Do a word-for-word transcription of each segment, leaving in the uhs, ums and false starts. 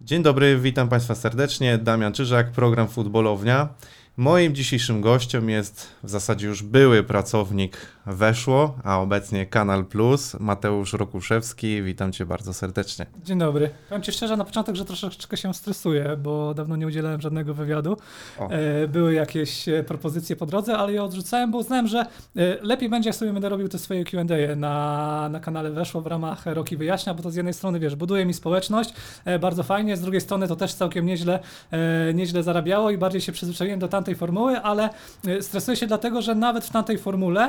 Dzień dobry, witam Państwa serdecznie. Damian Czyżak, program Futbolownia. Moim dzisiejszym gościem jest w zasadzie już były pracownik Weszło, a obecnie Kanal Plus, Mateusz Rokuszewski. Witam Cię bardzo serdecznie. Dzień dobry. Powiem Ci szczerze na początek, że troszeczkę się stresuję, bo dawno nie udzielałem żadnego wywiadu. O. Były jakieś propozycje po drodze, ale je odrzucałem, bo uznałem, że lepiej będzie, jak sobie będę robił te swoje Q and A na, na kanale Weszło w ramach Roki Wyjaśnia, bo to z jednej strony, wiesz, buduje mi społeczność, bardzo fajnie, z drugiej strony to też całkiem nieźle, nieźle zarabiało i bardziej się przyzwyczaiłem do tamtej formuły, ale stresuję się dlatego, że nawet w tamtej formule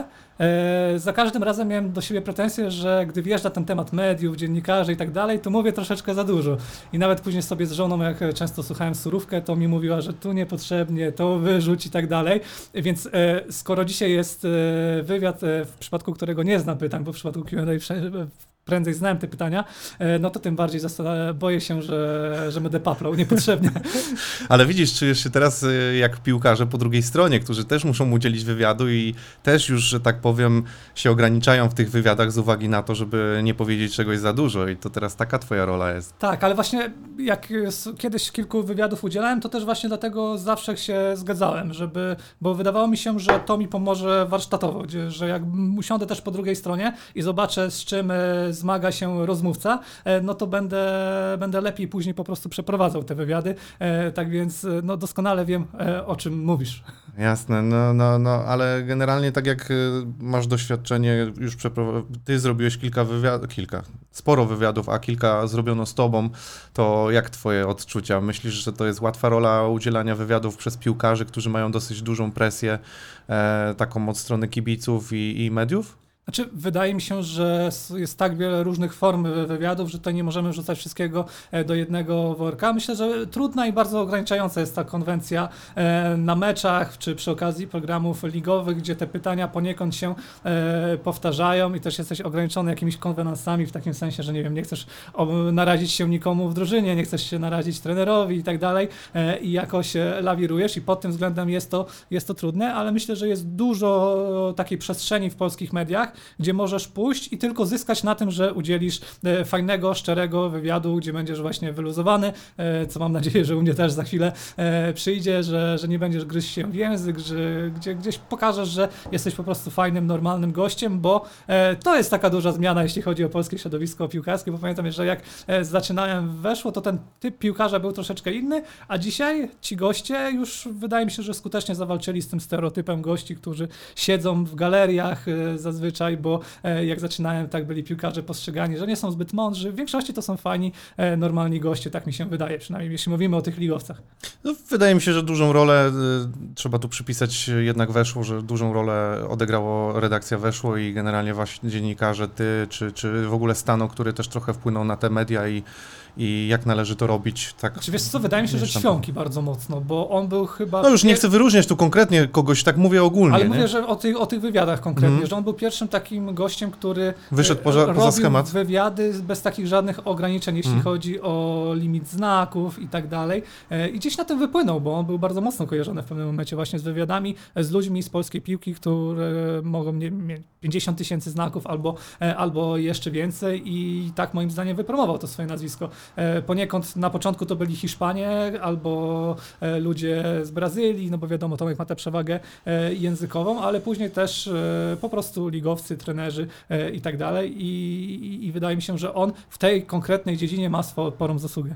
e, za każdym razem miałem do siebie pretensje, że gdy wjeżdża ten temat mediów, dziennikarzy i tak dalej, to mówię troszeczkę za dużo. I nawet później sobie z żoną, jak często słuchałem surówkę, to mi mówiła, że tu niepotrzebnie, to wyrzuć i tak dalej. Więc e, skoro dzisiaj jest e, wywiad, e, w przypadku którego nie znam pytań, bo w przypadku Q and A prędzej znałem te pytania, no to tym bardziej boję się, że, że będę paplał niepotrzebnie. Ale widzisz, czujesz się teraz jak piłkarze po drugiej stronie, którzy też muszą udzielić wywiadu i też już, że tak powiem, się ograniczają w tych wywiadach z uwagi na to, żeby nie powiedzieć czegoś za dużo i to teraz taka twoja rola jest. Tak, ale właśnie jak kiedyś kilku wywiadów udzielałem, to też właśnie dlatego zawsze się zgadzałem, żeby, bo wydawało mi się, że to mi pomoże warsztatowo, że jak usiądę też po drugiej stronie i zobaczę, z czym zmaga się rozmówca, no to będę, będę lepiej później po prostu przeprowadzał te wywiady. Tak więc no doskonale wiem, o czym mówisz. Jasne, no, no, no, ale generalnie tak jak masz doświadczenie, już przeprowadzasz, ty zrobiłeś kilka wywiadów, kilka, sporo wywiadów, a kilka zrobiono z tobą, to jak twoje odczucia? Myślisz, że to jest łatwa rola udzielania wywiadów przez piłkarzy, którzy mają dosyć dużą presję, e, taką od strony kibiców i, i mediów? Znaczy, wydaje mi się, że jest tak wiele różnych form wywiadów, że tutaj nie możemy wrzucać wszystkiego do jednego worka. Myślę, że trudna i bardzo ograniczająca jest ta konwencja na meczach, czy przy okazji programów ligowych, gdzie te pytania poniekąd się powtarzają i też jesteś ograniczony jakimiś konwenansami w takim sensie, że nie wiem, nie chcesz narazić się nikomu w drużynie, nie chcesz się narazić trenerowi i tak dalej i jakoś lawirujesz i pod tym względem jest to, jest to trudne, ale myślę, że jest dużo takiej przestrzeni w polskich mediach, gdzie możesz pójść i tylko zyskać na tym, że udzielisz fajnego, szczerego wywiadu, gdzie będziesz właśnie wyluzowany, co mam nadzieję, że u mnie też za chwilę przyjdzie, że, że nie będziesz gryźć się w język, że gdzie, gdzieś pokażesz, że jesteś po prostu fajnym, normalnym gościem, bo to jest taka duża zmiana, jeśli chodzi o polskie środowisko piłkarskie, bo pamiętam, że jak zaczynałem Weszło, to ten typ piłkarza był troszeczkę inny, a dzisiaj ci goście już wydaje mi się, że skutecznie zawalczyli z tym stereotypem gości, którzy siedzą w galeriach zazwyczaj, bo jak zaczynałem, tak byli piłkarze postrzegani, że nie są zbyt mądrzy. W większości to są fajni, normalni goście, tak mi się wydaje, przynajmniej jeśli mówimy o tych ligowcach. No, wydaje mi się, że dużą rolę, y, trzeba tu przypisać jednak Weszło, że dużą rolę odegrało redakcja Weszło i generalnie właśnie dziennikarze, ty, czy, czy w ogóle Stano, który też trochę wpłynął na te media i i jak należy to robić. Tak. Czy wiesz co, wydaje mi się, że Ćwiąki bardzo mocno, bo on był chyba... No już nie chcę wyróżniać tu konkretnie kogoś, tak mówię ogólnie. Ale nie? mówię, że o tych, o tych wywiadach konkretnie, mm. że on był pierwszym takim gościem, który wyszedł poza, robił poza schemat. wywiady bez takich żadnych ograniczeń, jeśli mm. chodzi o limit znaków i tak dalej. I gdzieś na tym wypłynął, bo on był bardzo mocno kojarzony w pewnym momencie właśnie z wywiadami, z ludźmi z polskiej piłki, które mogą mieć pięćdziesiąt tysięcy znaków albo, albo jeszcze więcej i tak moim zdaniem wypromował to swoje nazwisko. Poniekąd na początku to byli Hiszpanie albo ludzie z Brazylii, no bo wiadomo, Tomek ma tę przewagę językową, ale później też po prostu ligowcy, trenerzy i tak dalej i, i wydaje mi się, że on w tej konkretnej dziedzinie ma sporą zasługę.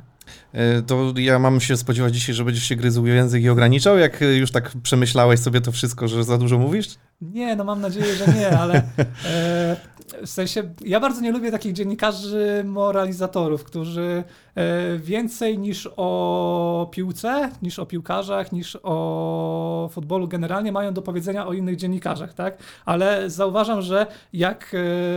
To ja mam się spodziewać dzisiaj, że będziesz się gryzł język i ograniczał, jak już tak przemyślałeś sobie to wszystko, że za dużo mówisz? Nie, no mam nadzieję, że nie, ale e, w sensie ja bardzo nie lubię takich dziennikarzy moralizatorów, którzy e, więcej niż o piłce, niż o piłkarzach, niż o futbolu generalnie mają do powiedzenia o innych dziennikarzach, tak? Ale zauważam, że jak,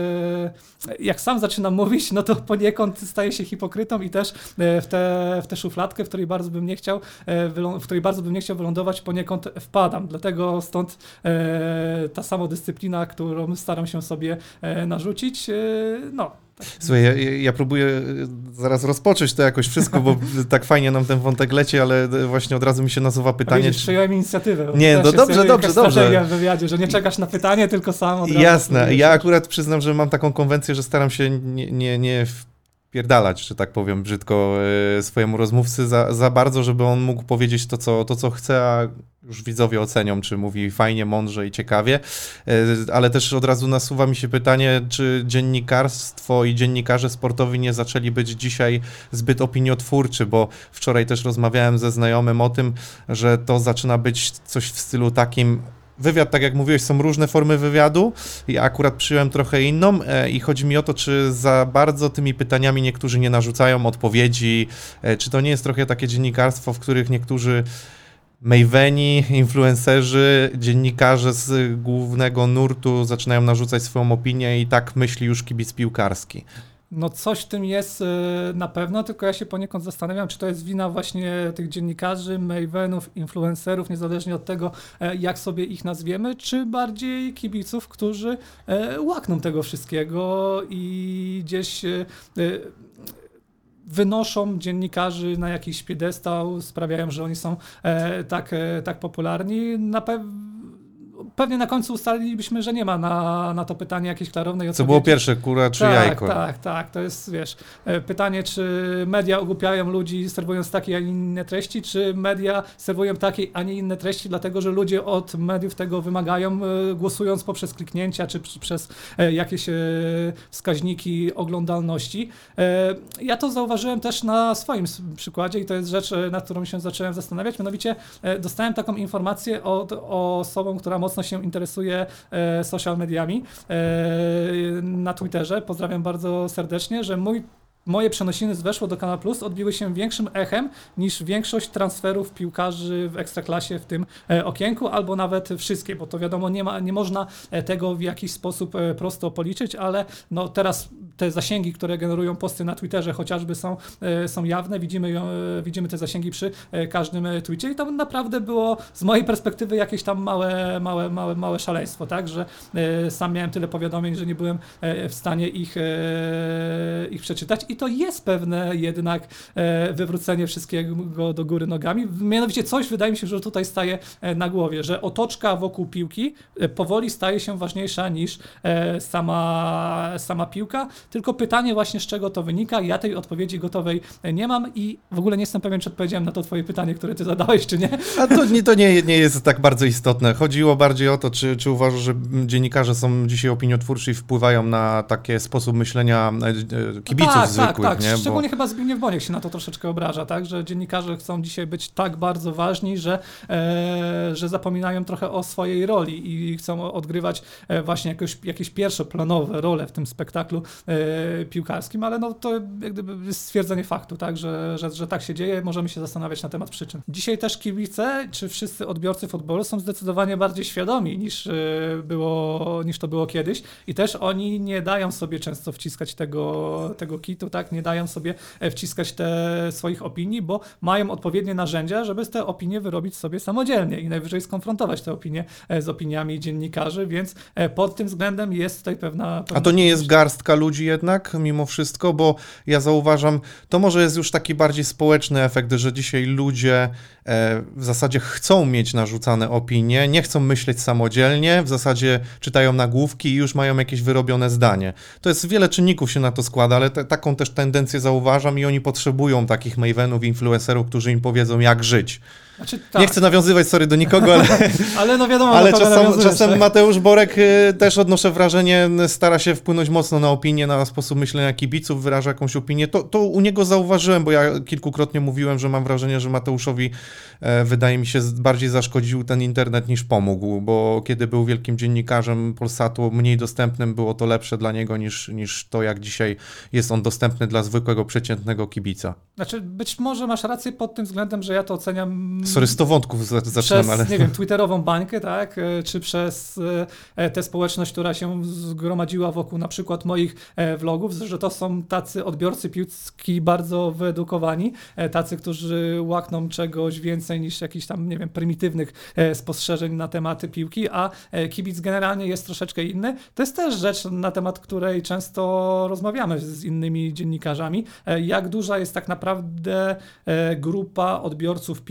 e, jak sam zaczynam mówić, no to poniekąd staję się hipokrytą i też e, w tę w tę szufladkę, w której bardzo bym nie chciał, e, wylą- w której bardzo bym nie chciał wylądować, poniekąd wpadam. Dlatego stąd e, ta samodyscyplina, którą staram się sobie e, narzucić, e, no. Tak. Słuchaj, ja, ja próbuję zaraz rozpocząć to jakoś wszystko, bo tak fajnie nam ten wątek leci, ale właśnie od razu mi się nasuwa pytanie. Widzisz, przyjąłem inicjatywę. Nie, no dobrze, dobrze, dobrze. W wywiadzie, że nie czekasz na pytanie, tylko sam od razu. Jasne, ja akurat przyznam, że mam taką konwencję, że staram się nie, nie, nie wpierdalać, że tak powiem brzydko, e, swojemu rozmówcy za, za bardzo, żeby on mógł powiedzieć to co, to, co chce, a już widzowie ocenią, czy mówi fajnie, mądrze i ciekawie, e, ale też od razu nasuwa mi się pytanie, czy dziennikarstwo i dziennikarze sportowi nie zaczęli być dzisiaj zbyt opiniotwórczy, bo wczoraj też rozmawiałem ze znajomym o tym, że to zaczyna być coś w stylu takim. Wywiad, tak jak mówiłeś, są różne formy wywiadu. Ja akurat przyjąłem trochę inną e, i chodzi mi o to, czy za bardzo tymi pytaniami niektórzy nie narzucają odpowiedzi, e, czy to nie jest trochę takie dziennikarstwo, w których niektórzy maveni, influencerzy, dziennikarze z głównego nurtu zaczynają narzucać swoją opinię i tak myśli już kibic piłkarski. No coś w tym jest y, na pewno, tylko ja się poniekąd zastanawiam, czy to jest wina właśnie tych dziennikarzy, mavenów, influencerów, niezależnie od tego, e, jak sobie ich nazwiemy, czy bardziej kibiców, którzy e, łakną tego wszystkiego i gdzieś e, wynoszą dziennikarzy na jakiś piedestał, sprawiają, że oni są e, tak, e, tak popularni. Na pewno Pewnie na końcu ustalilibyśmy, że nie ma na, na to pytanie jakiejś klarownej odpowiedzi. Co było pierwsze, kura czy tak, jajko? Tak, tak, to jest, wiesz, pytanie, czy media ogłupiają ludzi serwując takie, a nie inne treści, czy media serwują takie, a nie inne treści, dlatego, że ludzie od mediów tego wymagają, głosując poprzez kliknięcia, czy przez jakieś wskaźniki oglądalności. Ja to zauważyłem też na swoim przykładzie i to jest rzecz, nad którą się zacząłem zastanawiać, mianowicie dostałem taką informację od osobą, która mocno się interesuje e, social mediami e, na Twitterze. Pozdrawiam bardzo serdecznie, że mój Moje przenosiny z Weszło do Kanal Plus odbiły się większym echem niż większość transferów piłkarzy w Ekstraklasie w tym e, okienku, albo nawet wszystkie, bo to wiadomo, nie, ma, nie można tego w jakiś sposób e, prosto policzyć, ale no teraz te zasięgi, które generują posty na Twitterze chociażby są, e, są jawne, widzimy, ją, e, widzimy te zasięgi przy e, każdym e, tweetie i to naprawdę było z mojej perspektywy jakieś tam małe, małe, małe, małe szaleństwo, tak, że e, sam miałem tyle powiadomień, że nie byłem e, w stanie ich, e, ich przeczytać. I to jest pewne jednak e, wywrócenie wszystkiego do góry nogami. Mianowicie coś, wydaje mi się, że tutaj staje e, na głowie, że otoczka wokół piłki e, powoli staje się ważniejsza niż e, sama, sama piłka. Tylko pytanie właśnie, z czego to wynika. Ja tej odpowiedzi gotowej nie mam i w ogóle nie jestem pewien, czy odpowiedziałem na to twoje pytanie, które ty zadałeś, czy nie. A to nie, to nie, nie jest tak bardzo istotne. Chodziło bardziej o to, czy, czy uważasz, że dziennikarze są dzisiaj opiniotwórczy i wpływają na taki sposób myślenia kibiców tak, zwykłych. Tak, tak, nie? szczególnie Bo... chyba Zbigniew Boniek się na to troszeczkę obraża, tak, że dziennikarze chcą dzisiaj być tak bardzo ważni, że, e, że zapominają trochę o swojej roli i chcą odgrywać e, właśnie jakoś, jakieś pierwszoplanowe role w tym spektaklu e, piłkarskim, ale no to jak gdyby jest stwierdzenie faktu, tak, że, że, że tak się dzieje, możemy się zastanawiać na temat przyczyn. Dzisiaj też kibice, czy wszyscy odbiorcy futbolu są zdecydowanie bardziej świadomi niż, e, było, niż to było kiedyś i też oni nie dają sobie często wciskać tego, tego kitu, tak, nie dają sobie wciskać te swoich opinii, bo mają odpowiednie narzędzia, żeby te opinie wyrobić sobie samodzielnie i najwyżej skonfrontować te opinie z opiniami dziennikarzy, więc pod tym względem jest tutaj pewna... pewna A to nie jest garstka ludzi jednak mimo wszystko, bo ja zauważam, to może jest już taki bardziej społeczny efekt, że dzisiaj ludzie w zasadzie chcą mieć narzucane opinie, nie chcą myśleć samodzielnie, w zasadzie czytają nagłówki i już mają jakieś wyrobione zdanie. To jest wiele czynników się na to składa, ale te, taką też tendencję zauważam i oni potrzebują takich mavenów, influencerów, którzy im powiedzą, jak żyć. Znaczy, tak. Nie chcę nawiązywać, sorry, do nikogo, ale, ale, no wiadomo, ale czasem, czasem tak? Mateusz Borek y, też odnoszę wrażenie, stara się wpłynąć mocno na opinię, na sposób myślenia kibiców, wyraża jakąś opinię. To, to u niego zauważyłem, bo ja kilkukrotnie mówiłem, że mam wrażenie, że Mateuszowi e, wydaje mi się bardziej zaszkodził ten internet niż pomógł, bo kiedy był wielkim dziennikarzem Polsatu, mniej dostępnym, było to lepsze dla niego niż, niż to, jak dzisiaj jest on dostępny dla zwykłego, przeciętnego kibica. Znaczy, być może masz rację pod tym względem, że ja to oceniam... Sorry, sto wątków zaczynam, przez, ale... nie wiem, twitterową bańkę, tak, czy przez tę społeczność, która się zgromadziła wokół na przykład moich vlogów, że to są tacy odbiorcy piłki bardzo wyedukowani, tacy, którzy łakną czegoś więcej niż jakichś tam, nie wiem, prymitywnych spostrzeżeń na tematy piłki, a kibic generalnie jest troszeczkę inny. To jest też rzecz, na temat której często rozmawiamy z innymi dziennikarzami, jak duża jest tak naprawdę grupa odbiorców piłki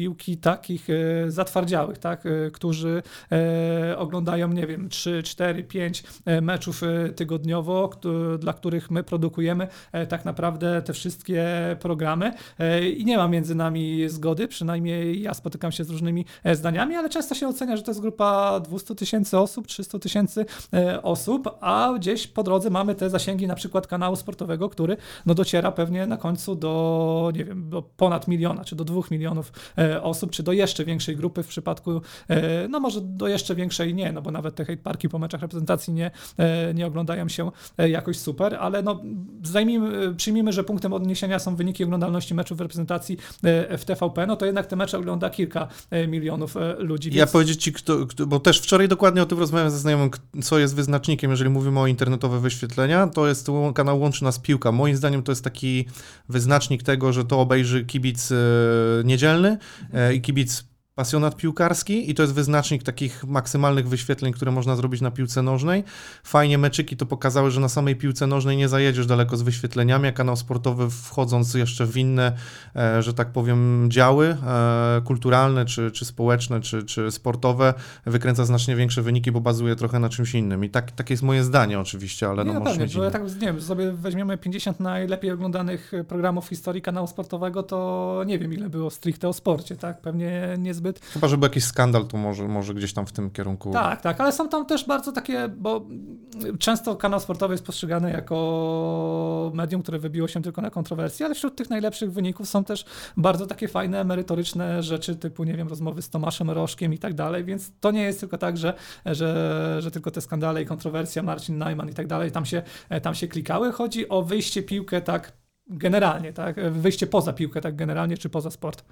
takich e, zatwardziałych, tak, e, którzy e, oglądają, nie wiem, trzy, cztery, pięć meczów tygodniowo, kto, dla których my produkujemy e, tak naprawdę te wszystkie programy e, i nie ma między nami zgody, przynajmniej ja spotykam się z różnymi e, zdaniami, ale często się ocenia, że to jest grupa dwieście tysięcy osób, trzysta tysięcy e, osób, a gdzieś po drodze mamy te zasięgi na przykład kanału sportowego, który no, dociera pewnie na końcu do, nie wiem, do ponad miliona, czy do dwóch milionów e, osób, czy do jeszcze większej grupy w przypadku, e, no może do jeszcze większej nie, no bo nawet te hate parki po meczach reprezentacji nie, e, nie oglądają się e, jakoś super, ale no zajmijmy, przyjmijmy, że punktem odniesienia są wyniki oglądalności meczów w reprezentacji e, w T V P, no to jednak te mecze ogląda kilka e, milionów e, ludzi. Ja więc... powiedzieć ci, kto, kto, bo też wczoraj dokładnie o tym rozmawiałem ze znajomym, co jest wyznacznikiem, jeżeli mówimy o internetowe wyświetlenia, to jest kanał Łączy Nas Piłka. Moim zdaniem to jest taki wyznacznik tego, że to obejrzy kibic e, niedzielny e, i kibic pasjonat piłkarski i to jest wyznacznik takich maksymalnych wyświetleń, które można zrobić na piłce nożnej. Fajnie meczyki to pokazały, że na samej piłce nożnej nie zajedziesz daleko z wyświetleniami, a kanał sportowy wchodząc jeszcze w inne, e, że tak powiem, działy e, kulturalne, czy, czy społeczne, czy, czy sportowe, wykręca znacznie większe wyniki, bo bazuje trochę na czymś innym. I tak, takie jest moje zdanie oczywiście, ale nie, no, no możesz pewnie, mieć bo inne. ja tak, nie wiem, sobie weźmiemy pięćdziesiąt najlepiej oglądanych programów w historii kanału sportowego, to nie wiem, ile było stricte o sporcie, tak? Pewnie niezbyt. Chyba, żeby jakiś skandal, to może, może gdzieś tam w tym kierunku. Tak, tak, ale są tam też bardzo takie, bo często kanał sportowy jest postrzegany jako medium, które wybiło się tylko na kontrowersji, ale wśród tych najlepszych wyników są też bardzo takie fajne, merytoryczne rzeczy typu, nie wiem, rozmowy z Tomaszem Rożkiem i tak dalej, więc to nie jest tylko tak, że, że, że tylko te skandale i kontrowersja, Marcin Najman i tak dalej, tam się, tam się klikały. Chodzi o wyjście piłkę tak generalnie, tak, wyjście poza piłkę tak generalnie, czy poza sport.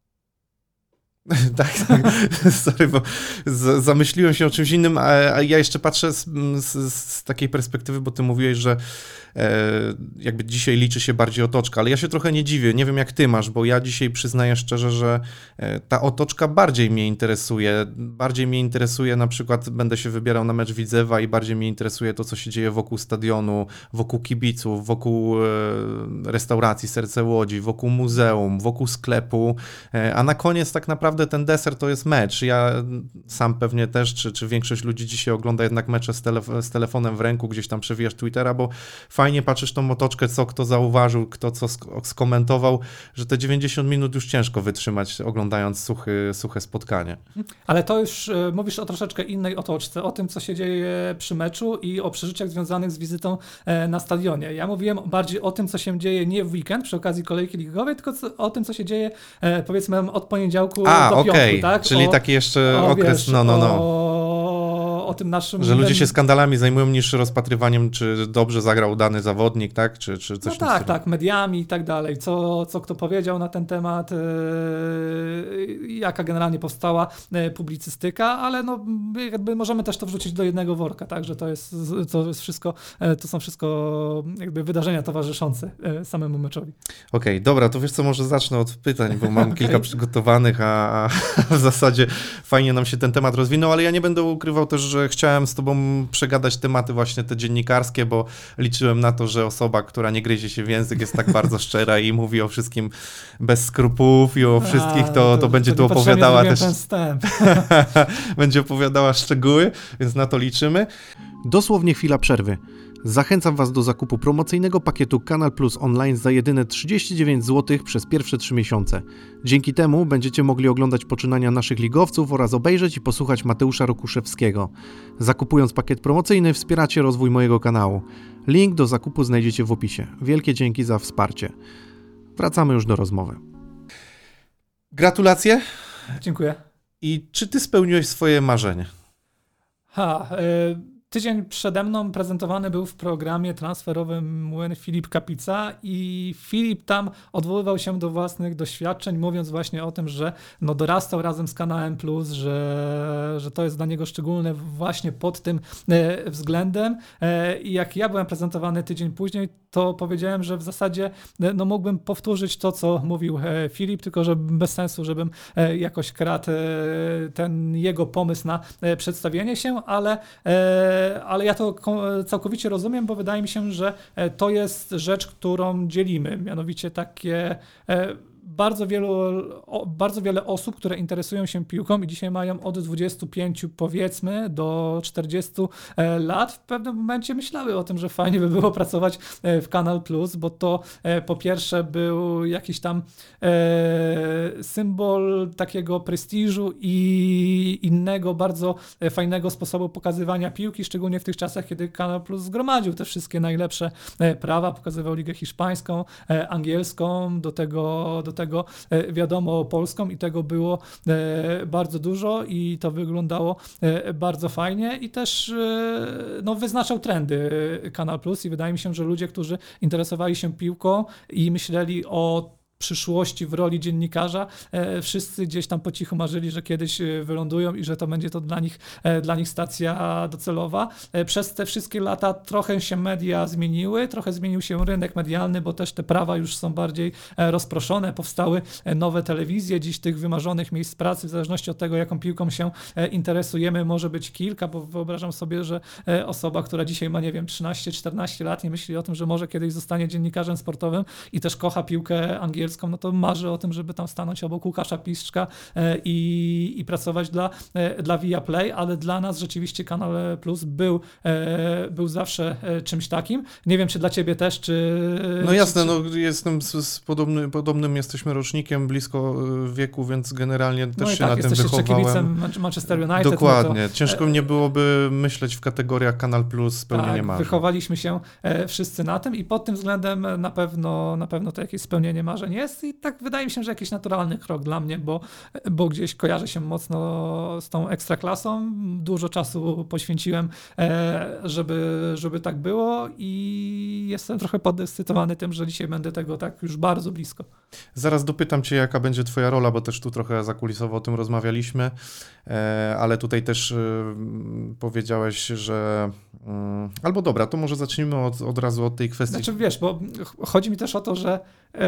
Tak, tak. Sorry, bo z, zamyśliłem się o czymś innym, a, a ja jeszcze patrzę z, z, z takiej perspektywy, bo ty mówiłeś, że e, jakby dzisiaj liczy się bardziej otoczka, ale ja się trochę nie dziwię, nie wiem jak ty masz, bo ja dzisiaj przyznaję szczerze, że e, ta otoczka bardziej mnie interesuje, bardziej mnie interesuje, na przykład będę się wybierał na mecz Widzewa i bardziej mnie interesuje to, co się dzieje wokół stadionu, wokół kibiców, wokół e, restauracji Serce Łodzi, wokół muzeum, wokół sklepu, e, a na koniec tak naprawdę ten deser to jest mecz. Ja sam pewnie też, czy, czy większość ludzi dzisiaj ogląda jednak mecze z, telef- z telefonem w ręku, gdzieś tam przewijasz Twittera, bo fajnie patrzysz tą otoczkę, co kto zauważył, kto co sk- skomentował, że te dziewięćdziesiąt minut już ciężko wytrzymać, oglądając suchy, suche spotkanie. Ale to już y, mówisz o troszeczkę innej otoczce, o tym, co się dzieje przy meczu i o przeżyciach związanych z wizytą e, na stadionie. Ja mówiłem bardziej o tym, co się dzieje nie w weekend przy okazji kolejki ligowej, tylko co, o tym, co się dzieje e, powiedzmy od poniedziałku A, do okej, piątku, tak? Czyli o, taki jeszcze o, okres, wiesz, no, no, no. O, o tym naszym... Że ludzie się skandalami zajmują niż rozpatrywaniem, czy dobrze zagrał dany zawodnik, tak? Czy, czy coś No w tym tak, stylu. tak, mediami i tak dalej, co, co kto powiedział na ten temat, yy, jaka generalnie powstała yy, publicystyka, ale no jakby możemy też to wrzucić do jednego worka, tak, że to jest, to jest wszystko, yy, to są wszystko jakby wydarzenia towarzyszące yy, samemu meczowi. Okej, okay, dobra, to wiesz co, może zacznę od pytań, bo mam Okay. kilka przygotowanych, a, a w zasadzie fajnie nam się ten temat rozwinął, ale ja nie będę ukrywał też, że chciałem z tobą przegadać tematy właśnie te dziennikarskie, bo liczyłem na to, że osoba, która nie gryzie się w język, jest tak bardzo szczera i mówi o wszystkim bez skrupułów i o wszystkich, to, to, to będzie tu opowiadała też... Ten wstęp. będzie opowiadała szczegóły, więc na to liczymy. Dosłownie chwila przerwy. Zachęcam Was do zakupu promocyjnego pakietu Kanal Plus Online za jedyne trzydzieści dziewięć złotych przez pierwsze trzy miesiące. Dzięki temu będziecie mogli oglądać poczynania naszych ligowców oraz obejrzeć i posłuchać Mateusza Rokuszewskiego. Zakupując pakiet promocyjny wspieracie rozwój mojego kanału. Link do zakupu znajdziecie w opisie. Wielkie dzięki za wsparcie. Wracamy już do rozmowy. Gratulacje. Dziękuję. I czy Ty spełniłeś swoje marzenie? Ha, y- Tydzień przede mną prezentowany był w programie transferowym Młyn Filip Kapica i Filip tam odwoływał się do własnych doświadczeń, mówiąc właśnie o tym, że no dorastał razem z kanałem Plus, że, że to jest dla niego szczególne właśnie pod tym e, względem. E, I jak ja byłem prezentowany tydzień później, to powiedziałem, że w zasadzie no, mógłbym powtórzyć to, co mówił e, Filip, tylko że bez sensu, żebym e, jakoś kradł e, ten jego pomysł na e, przedstawienie się, ale e, ale ja to całkowicie rozumiem, bo wydaje mi się, że to jest rzecz, którą dzielimy, mianowicie takie bardzo wielu, o, bardzo wiele osób, które interesują się piłką i dzisiaj mają od dwudziestu pięciu powiedzmy do czterdziestu lat, w pewnym momencie myślały o tym, że fajnie by było pracować w Kanal Plus, bo to po pierwsze był jakiś tam e, symbol takiego prestiżu i innego bardzo fajnego sposobu pokazywania piłki, szczególnie w tych czasach, kiedy Kanal Plus zgromadził te wszystkie najlepsze prawa, pokazywał ligę hiszpańską, angielską, do tego, do tego wiadomo polską i tego było bardzo dużo i to wyglądało bardzo fajnie i też no, wyznaczał trendy Kanal Plus i wydaje mi się, że ludzie, którzy interesowali się piłką i myśleli o przyszłości w roli dziennikarza, e, wszyscy gdzieś tam po cichu marzyli, że kiedyś wylądują i że to będzie to dla nich, e, dla nich stacja docelowa. E, przez te wszystkie lata trochę się media zmieniły, trochę zmienił się rynek medialny, bo też te prawa już są bardziej e, rozproszone, powstały e, nowe telewizje, dziś tych wymarzonych miejsc pracy, w zależności od tego, jaką piłką się e, interesujemy, może być kilka, bo wyobrażam sobie, że e, osoba, która dzisiaj ma, nie wiem, trzynaście czternaście lat, nie myśli o tym, że może kiedyś zostanie dziennikarzem sportowym i też kocha piłkę angielską, no to marzy o tym, żeby tam stanąć obok Łukasza Piszczka i, i pracować dla, dla Viaplay, ale dla nas rzeczywiście Kanal Plus był, był zawsze czymś takim. Nie wiem, czy dla ciebie też, czy... No jasne, czy, no jestem z, z podobny, podobnym, jesteśmy rocznikiem, blisko wieku, więc generalnie też no się tak, na tym jesteś wychowałem. kibicem Manchester United. Dokładnie, no to, ciężko mnie byłoby myśleć w kategoriach Kanal Plus, spełnienie tak, marzeń. Wychowaliśmy się wszyscy na tym i pod tym względem na pewno, na pewno to jakieś spełnienie marzeń jest i tak wydaje mi się, że jakiś naturalny krok dla mnie, bo, bo gdzieś kojarzę się mocno z tą ekstraklasą. Dużo czasu poświęciłem, żeby, żeby tak było i jestem trochę podekscytowany tym, że dzisiaj będę tego tak już bardzo blisko. Zaraz dopytam cię, jaka będzie twoja rola, bo też tu trochę zakulisowo o tym rozmawialiśmy, ale tutaj też powiedziałeś, że... Albo dobra, to może zacznijmy od, od razu od tej kwestii. Znaczy wiesz, bo chodzi mi też o to, że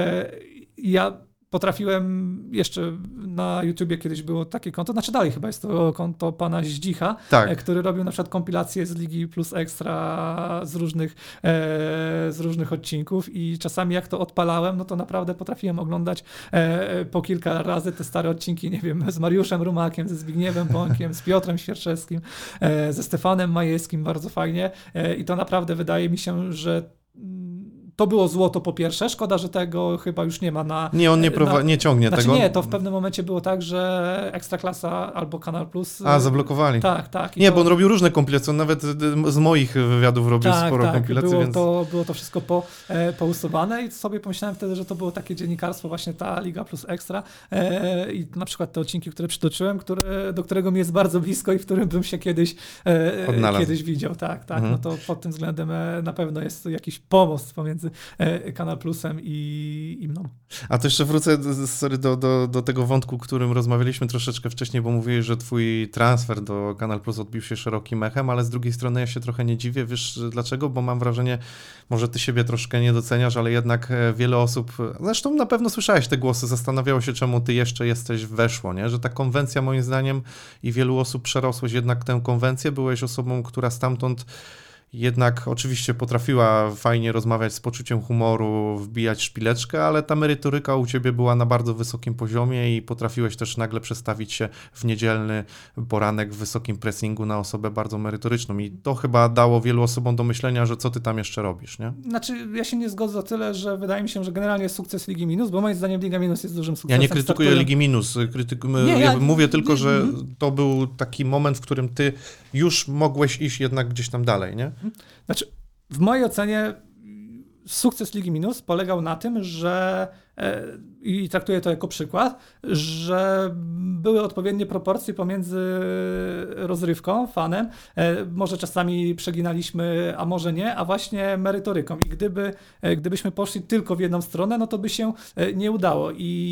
ja potrafiłem jeszcze na YouTubie kiedyś było takie konto, znaczy dalej chyba jest to konto pana Zdzicha, tak. który robił na przykład kompilacje z Ligi Plus Ekstra z różnych, e, z różnych odcinków i czasami jak to odpalałem, no to naprawdę potrafiłem oglądać e, po kilka razy te stare odcinki, nie wiem, z Mariuszem Rumakiem, ze Zbigniewem Bąkiem, z Piotrem Świerczewskim, e, ze Stefanem Majewskim, bardzo fajnie e, i to naprawdę wydaje mi się, że to było złoto po pierwsze, szkoda, że tego chyba już nie ma na... Nie, on nie, prowa- na, nie ciągnie znaczy tego. nie, to w pewnym momencie było tak, że Ekstraklasa albo Kanal Plus... A, zablokowali. Tak, tak. Nie, to... bo on robił różne kompilacje, on nawet z moich wywiadów robił tak, sporo tak, kompilacji, było więc... to, było to wszystko po, e, pousuwane i sobie pomyślałem wtedy, że to było takie dziennikarstwo, właśnie ta Liga Plus Ekstra e, i na przykład te odcinki, które przytoczyłem, które, do którego mi jest bardzo blisko i w którym bym się kiedyś, e, kiedyś widział. Tak, tak, mhm. No to pod tym względem e, na pewno jest to jakiś pomost pomiędzy e, Kanal Plusem i, i mną. A to jeszcze wrócę sorry, do, do, do tego wątku, którym rozmawialiśmy troszeczkę wcześniej, bo mówiłeś, że twój transfer do Kanal Plus odbił się szerokim echem, ale z drugiej strony ja się trochę nie dziwię. Wiesz dlaczego? Bo mam wrażenie, może ty siebie troszkę nie doceniasz, ale jednak wiele osób, zresztą na pewno słyszałeś te głosy, zastanawiało się, czemu ty jeszcze jesteś weszło, nie? Że ta konwencja moim zdaniem i wielu osób przerosłeś jednak tę konwencję, byłeś osobą, która stamtąd jednak oczywiście potrafiła fajnie rozmawiać z poczuciem humoru, wbijać szpileczkę, ale ta merytoryka u ciebie była na bardzo wysokim poziomie i potrafiłeś też nagle przestawić się w niedzielny poranek w wysokim pressingu na osobę bardzo merytoryczną i to chyba dało wielu osobom do myślenia, że co ty tam jeszcze robisz, nie? Znaczy, ja się nie zgodzę o tyle, że wydaje mi się, że generalnie sukces Ligi Minus, bo moim zdaniem Liga Minus jest dużym sukcesem. Ja nie krytykuję Startuję... Ligi Minus, krytyku... nie, ja ja... mówię tylko, nie, że nie. to był taki moment, w którym ty już mogłeś iść jednak gdzieś tam dalej, nie? Znaczy, w mojej ocenie sukces Ligi Minus polegał na tym, że i traktuję to jako przykład, że były odpowiednie proporcje pomiędzy rozrywką, fanem, może czasami przeginaliśmy, a może nie, a właśnie merytoryką. I gdyby, gdybyśmy poszli tylko w jedną stronę, no to by się nie udało.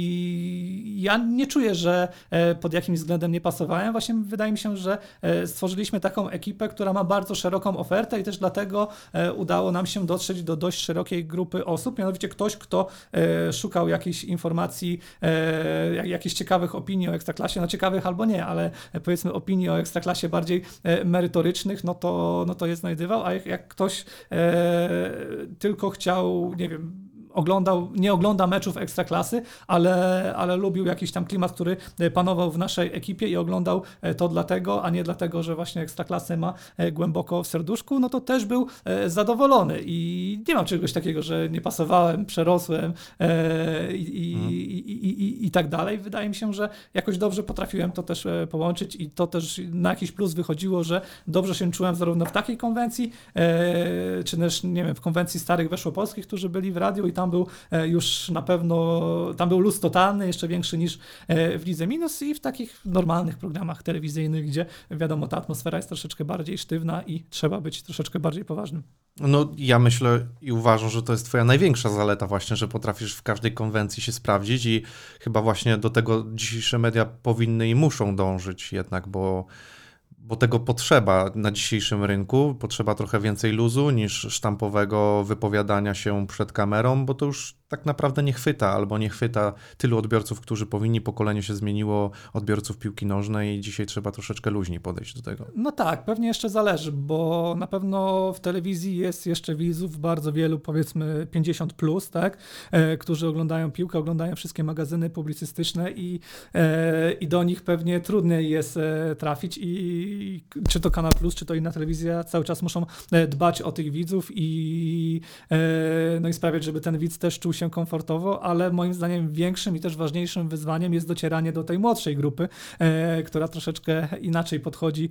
I ja nie czuję, że pod jakimś względem nie pasowałem. Właśnie wydaje mi się, że stworzyliśmy taką ekipę, która ma bardzo szeroką ofertę i też dlatego udało nam się dotrzeć do dość szerokiej grupy osób, mianowicie ktoś, kto szuka jakichś informacji, e, jakichś ciekawych opinii o Ekstraklasie, no ciekawych albo nie, ale powiedzmy opinii o Ekstraklasie bardziej e, merytorycznych, no to, no to je znajdywał, a jak, jak ktoś e, tylko chciał, nie wiem, oglądał, nie ogląda meczów Ekstraklasy, ale, ale lubił jakiś tam klimat, który panował w naszej ekipie i oglądał to dlatego, a nie dlatego, że właśnie Ekstraklasę ma głęboko w serduszku, no to też był zadowolony i nie mam czegoś takiego, że nie pasowałem, przerosłem i, i, hmm. i, i, i, i tak dalej. Wydaje mi się, że jakoś dobrze potrafiłem to też połączyć i to też na jakiś plus wychodziło, że dobrze się czułem zarówno w takiej konwencji, czy też, nie wiem, w konwencji starych weszłopolskich, którzy byli w radiu i tam był już na pewno, tam był luz totalny, jeszcze większy niż w Lidze Minus i w takich normalnych programach telewizyjnych, gdzie wiadomo, ta atmosfera jest troszeczkę bardziej sztywna i trzeba być troszeczkę bardziej poważnym. No ja myślę i uważam, że to jest twoja największa zaleta właśnie, że potrafisz w każdej konwencji się sprawdzić i chyba właśnie do tego dzisiejsze media powinny i muszą dążyć jednak, bo bo tego potrzeba na dzisiejszym rynku, potrzeba trochę więcej luzu niż sztampowego wypowiadania się przed kamerą, bo to już tak naprawdę nie chwyta albo nie chwyta tylu odbiorców, którzy powinni, pokolenie się zmieniło, odbiorców piłki nożnej i dzisiaj trzeba troszeczkę luźniej podejść do tego. No tak, pewnie jeszcze zależy, bo na pewno w telewizji jest jeszcze widzów bardzo wielu, powiedzmy pięćdziesiąt plus, tak, e, którzy oglądają piłkę, oglądają wszystkie magazyny publicystyczne i, e, i do nich pewnie trudniej jest e, trafić i I czy to Kanal Plus, czy to inna telewizja cały czas muszą dbać o tych widzów i, no i sprawiać, żeby ten widz też czuł się komfortowo, ale moim zdaniem większym i też ważniejszym wyzwaniem jest docieranie do tej młodszej grupy, która troszeczkę inaczej podchodzi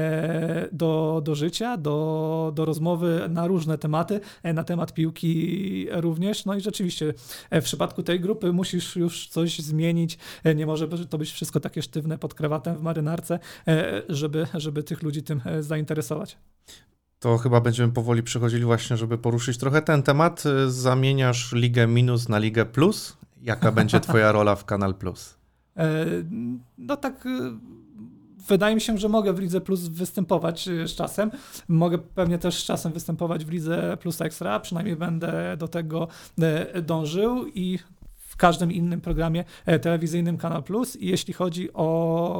do, do życia, do, do rozmowy na różne tematy, na temat piłki również. No i rzeczywiście w przypadku tej grupy musisz już coś zmienić. Nie może to być wszystko takie sztywne pod krawatem w marynarce, żeby żeby tych ludzi tym zainteresować. To chyba będziemy powoli przechodzili właśnie, żeby poruszyć trochę ten temat. Zamieniasz Ligę Minus na Ligę Plus? Jaka będzie twoja rola w Kanal Plus? No tak, wydaje mi się, że mogę w Lidze Plus występować z czasem. Mogę pewnie też z czasem występować w Lidze Plus Ekstra, przynajmniej będę do tego dążył i w każdym innym programie telewizyjnym Kanal Plus i jeśli chodzi o,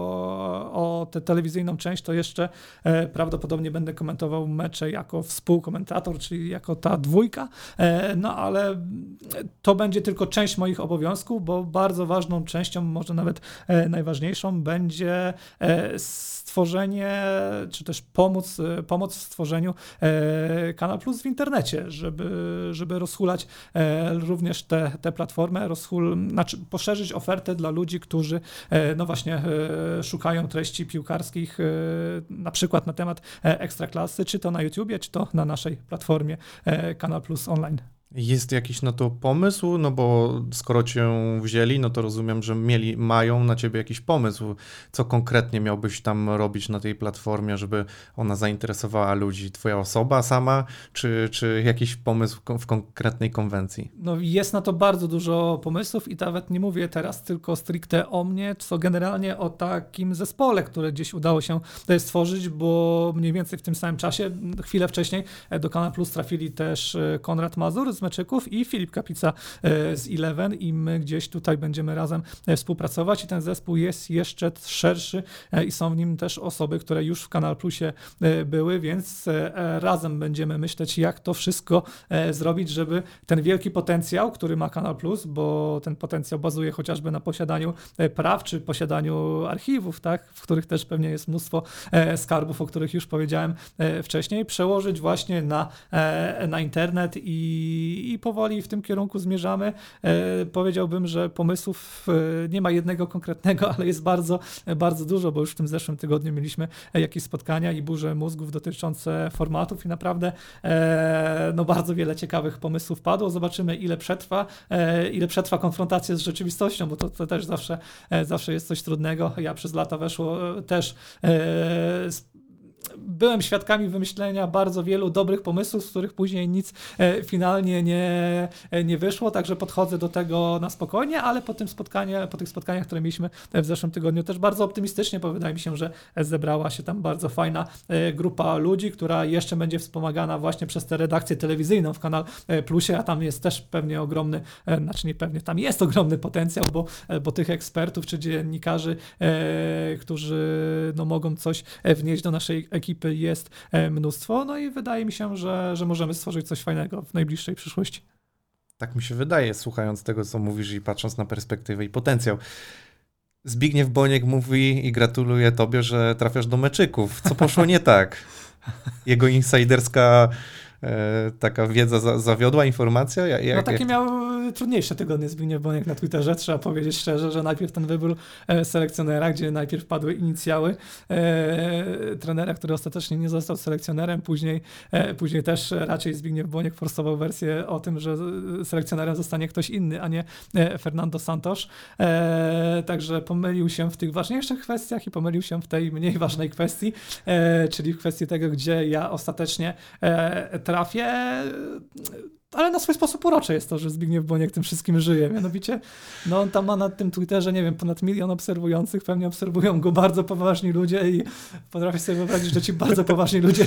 o tę telewizyjną część, to jeszcze prawdopodobnie będę komentował mecze jako współkomentator, czyli jako ta dwójka, no ale to będzie tylko część moich obowiązków, bo bardzo ważną częścią, może nawet najważniejszą, będzie stworzenie, czy też pomóc, pomoc w stworzeniu Kanal Plus w internecie, żeby, żeby rozhulać również te, te platformy, rozhul, znaczy poszerzyć ofertę dla ludzi, którzy no właśnie szukają treści piłkarskich, na przykład na temat Ekstraklasy, czy to na YouTubie, czy to na naszej platformie Kanal Plus Online. Jest jakiś na to pomysł? No bo skoro cię wzięli, no to rozumiem, że mieli, mają na ciebie jakiś pomysł. Co konkretnie miałbyś tam robić na tej platformie, żeby ona zainteresowała ludzi? Twoja osoba sama, czy, czy jakiś pomysł w konkretnej konwencji? No jest na to bardzo dużo pomysłów i nawet nie mówię teraz tylko stricte o mnie, co generalnie o takim zespole, które gdzieś udało się stworzyć, bo mniej więcej w tym samym czasie, chwilę wcześniej do Kanal Plus trafili też Konrad Mazur z Meczyków i Filip Kapica z Eleven i my gdzieś tutaj będziemy razem współpracować i ten zespół jest jeszcze szerszy i są w nim też osoby, które już w Kanal Plusie były, więc razem będziemy myśleć, jak to wszystko zrobić, żeby ten wielki potencjał, który ma Kanal Plus, bo ten potencjał bazuje chociażby na posiadaniu praw, czy posiadaniu archiwów, tak, w których też pewnie jest mnóstwo skarbów, o których już powiedziałem wcześniej, przełożyć właśnie na, na internet i i powoli w tym kierunku zmierzamy. E, powiedziałbym, że pomysłów e, nie ma jednego konkretnego, ale jest bardzo, bardzo dużo, bo już w tym zeszłym tygodniu mieliśmy jakieś spotkania i burze mózgów dotyczące formatów i naprawdę e, no bardzo wiele ciekawych pomysłów padło. Zobaczymy, ile przetrwa, e, ile przetrwa konfrontacja z rzeczywistością, bo to, to też zawsze, e, zawsze jest coś trudnego. Ja przez lata weszło e, też e, byłem świadkami wymyślenia bardzo wielu dobrych pomysłów, z których później nic e, finalnie nie, e, nie wyszło, także podchodzę do tego na spokojnie, ale po tym spotkaniu, po tych spotkaniach, które mieliśmy w zeszłym tygodniu, też bardzo optymistycznie, bo wydaje mi się, że zebrała się tam bardzo fajna e, grupa ludzi, która jeszcze będzie wspomagana właśnie przez tę redakcję telewizyjną w Kanal Plusie, a tam jest też pewnie ogromny, e, znaczy nie pewnie, tam jest ogromny potencjał, bo, e, bo tych ekspertów czy dziennikarzy, e, którzy no, mogą coś wnieść do naszej ekipy jest mnóstwo, no i wydaje mi się, że, że możemy stworzyć coś fajnego w najbliższej przyszłości. Tak mi się wydaje, słuchając tego, co mówisz i patrząc na perspektywę i potencjał. Zbigniew Boniek mówi i gratuluję tobie, że trafiasz do meczyków. Co poszło nie tak? Jego insiderska e, taka wiedza za, zawiodła, informacja? Jak, no takie jak... miał trudniejsze tygodnie Zbigniew Boniek na Twitterze, trzeba powiedzieć szczerze, że najpierw ten wybór e, selekcjonera, gdzie najpierw padły inicjały e, trenera, który ostatecznie nie został selekcjonerem, później, e, później też raczej Zbigniew Boniek forsował wersję o tym, że selekcjonerem zostanie ktoś inny, a nie e, Fernando Santos. E, także pomylił się w tych ważniejszych kwestiach i pomylił się w tej mniej ważnej kwestii, e, czyli w kwestii tego, gdzie ja ostatecznie e, trafię. Ale na swój sposób urocze jest to, że Zbigniew Boniek tym wszystkim żyje. Mianowicie, no on tam ma na tym Twitterze, nie wiem, ponad milion obserwujących, pewnie obserwują go bardzo poważni ludzie i potrafię sobie wyobrazić, że ci bardzo poważni ludzie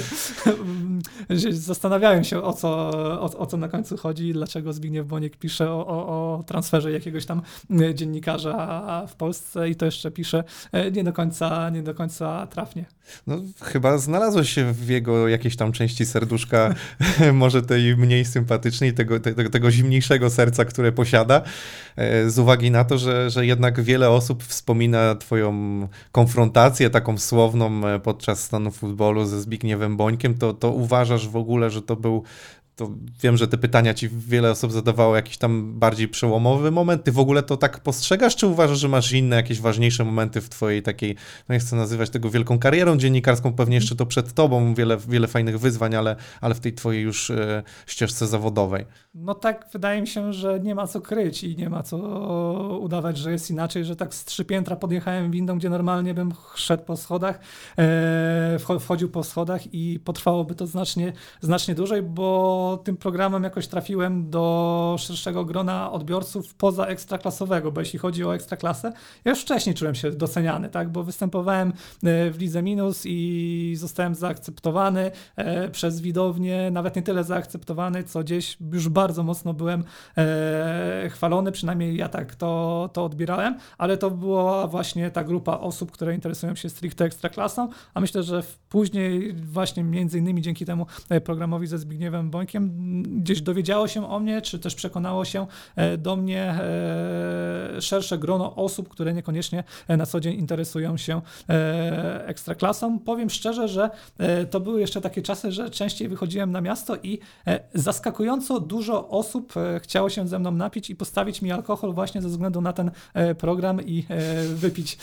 zastanawiają się, o co, o, o co na końcu chodzi i dlaczego Zbigniew Boniek pisze o, o, o transferze jakiegoś tam dziennikarza w Polsce i to jeszcze pisze nie do końca, nie do końca trafnie. No chyba znalazłeś się w jego jakiejś tam części serduszka, może tej mniej sympatycznej, Tego, tego, tego zimniejszego serca, które posiada, z uwagi na to, że, że jednak wiele osób wspomina twoją konfrontację taką słowną podczas stanu futbolu ze Zbigniewem Bońkiem, to, to uważasz w ogóle, że to był to wiem, że te pytania ci wiele osób zadawało jakiś tam bardziej przełomowy moment. Ty w ogóle to tak postrzegasz, czy uważasz, że masz inne, jakieś ważniejsze momenty w twojej takiej, no nie chcę nazywać tego wielką karierą dziennikarską, pewnie jeszcze to przed tobą, wiele, wiele fajnych wyzwań, ale, ale w tej twojej już e, ścieżce zawodowej. No tak, wydaje mi się, że nie ma co kryć i nie ma co udawać, że jest inaczej, że tak z trzy piętra podjechałem windą, gdzie normalnie bym szedł po schodach, e, wchodził po schodach i potrwałoby to znacznie, znacznie dłużej, bo tym programem jakoś trafiłem do szerszego grona odbiorców poza ekstraklasowego, bo jeśli chodzi o ekstraklasę, ja już wcześniej czułem się doceniany, tak, bo występowałem w Lidze Minus i zostałem zaakceptowany e, przez widownię, nawet nie tyle zaakceptowany, co gdzieś już bardzo mocno byłem e, chwalony, przynajmniej ja tak to, to odbierałem, ale to była właśnie ta grupa osób, które interesują się stricte ekstraklasą, a myślę, że później właśnie między innymi dzięki temu programowi ze Zbigniewem Bońkiem gdzieś dowiedziało się o mnie, czy też przekonało się do mnie szersze grono osób, które niekoniecznie na co dzień interesują się ekstraklasą. Powiem szczerze, że to były jeszcze takie czasy, że częściej wychodziłem na miasto i zaskakująco dużo osób chciało się ze mną napić i postawić mi alkohol właśnie ze względu na ten program i wypić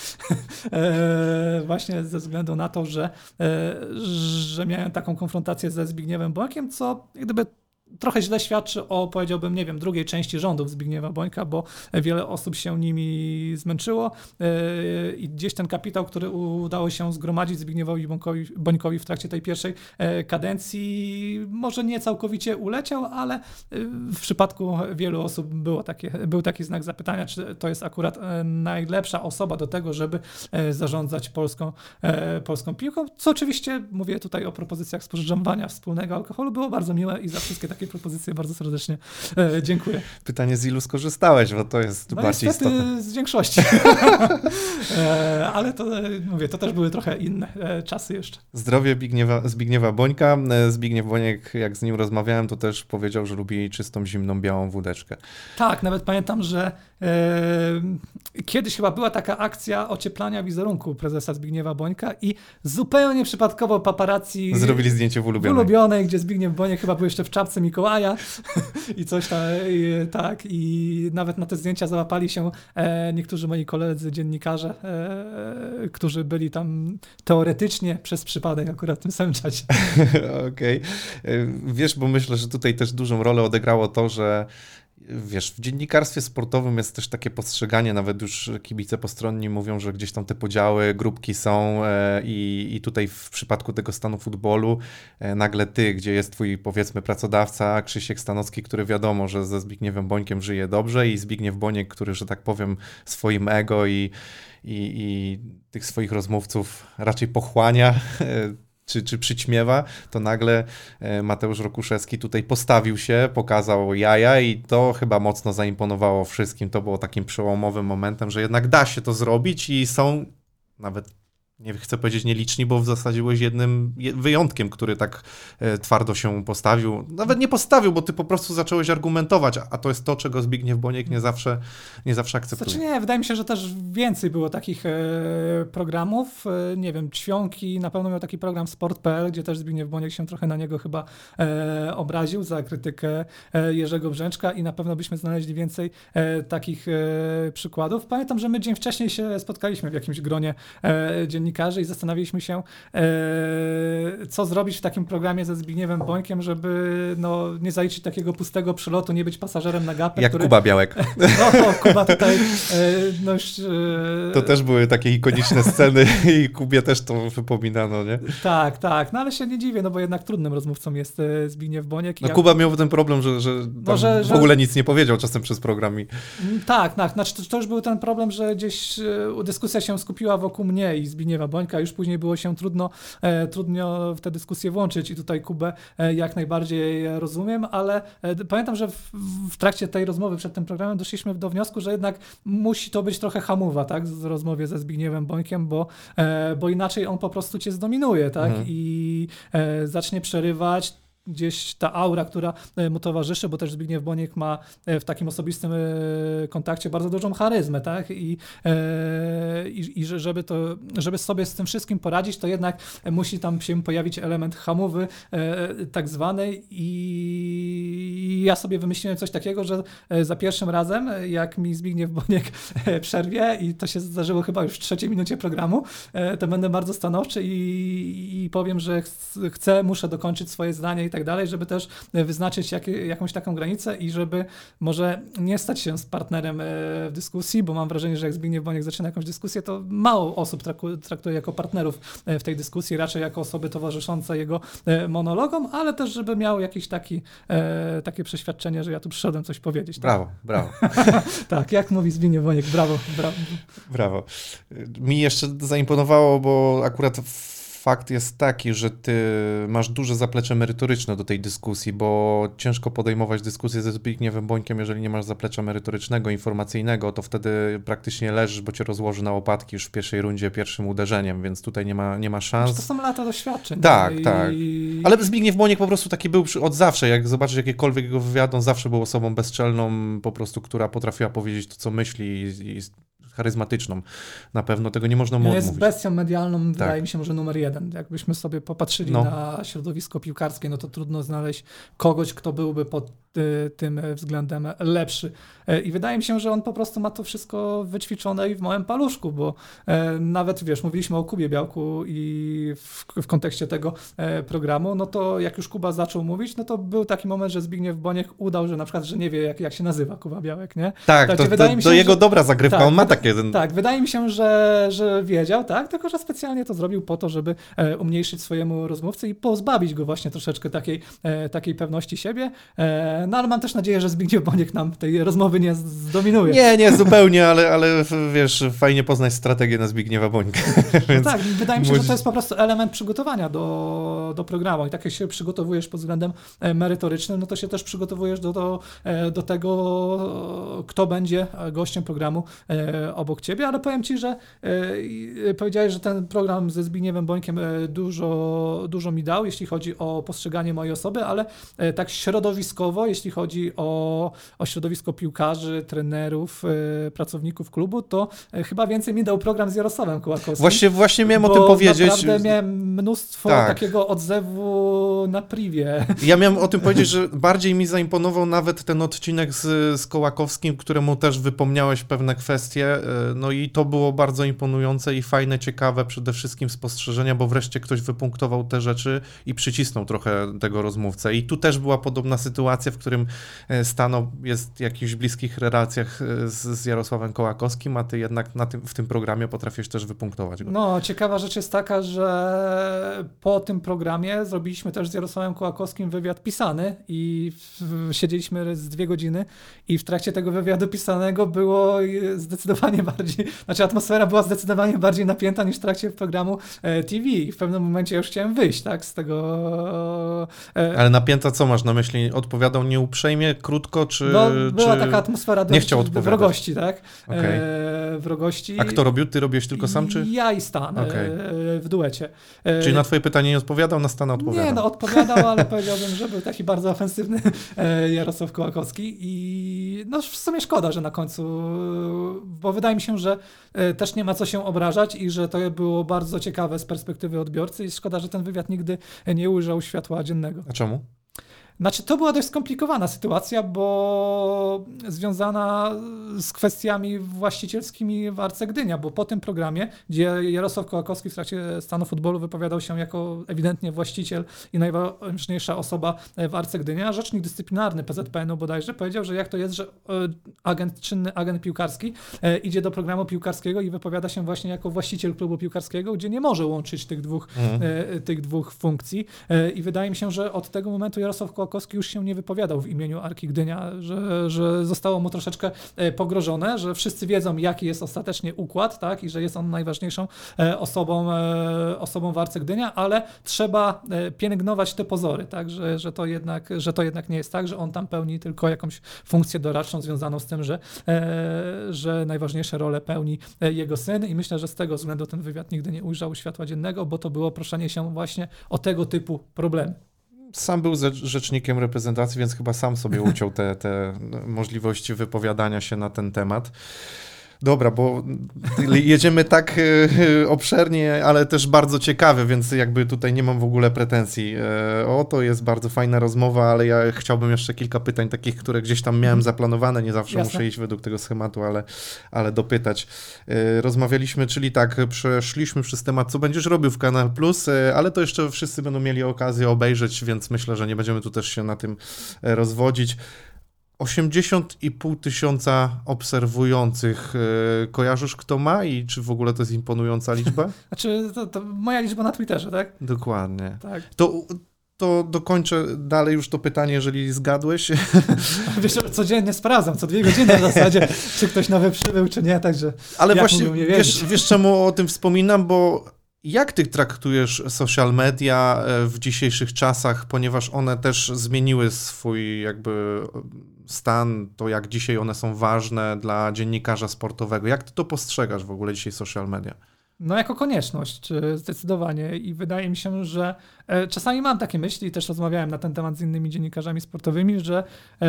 właśnie ze względu na to, że, że miałem taką konfrontację ze Zbigniewem Bońkiem, co gdyby trochę źle świadczy o, powiedziałbym, nie wiem, drugiej części rządów Zbigniewa Bońka, bo wiele osób się nimi zmęczyło yy, i gdzieś ten kapitał, który udało się zgromadzić Zbigniewowi Bońkowi, Bońkowi w trakcie tej pierwszej yy, kadencji, może nie całkowicie uleciał, ale yy, w przypadku wielu osób było takie, był taki znak zapytania, czy to jest akurat yy, najlepsza osoba do tego, żeby yy, zarządzać polską, yy, polską piłką, co oczywiście, mówię tutaj o propozycjach spożywania wspólnego alkoholu, było bardzo miłe i za wszystkie takie propozycje bardzo serdecznie e, dziękuję. Pytanie, z ilu skorzystałeś, bo to jest no bardziej niestety istotne. Z większości. e, ale to, mówię, to też były trochę inne e, czasy jeszcze. Zdrowie Zbigniewa, Zbigniewa Bońka. Zbigniew Boniek, jak z nim rozmawiałem, to też powiedział, że lubi czystą, zimną, białą wódeczkę. Tak, nawet pamiętam, że e, kiedyś chyba była taka akcja ocieplania wizerunku prezesa Zbigniewa Bońka i zupełnie przypadkowo paparazzi zrobili zdjęcie w ulubionej. W ulubionej, gdzie Zbigniew Boniek chyba był jeszcze w czapce Mikołaja i coś tam, i, tak, i nawet na te zdjęcia załapali się e, niektórzy moi koledzy, dziennikarze, e, którzy byli tam teoretycznie przez przypadek akurat w tym samym czasie. Okej. Okay. Wiesz, bo myślę, że tutaj też dużą rolę odegrało to, że wiesz, w dziennikarstwie sportowym jest też takie postrzeganie, nawet już kibice postronni mówią, że gdzieś tam te podziały, grupki są e, i, i tutaj w przypadku tego stanu futbolu e, nagle ty, gdzie jest twój powiedzmy pracodawca, Krzysiek Stanowski, który wiadomo, że ze Zbigniewem Bońkiem żyje dobrze i Zbigniew Boniek, który, że tak powiem, swoim ego i, i, i tych swoich rozmówców raczej pochłania, e, Czy, czy przyćmiewa, to nagle Mateusz Rokuszewski tutaj postawił się, pokazał jaja i to chyba mocno zaimponowało wszystkim. To było takim przełomowym momentem, że jednak da się to zrobić i są nawet nie chcę powiedzieć nieliczni, bo w zasadzie byłeś jednym wyjątkiem, który tak e, twardo się postawił. Nawet nie postawił, bo ty po prostu zacząłeś argumentować, a to jest to, czego Zbigniew Boniek nie zawsze, nie zawsze akceptuje. Znaczy nie, wydaje mi się, że też więcej było takich e, programów. E, nie wiem, Ćwionki, na pewno miał taki program sport kropka p l, gdzie też Zbigniew Boniek się trochę na niego chyba e, obraził za krytykę e, Jerzego Brzęczka i na pewno byśmy znaleźli więcej e, takich e, przykładów. Pamiętam, że my dzień wcześniej się spotkaliśmy w jakimś gronie e, dziennikarzy i zastanawialiśmy się, e, co zrobić w takim programie ze Zbigniewem Bońkiem, żeby no, nie zaliczyć takiego pustego przelotu, nie być pasażerem na gapę. Jak który... Kuba Białek. No, Kuba tutaj e, no już... E... To też były takie ikoniczne sceny i Kubie też to wypominano, nie? Tak, tak, no ale się nie dziwię, no bo jednak trudnym rozmówcą jest e, Zbigniew Boniek. No ja... Kuba miał ten problem, że, że, no, że, w że... ogóle nic nie powiedział czasem przez program. I... Tak, tak, znaczy to, to już był ten problem, że gdzieś e, dyskusja się skupiła wokół mnie i Zbigniewa Bońka, już później było się trudno, e, trudno w tę dyskusję włączyć i tutaj Kubę e, jak najbardziej rozumiem, ale e, pamiętam, że w, w trakcie tej rozmowy przed tym programem doszliśmy do wniosku, że jednak musi to być trochę hamowa, tak, z rozmowie ze Zbigniewem Bońkiem, bo, e, bo inaczej on po prostu cię zdominuje, tak, mhm. i e, zacznie przerywać. Gdzieś ta aura, która mu towarzyszy, bo też Zbigniew Boniek ma w takim osobistym kontakcie bardzo dużą charyzmę, tak? I, i, i żeby, to, żeby sobie z tym wszystkim poradzić, to jednak musi tam się pojawić element hamowy tak zwany i ja sobie wymyśliłem coś takiego, że za pierwszym razem, jak mi Zbigniew Boniek przerwie i to się zdarzyło chyba już w trzeciej minucie programu, to będę bardzo stanowczy i, i powiem, że chcę, muszę dokończyć swoje zdanie i tak dalej, żeby też wyznaczyć jak, jakąś taką granicę i żeby może nie stać się z partnerem w dyskusji, bo mam wrażenie, że jak Zbigniew Boniek zaczyna jakąś dyskusję, to mało osób traktuje jako partnerów w tej dyskusji, raczej jako osoby towarzyszące jego monologom, ale też żeby miał jakieś taki, takie przeświadczenie, że ja tu przyszedłem coś powiedzieć. Brawo, tak? brawo. Tak, jak mówi Zbigniew Boniek, brawo, brawo. Brawo. Mi jeszcze zaimponowało, bo akurat fakt jest taki, że ty masz duże zaplecze merytoryczne do tej dyskusji, bo ciężko podejmować dyskusję ze Zbigniewem Bońkiem, jeżeli nie masz zaplecza merytorycznego, informacyjnego, to wtedy praktycznie leżysz, bo cię rozłoży na łopatki już w pierwszej rundzie pierwszym uderzeniem, więc tutaj nie ma, nie ma szans. To są lata doświadczeń. Tak, i... tak. Ale Zbigniew Boniek po prostu taki był od zawsze, jak zobaczysz jakiekolwiek jego wywiad, on zawsze był osobą bezczelną, po prostu, która potrafiła powiedzieć to, co myśli i, i charyzmatyczną. Na pewno tego nie można mu odmówić. Jest bestią medialną, tak. Wydaje mi się, że numer jeden. Jakbyśmy sobie popatrzyli no. na środowisko piłkarskie, no to trudno znaleźć kogoś, kto byłby pod y, tym względem lepszy. Y, I wydaje mi się, że on po prostu ma to wszystko wyćwiczone i w małym paluszku, bo y, nawet, wiesz, mówiliśmy o Kubie Białku i w, w kontekście tego y, programu, no to jak już Kuba zaczął mówić, no to był taki moment, że Zbigniew Boniek udał, że na przykład, że nie wie, jak, jak się nazywa Kuba Białek, nie? Tak, to, to, to, to jego że... dobra zagrywka, tak, on ma takie... Ten... Tak, wydaje mi się, że, że wiedział, tak, tylko że specjalnie to zrobił po to, żeby e, umniejszyć swojemu rozmówcy i pozbawić go właśnie troszeczkę takiej, e, takiej pewności siebie. E, no ale mam też nadzieję, że Zbigniew Boniek nam tej rozmowy nie zdominuje. Nie, nie, zupełnie, ale, ale wiesz, fajnie poznać strategię na Zbigniewa Bońka. No tak, wydaje mi się, że to jest po prostu element przygotowania do, do programu i tak jak się przygotowujesz pod względem merytorycznym, no to się też przygotowujesz do, do, do tego, kto będzie gościem programu obok ciebie, ale powiem ci, że e, powiedziałeś, że ten program ze Zbigniewem Bońkiem e, dużo, dużo mi dał, jeśli chodzi o postrzeganie mojej osoby, ale e, tak środowiskowo, jeśli chodzi o, o środowisko piłkarzy, trenerów, e, pracowników klubu, to e, chyba więcej mi dał program z Jarosławem Kołakowskim. Właśnie, właśnie miałem o tym powiedzieć. Naprawdę miałem mnóstwo tak. takiego odzewu na privie. Ja miałem o tym powiedzieć, że bardziej mi zaimponował nawet ten odcinek z, z Kołakowskim, któremu też wypomniałeś pewne kwestie. No i to było bardzo imponujące i fajne, ciekawe przede wszystkim spostrzeżenia, bo wreszcie ktoś wypunktował te rzeczy i przycisnął trochę tego rozmówcę. I tu też była podobna sytuacja, w którym Stano jest w jakichś bliskich relacjach z, z Jarosławem Kołakowskim, a ty jednak na tym, w tym programie potrafisz też wypunktować go. No, ciekawa rzecz jest taka, że po tym programie zrobiliśmy też z Jarosławem Kołakowskim wywiad pisany i w, siedzieliśmy z dwie godziny i w trakcie tego wywiadu pisanego było zdecydowanie bardziej, znaczy atmosfera była zdecydowanie bardziej napięta niż w trakcie programu T V i w pewnym momencie już chciałem wyjść, tak, z tego... Ale napięta co masz na myśli? Odpowiadał nieuprzejmie, krótko, czy... No, była czy taka atmosfera nie chciał odpowiadać? wrogości, tak? Okay. E, wrogości. A kto robił? Ty robiłeś tylko sam, czy? Ja i Stan okay. e, w duecie. E, Czyli na twoje pytanie nie odpowiadał, na Stana odpowiadał? Nie, no odpowiadał, ale powiedziałbym, że był taki bardzo ofensywny e, Jarosław Kołakowski i no w sumie szkoda, że na końcu, bo wydaje mi się, że e, też nie ma co się obrażać i że to było bardzo ciekawe z perspektywy odbiorcy i szkoda, że ten wywiad nigdy nie ujrzał światła dziennego. A czemu? Znaczy, to była dość skomplikowana sytuacja, bo związana z kwestiami właścicielskimi w Arce Gdynia, bo po tym programie, gdzie Jarosław Kołakowski w trakcie stanu futbolu wypowiadał się jako ewidentnie właściciel i najważniejsza osoba w Arce Gdynia, rzecznik dyscyplinarny P Z P N u bodajże powiedział, że jak to jest, że agent, czynny agent piłkarski idzie do programu piłkarskiego i wypowiada się właśnie jako właściciel klubu piłkarskiego, gdzie nie może łączyć tych dwóch, mhm. tych dwóch funkcji. I wydaje mi się, że od tego momentu Jarosław Kołakowski już się nie wypowiadał w imieniu Arki Gdynia, że, że zostało mu troszeczkę pogrożone, że wszyscy wiedzą, jaki jest ostatecznie układ, tak, i że jest on najważniejszą osobą, osobą w Arce Gdynia, ale trzeba pielęgnować te pozory, tak, że, że, to jednak, że to jednak nie jest tak, że on tam pełni tylko jakąś funkcję doradczą związaną z tym, że, że najważniejsze role pełni jego syn i myślę, że z tego względu ten wywiad nigdy nie ujrzał światła dziennego, bo to było proszenie się właśnie o tego typu problemy. Sam był rzecznikiem reprezentacji, więc chyba sam sobie uciął te, te możliwości wypowiadania się na ten temat. Dobra, bo jedziemy tak obszernie, ale też bardzo ciekawe, więc jakby tutaj nie mam w ogóle pretensji. O, to jest bardzo fajna rozmowa, ale ja chciałbym jeszcze kilka pytań takich, które gdzieś tam miałem zaplanowane, nie zawsze Jasne. Muszę iść według tego schematu, ale, ale dopytać. Rozmawialiśmy, czyli tak, przeszliśmy przez temat, co będziesz robił w Kanal Plus, ale to jeszcze wszyscy będą mieli okazję obejrzeć, więc myślę, że nie będziemy tu też się na tym rozwodzić. osiemdziesiąt i pół tysiąca obserwujących. Kojarzysz, kto ma i czy w ogóle to jest imponująca liczba? Znaczy, to, to moja liczba na Twitterze, tak? Dokładnie. Tak. To, to dokończę dalej już to pytanie, jeżeli zgadłeś. Wiesz, codziennie sprawdzam, co dwie godziny w zasadzie, czy ktoś nowy przybył, czy nie, także ale właśnie, wiesz, wiesz czemu o tym wspominam, bo jak ty traktujesz social media w dzisiejszych czasach, ponieważ one też zmieniły swój jakby stan, to jak dzisiaj one są ważne dla dziennikarza sportowego. Jak ty to postrzegasz w ogóle dzisiaj social media? No jako konieczność, zdecydowanie i wydaje mi się, że e, czasami mam takie myśli, też rozmawiałem na ten temat z innymi dziennikarzami sportowymi, że,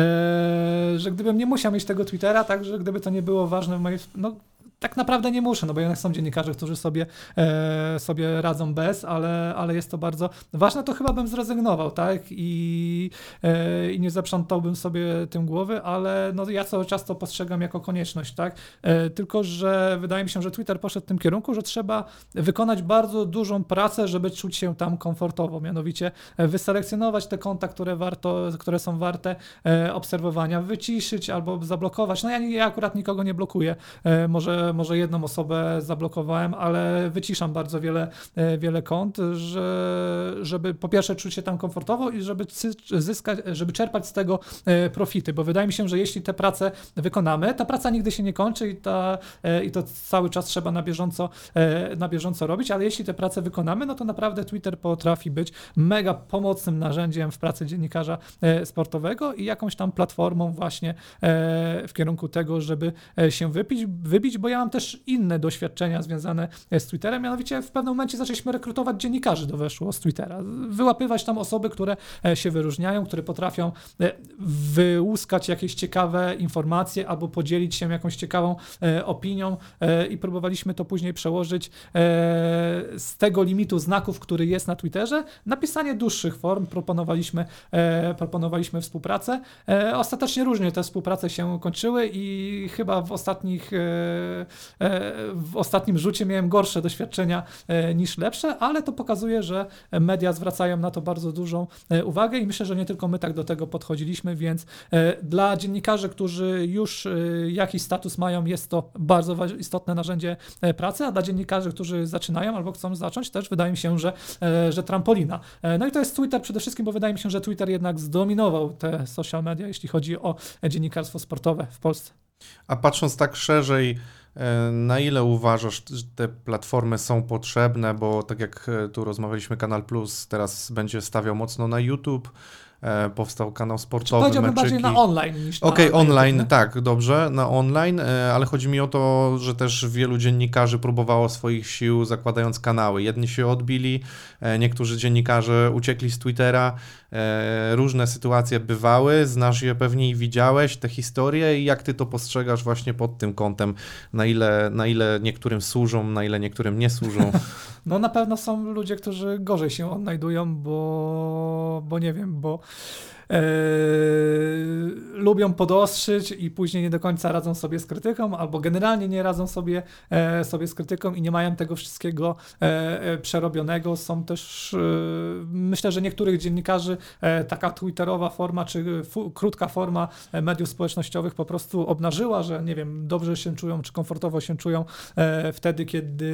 e, że gdybym nie musiał mieć tego Twittera, tak, że gdyby to nie było ważne w mojej... No, tak naprawdę nie muszę, no bo jednak są dziennikarze, którzy sobie, e, sobie radzą bez, ale, ale jest to bardzo ważne, to chyba bym zrezygnował, tak, i, e, i nie zaprzątałbym sobie tym głowy, ale no ja cały czas to postrzegam jako konieczność, tak, e, tylko że wydaje mi się, że Twitter poszedł w tym kierunku, że trzeba wykonać bardzo dużą pracę, żeby czuć się tam komfortowo, mianowicie wyselekcjonować te konta, które warto, które są warte e, obserwowania, wyciszyć albo zablokować, no ja, ja akurat nikogo nie blokuję, e, może może jedną osobę zablokowałem, ale wyciszam bardzo wiele, wiele kont, że, żeby po pierwsze czuć się tam komfortowo i żeby zyskać, żeby czerpać z tego profity, bo wydaje mi się, że jeśli tę pracę wykonamy, ta praca nigdy się nie kończy i, ta, i to cały czas trzeba na bieżąco, na bieżąco robić, ale jeśli tę pracę wykonamy, no to naprawdę Twitter potrafi być mega pomocnym narzędziem w pracy dziennikarza sportowego i jakąś tam platformą właśnie w kierunku tego, żeby się wybić, wybić, bo ja mam też inne doświadczenia związane z Twitterem, mianowicie w pewnym momencie zaczęliśmy rekrutować dziennikarzy do Weszło z Twittera. Wyłapywać tam osoby, które się wyróżniają, które potrafią wyłuskać jakieś ciekawe informacje albo podzielić się jakąś ciekawą opinią i próbowaliśmy to później przełożyć z tego limitu znaków, który jest na Twitterze, na pisanie dłuższych form. Proponowaliśmy, proponowaliśmy współpracę. Ostatecznie różnie te współprace się kończyły i chyba w ostatnich w ostatnim rzucie miałem gorsze doświadczenia niż lepsze, ale to pokazuje, że media zwracają na to bardzo dużą uwagę i myślę, że nie tylko my tak do tego podchodziliśmy, więc dla dziennikarzy, którzy już jakiś status mają, jest to bardzo istotne narzędzie pracy, a dla dziennikarzy, którzy zaczynają albo chcą zacząć, też wydaje mi się, że, że trampolina. No i to jest Twitter przede wszystkim, bo wydaje mi się, że Twitter jednak zdominował te social media, jeśli chodzi o dziennikarstwo sportowe w Polsce. A patrząc tak szerzej, na ile uważasz, że te platformy są potrzebne, bo tak jak tu rozmawialiśmy, Kanal Plus teraz będzie stawiał mocno na YouTube, e, powstał kanał sportowy, Powiedziałbym meczyki. bardziej na online niż Okej, na, na online, YouTube, tak, dobrze, na online, e, ale chodzi mi o to, że też wielu dziennikarzy próbowało swoich sił zakładając kanały. Jedni się odbili, e, niektórzy dziennikarze uciekli z Twittera, e, różne sytuacje bywały, znasz je pewnie i widziałeś, te historie i jak ty to postrzegasz właśnie pod tym kątem, na ile, na ile niektórym służą, na ile niektórym nie służą. No na pewno są ludzie, którzy gorzej się odnajdują, bo, bo nie wiem, bo e, lubią podostrzyć i później nie do końca radzą sobie z krytyką, albo generalnie nie radzą sobie, e, sobie z krytyką i nie mają tego wszystkiego e, e, przerobionego. Są też, e, myślę, że niektórych dziennikarzy e, taka twitterowa forma, czy fu, krótka forma mediów społecznościowych po prostu obnażyła, że nie wiem, dobrze się czują, czy komfortowo się czują e, wtedy, kiedy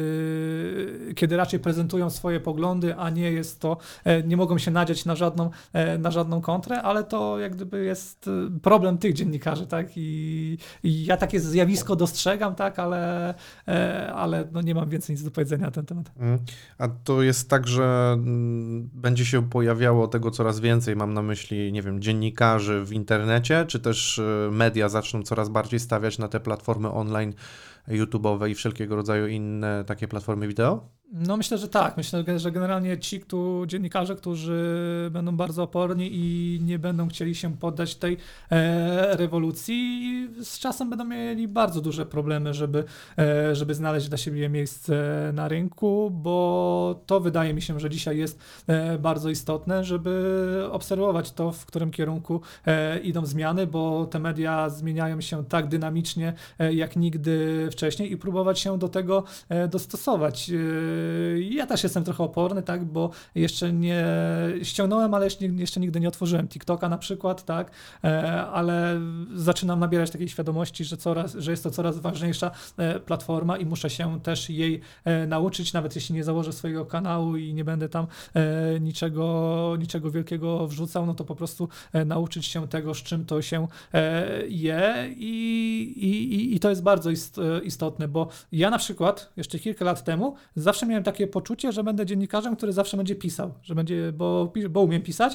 kiedy raczej prezentują swoje poglądy, a nie jest to, nie mogą się nadzieć na żadną, na żadną kontrę, ale to jak gdyby jest problem tych dziennikarzy, tak? I, i ja takie zjawisko dostrzegam, tak? Ale, ale no nie mam więcej nic do powiedzenia na ten temat. A to jest tak, że będzie się pojawiało tego coraz więcej, mam na myśli, nie wiem, dziennikarzy w internecie, czy też media zaczną coraz bardziej stawiać na te platformy online, YouTube'owe i wszelkiego rodzaju inne takie platformy wideo? No myślę, że tak. Myślę, że generalnie ci tu dziennikarze, którzy będą bardzo oporni i nie będą chcieli się poddać tej e, rewolucji, z czasem będą mieli bardzo duże problemy, żeby, e, żeby znaleźć dla siebie miejsce na rynku, bo to wydaje mi się, że dzisiaj jest e, bardzo istotne, żeby obserwować to, w którym kierunku e, idą zmiany, bo te media zmieniają się tak dynamicznie, e, jak nigdy wcześniej i próbować się do tego e, dostosować. E, Ja też jestem trochę oporny, tak, bo jeszcze nie ściągnąłem, ale jeszcze, jeszcze nigdy nie otworzyłem TikToka na przykład, tak, ale zaczynam nabierać takiej świadomości, że, coraz, że jest to coraz ważniejsza platforma i muszę się też jej nauczyć, nawet jeśli nie założę swojego kanału i nie będę tam niczego, niczego wielkiego wrzucał, no to po prostu nauczyć się tego, z czym to się je i, i, i to jest bardzo istotne, bo ja na przykład jeszcze kilka lat temu zawsze miałem takie poczucie, że będę dziennikarzem, który zawsze będzie pisał, że będzie, bo, bo umiem pisać,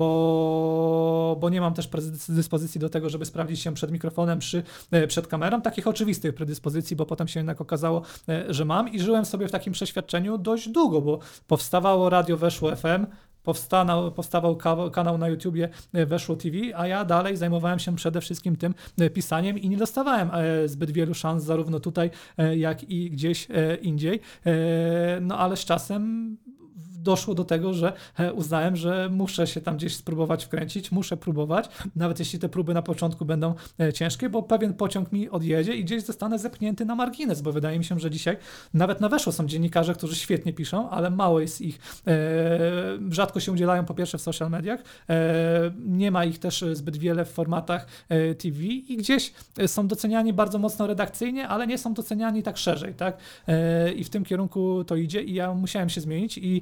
bo, bo nie mam też predyspozycji do tego, żeby sprawdzić się przed mikrofonem, przy, przed kamerą, takich oczywistych predyspozycji, bo potem się jednak okazało, że mam i żyłem sobie w takim przeświadczeniu dość długo, bo powstawało Radio Weszło F M, Powstanał, powstawał kanał na YouTubie Weszło T V, a ja dalej zajmowałem się przede wszystkim tym pisaniem i nie dostawałem zbyt wielu szans zarówno tutaj, jak i gdzieś indziej. No ale z czasem doszło do tego, że uznałem, że muszę się tam gdzieś spróbować wkręcić, muszę próbować, nawet jeśli te próby na początku będą ciężkie, bo pewien pociąg mi odjedzie i gdzieś zostanę zepchnięty na margines, bo wydaje mi się, że dzisiaj nawet na Weszło są dziennikarze, którzy świetnie piszą, ale mało jest ich, e, rzadko się udzielają po pierwsze w social mediach, e, nie ma ich też zbyt wiele w formatach e, T V i gdzieś są doceniani bardzo mocno redakcyjnie, ale nie są doceniani tak szerzej, tak? E, I w tym kierunku to idzie i ja musiałem się zmienić i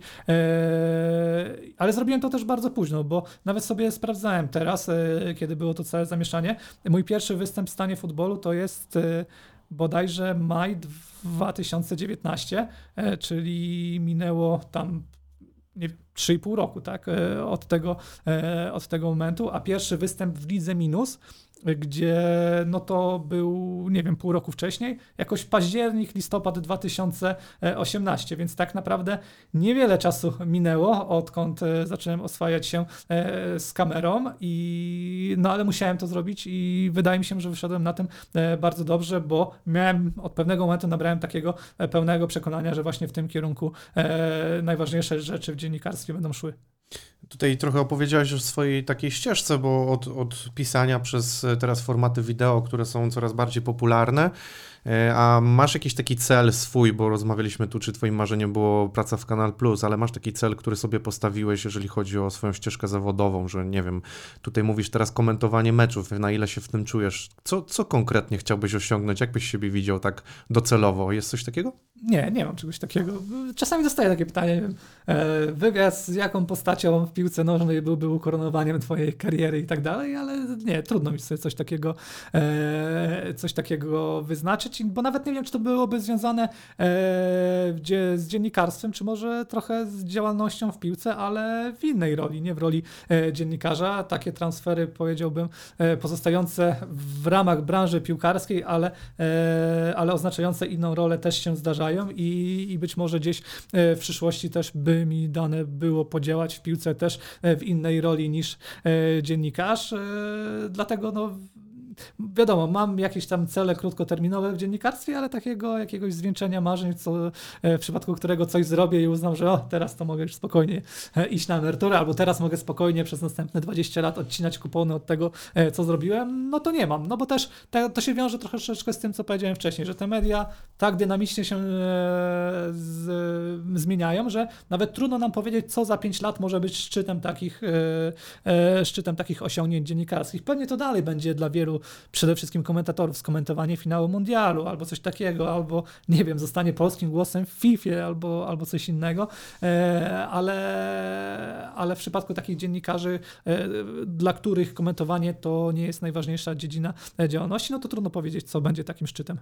ale zrobiłem to też bardzo późno, bo nawet sobie sprawdzałem teraz, kiedy było to całe zamieszanie. Mój pierwszy występ w stanie futbolu to jest bodajże maj dwa tysiące dziewiętnasty, czyli minęło tam nie wiem, trzy i pół roku, tak, od tego, od tego momentu, a pierwszy występ w Lidze Minus, gdzie no to był, nie wiem, pół roku wcześniej, jakoś październik, listopad dwa tysiące osiemnasty, więc tak naprawdę niewiele czasu minęło, odkąd zacząłem oswajać się z kamerą i no ale musiałem to zrobić i wydaje mi się, że wyszedłem na tym bardzo dobrze, bo miałem, od pewnego momentu nabrałem takiego pełnego przekonania, że właśnie w tym kierunku najważniejsze rzeczy w dziennikarstwie będą szły. Tutaj trochę opowiedziałeś o swojej takiej ścieżce, bo od, od pisania przez teraz formaty wideo, które są coraz bardziej popularne, a masz jakiś taki cel swój, bo rozmawialiśmy tu, czy twoim marzeniem było praca w Kanal Plus, ale masz taki cel, który sobie postawiłeś, jeżeli chodzi o swoją ścieżkę zawodową, że nie wiem, tutaj mówisz teraz komentowanie meczów, na ile się w tym czujesz, co, co konkretnie chciałbyś osiągnąć, jak byś siebie widział tak docelowo, jest coś takiego? Nie, nie mam czegoś takiego. Czasami dostaję takie pytanie, nie wiem, e, wywiad z jaką postacią w piłce nożnej byłby ukoronowaniem twojej kariery i tak dalej, ale nie, trudno mi sobie coś takiego e, coś takiego wyznaczyć, bo nawet nie wiem, czy to byłoby związane e, gdzie, z dziennikarstwem, czy może trochę z działalnością w piłce, ale w innej roli, nie w roli e, dziennikarza. Takie transfery, powiedziałbym, e, pozostające w ramach branży piłkarskiej, ale, e, ale oznaczające inną rolę też się zdarzają. I, i być może gdzieś w przyszłości też by mi dane było podziałać w piłce też w innej roli niż dziennikarz. Dlatego no wiadomo, mam jakieś tam cele krótkoterminowe w dziennikarstwie, ale takiego jakiegoś zwieńczenia marzeń, co, w przypadku którego coś zrobię i uznam, że o, teraz to mogę już spokojnie iść na emeryturę, albo teraz mogę spokojnie przez następne dwadzieścia lat odcinać kupony od tego, co zrobiłem, no to nie mam, no bo też te, to się wiąże troszeczkę z tym, co powiedziałem wcześniej, że te media tak dynamicznie się z, zmieniają, że nawet trudno nam powiedzieć, co za pięć lat może być szczytem takich, szczytem takich osiągnięć dziennikarskich. Pewnie to dalej będzie dla wielu przede wszystkim komentatorów skomentowanie finału mundialu albo coś takiego, albo nie wiem, zostanie polskim głosem w FIFA albo, albo coś innego, ale, ale w przypadku takich dziennikarzy, dla których komentowanie to nie jest najważniejsza dziedzina działalności, no to trudno powiedzieć, co będzie takim szczytem.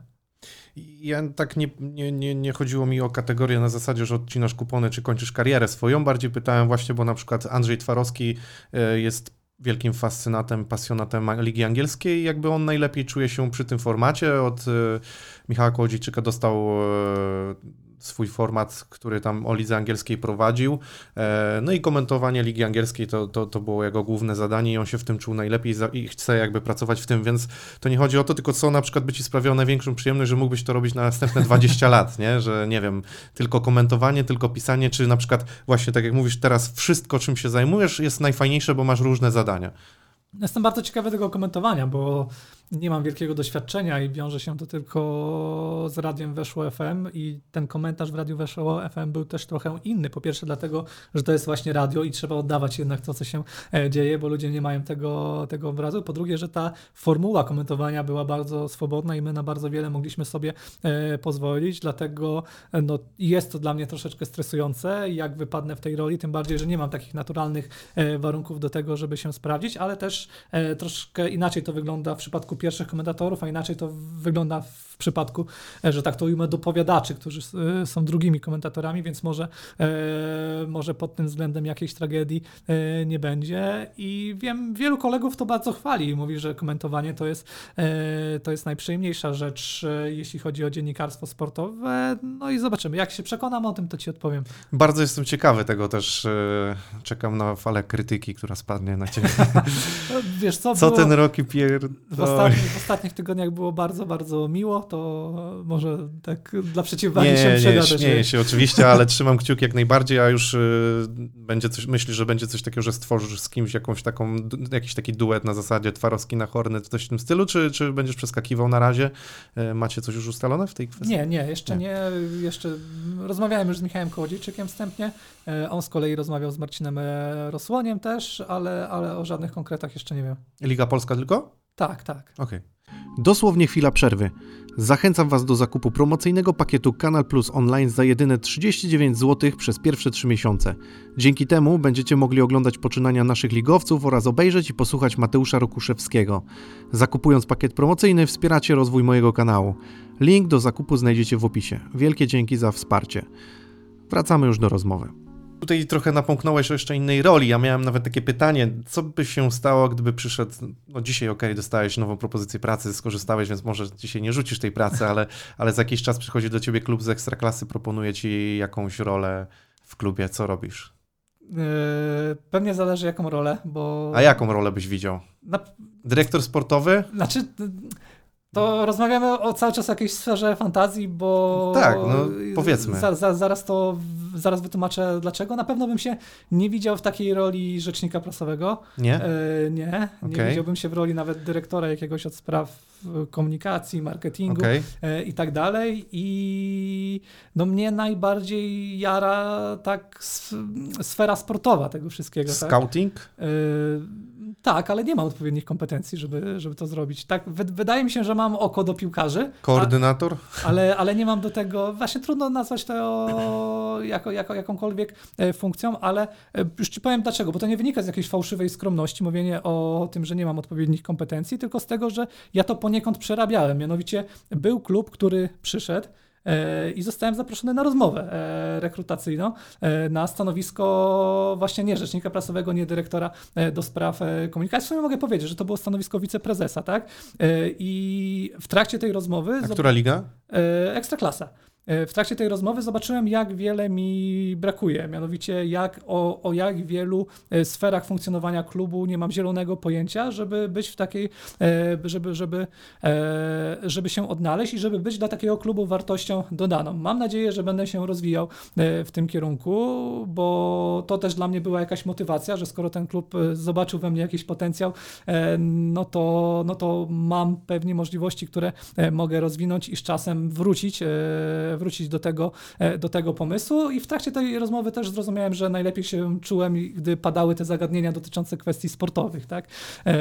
Ja tak nie, nie, nie, nie chodziło mi o kategorię na zasadzie, że odcinasz kupony, czy kończysz karierę swoją, bardziej pytałem właśnie, bo na przykład Andrzej Twarowski jest wielkim fascynatem, pasjonatem Ligi Angielskiej. Jakby on najlepiej czuje się przy tym formacie. Od y, Michała Kołodziejczyka dostał y, swój format, który tam o lidze angielskiej prowadził. E, no i komentowanie Ligi Angielskiej to, to, to było jego główne zadanie i on się w tym czuł najlepiej za, i chce jakby pracować w tym, więc to nie chodzi o to, tylko co na przykład by ci sprawiało największą przyjemność, że mógłbyś to robić na następne dwadzieścia lat, nie? Że nie wiem, tylko komentowanie, tylko pisanie, czy na przykład właśnie tak jak mówisz teraz, wszystko czym się zajmujesz jest najfajniejsze, bo masz różne zadania. Jestem bardzo ciekawy tego komentowania, bo nie mam wielkiego doświadczenia i wiąże się to tylko z Radiem Weszło F M i ten komentarz w Radiu Weszło F M był też trochę inny. Po pierwsze dlatego, że to jest właśnie radio i trzeba oddawać jednak to, co się dzieje, bo ludzie nie mają tego, tego obrazu. Po drugie, że ta formuła komentowania była bardzo swobodna i my na bardzo wiele mogliśmy sobie e, pozwolić, dlatego no, jest to dla mnie troszeczkę stresujące, jak wypadnę w tej roli, tym bardziej, że nie mam takich naturalnych e, warunków do tego, żeby się sprawdzić, ale też e, troszkę inaczej to wygląda w przypadku pierwszych komentatorów, a inaczej to wygląda w przypadku, że tak to ujmę, dopowiadaczy, którzy są drugimi komentatorami, więc może, e, może pod tym względem jakiejś tragedii e, nie będzie. I wiem, wielu kolegów to bardzo chwali i mówi, że komentowanie to jest, e, to jest najprzyjemniejsza rzecz, e, jeśli chodzi o dziennikarstwo sportowe. No i zobaczymy. Jak się przekonam o tym, to ci odpowiem. Bardzo jestem ciekawy tego też. E, czekam na falę krytyki, która spadnie na ciebie. No, wiesz co? Co było... ten Rocky pier... W ostatnich, w ostatnich tygodniach było bardzo, bardzo miło, to może tak dla przeciwwagi się przyda. Nie, śmieję się oczywiście, ale trzymam kciuki jak najbardziej, a już y, będzie coś, myślisz, że będzie coś takiego, że stworzysz z kimś jakąś taką, jakiś taki duet na zasadzie Twarowski na Hornet, coś w tym stylu, czy, czy będziesz przeskakiwał na razie? Y, macie coś już ustalone w tej kwestii? Nie, nie, jeszcze nie. nie jeszcze rozmawiałem już z Michałem Kołodziejczykiem wstępnie, on z kolei rozmawiał z Marcinem Rosłoniem też, ale, ale o żadnych konkretach jeszcze nie wiem. Liga Polska tylko? Tak, tak. Okej. Okay. Dosłownie chwila przerwy. Zachęcam Was do zakupu promocyjnego pakietu Kanal Plus Online za jedyne trzydzieści dziewięć złotych przez pierwsze trzy miesiące. Dzięki temu będziecie mogli oglądać poczynania naszych ligowców oraz obejrzeć i posłuchać Mateusza Rokuszewskiego. Zakupując pakiet promocyjny wspieracie rozwój mojego kanału. Link do zakupu znajdziecie w opisie. Wielkie dzięki za wsparcie. Wracamy już do rozmowy. Tutaj trochę napomknąłeś o jeszcze innej roli. Ja miałem nawet takie pytanie, co by się stało, gdyby przyszedł, no dzisiaj okej, okay, dostałeś nową propozycję pracy, skorzystałeś, więc może dzisiaj nie rzucisz tej pracy, ale, ale za jakiś czas przychodzi do ciebie klub z Ekstraklasy, proponuje ci jakąś rolę w klubie. Co robisz? Yy, pewnie zależy jaką rolę, bo... A jaką rolę byś widział? Na... Dyrektor sportowy? Znaczy... To rozmawiamy o cały czas o jakiejś sferze fantazji, bo... Tak, no powiedzmy. Za, za, zaraz to, zaraz wytłumaczę dlaczego. Na pewno bym się nie widział w takiej roli rzecznika prasowego. Nie? E, nie, nie okay. widziałbym się w roli nawet dyrektora jakiegoś od spraw komunikacji, marketingu okay. e, i tak dalej. I no mnie najbardziej jara tak sfera sportowa tego wszystkiego. Scouting? Tak? E, Tak, ale nie mam odpowiednich kompetencji, żeby, żeby to zrobić. Tak, wy- wydaje mi się, że mam oko do piłkarzy. Koordynator? A, ale, ale nie mam do tego, właśnie trudno nazwać to jako, jako jakąkolwiek funkcją, ale już ci powiem dlaczego, bo to nie wynika z jakiejś fałszywej skromności, mówienie o tym, że nie mam odpowiednich kompetencji, tylko z tego, że ja to poniekąd przerabiałem. Mianowicie był klub, który przyszedł i zostałem zaproszony na rozmowę rekrutacyjną na stanowisko właśnie nie rzecznika prasowego, nie dyrektora do spraw komunikacji. W sumie mogę powiedzieć, że to było stanowisko wiceprezesa, tak? I w trakcie tej rozmowy... A która liga? Ekstraklasa. W trakcie tej rozmowy zobaczyłem, jak wiele mi brakuje, mianowicie jak, o, o jak wielu sferach funkcjonowania klubu nie mam zielonego pojęcia, żeby być w takiej, żeby, żeby, żeby się odnaleźć i żeby być dla takiego klubu wartością dodaną. Mam nadzieję, że będę się rozwijał w tym kierunku, bo to też dla mnie była jakaś motywacja, że skoro ten klub zobaczył we mnie jakiś potencjał, no to, no to mam pewnie możliwości, które mogę rozwinąć i z czasem wrócić wrócić do tego, do tego pomysłu i w trakcie tej rozmowy też zrozumiałem, że najlepiej się czułem, gdy padały te zagadnienia dotyczące kwestii sportowych, tak? E,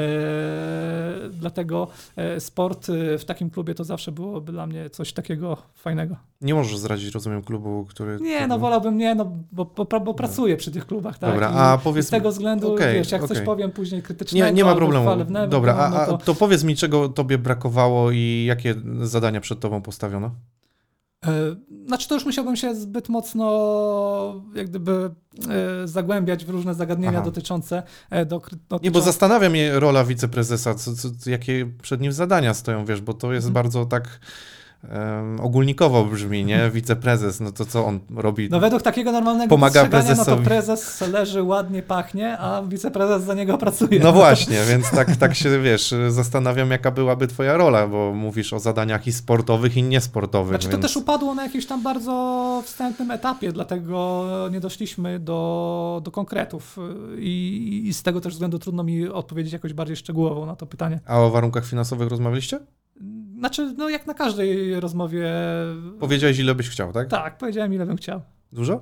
dlatego sport w takim klubie to zawsze byłoby dla mnie coś takiego fajnego. Nie możesz zdradzić, rozumiem, klubu, który... Nie, no wolałbym nie, no bo, bo, bo no. pracuję przy tych klubach, tak? Dobra, I a powiedz... z tego względu, okay, wiesz, jak okay. coś powiem później krytycznego, nie, nie ma problemu. chwalebnego, Dobra, a, no to... a to powiedz mi, czego tobie brakowało i jakie zadania przed tobą postawiono? Znaczy to już musiałbym się zbyt mocno jak gdyby zagłębiać w różne zagadnienia Aha. dotyczące, do, dotyczące... Nie, bo zastanawia mnie rola wiceprezesa, co, co, jakie przed nim zadania stoją, wiesz, bo to jest hmm. bardzo tak um, ogólnikowo brzmi, nie? Wiceprezes, no to co on robi? No według takiego normalnego Pomaga prezesowi. No to prezes leży, ładnie pachnie, a wiceprezes za niego pracuje. No właśnie, więc tak, tak się, wiesz, zastanawiam, jaka byłaby twoja rola, bo mówisz o zadaniach i sportowych, i niesportowych. Znaczy więc... to też upadło na jakimś tam bardzo wstępnym etapie, dlatego nie doszliśmy do, do konkretów I, i z tego też względu trudno mi odpowiedzieć jakoś bardziej szczegółowo na to pytanie. A o warunkach finansowych rozmawialiście? Znaczy, no jak na każdej rozmowie... Powiedziałeś, ile byś chciał, tak? Tak, powiedziałem, ile bym chciał. Dużo?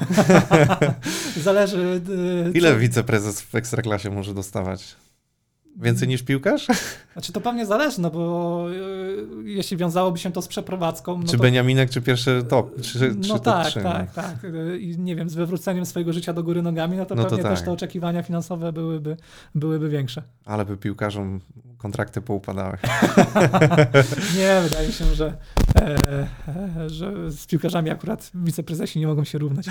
Zależy... Ile co... wiceprezes w Ekstraklasie może dostawać? Więcej niż piłkarz? Znaczy to pewnie zależy, no bo y, jeśli wiązałoby się to z przeprowadzką... No czy to... Beniaminek, czy pierwszy top? Czy, no czy top tak, trzy, tak, no. tak. I nie wiem, z wywróceniem swojego życia do góry nogami, no to no pewnie to tak. też te oczekiwania finansowe byłyby, byłyby większe. Ale by piłkarzom kontrakty poupadały. Nie, wydaje mi się, że, e, e, że z piłkarzami akurat wiceprezesi nie mogą się równać.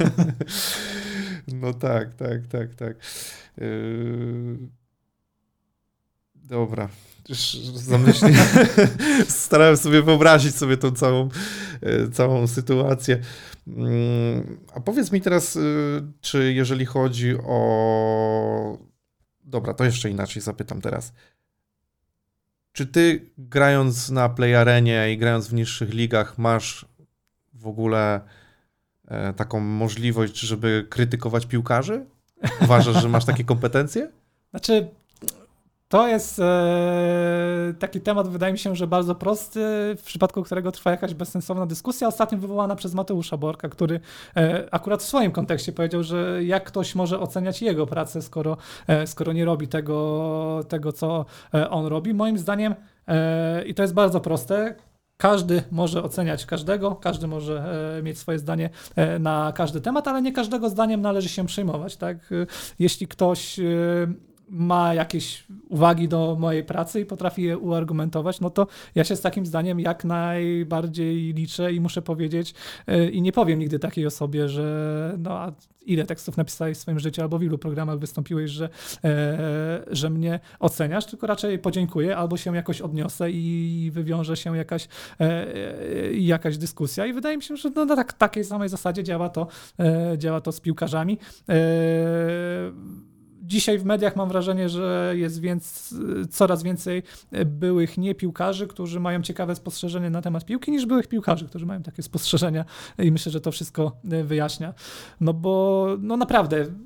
No tak, tak, tak, tak. Yy... Dobra. Już zamyślnie starałem sobie wyobrazić sobie tą całą, całą sytuację. A powiedz mi teraz, czy jeżeli chodzi o... Dobra, to jeszcze inaczej zapytam teraz. Czy ty grając na Play Arenie i grając w niższych ligach masz w ogóle taką możliwość, żeby krytykować piłkarzy? Uważasz, że masz takie kompetencje? Znaczy... To jest e, taki temat, wydaje mi się, że bardzo prosty, w przypadku którego trwa jakaś bezsensowna dyskusja, ostatnio wywołana przez Mateusza Borka, który e, akurat w swoim kontekście powiedział, że jak ktoś może oceniać jego pracę, skoro, e, skoro nie robi tego, tego, co on robi. Moim zdaniem, e, i to jest bardzo proste, każdy może oceniać każdego, każdy może e, mieć swoje zdanie e, na każdy temat, ale nie każdego zdaniem należy się przejmować. Tak? Jeśli ktoś... E, ma jakieś uwagi do mojej pracy i potrafi je uargumentować, no to ja się z takim zdaniem jak najbardziej liczę i muszę powiedzieć yy, i nie powiem nigdy takiej osobie, że no a ile tekstów napisałeś w swoim życiu albo w ilu programach wystąpiłeś, że, yy, że mnie oceniasz, tylko raczej podziękuję albo się jakoś odniosę i wywiąże się jakaś, yy, jakaś dyskusja i wydaje mi się, że no, na tak, takiej samej zasadzie działa to, yy, działa to z piłkarzami. Yy, Dzisiaj w mediach mam wrażenie, że jest więc coraz więcej byłych niepiłkarzy, którzy mają ciekawe spostrzeżenie na temat piłki, niż byłych piłkarzy, którzy mają takie spostrzeżenia i myślę, że to wszystko wyjaśnia. No bo no naprawdę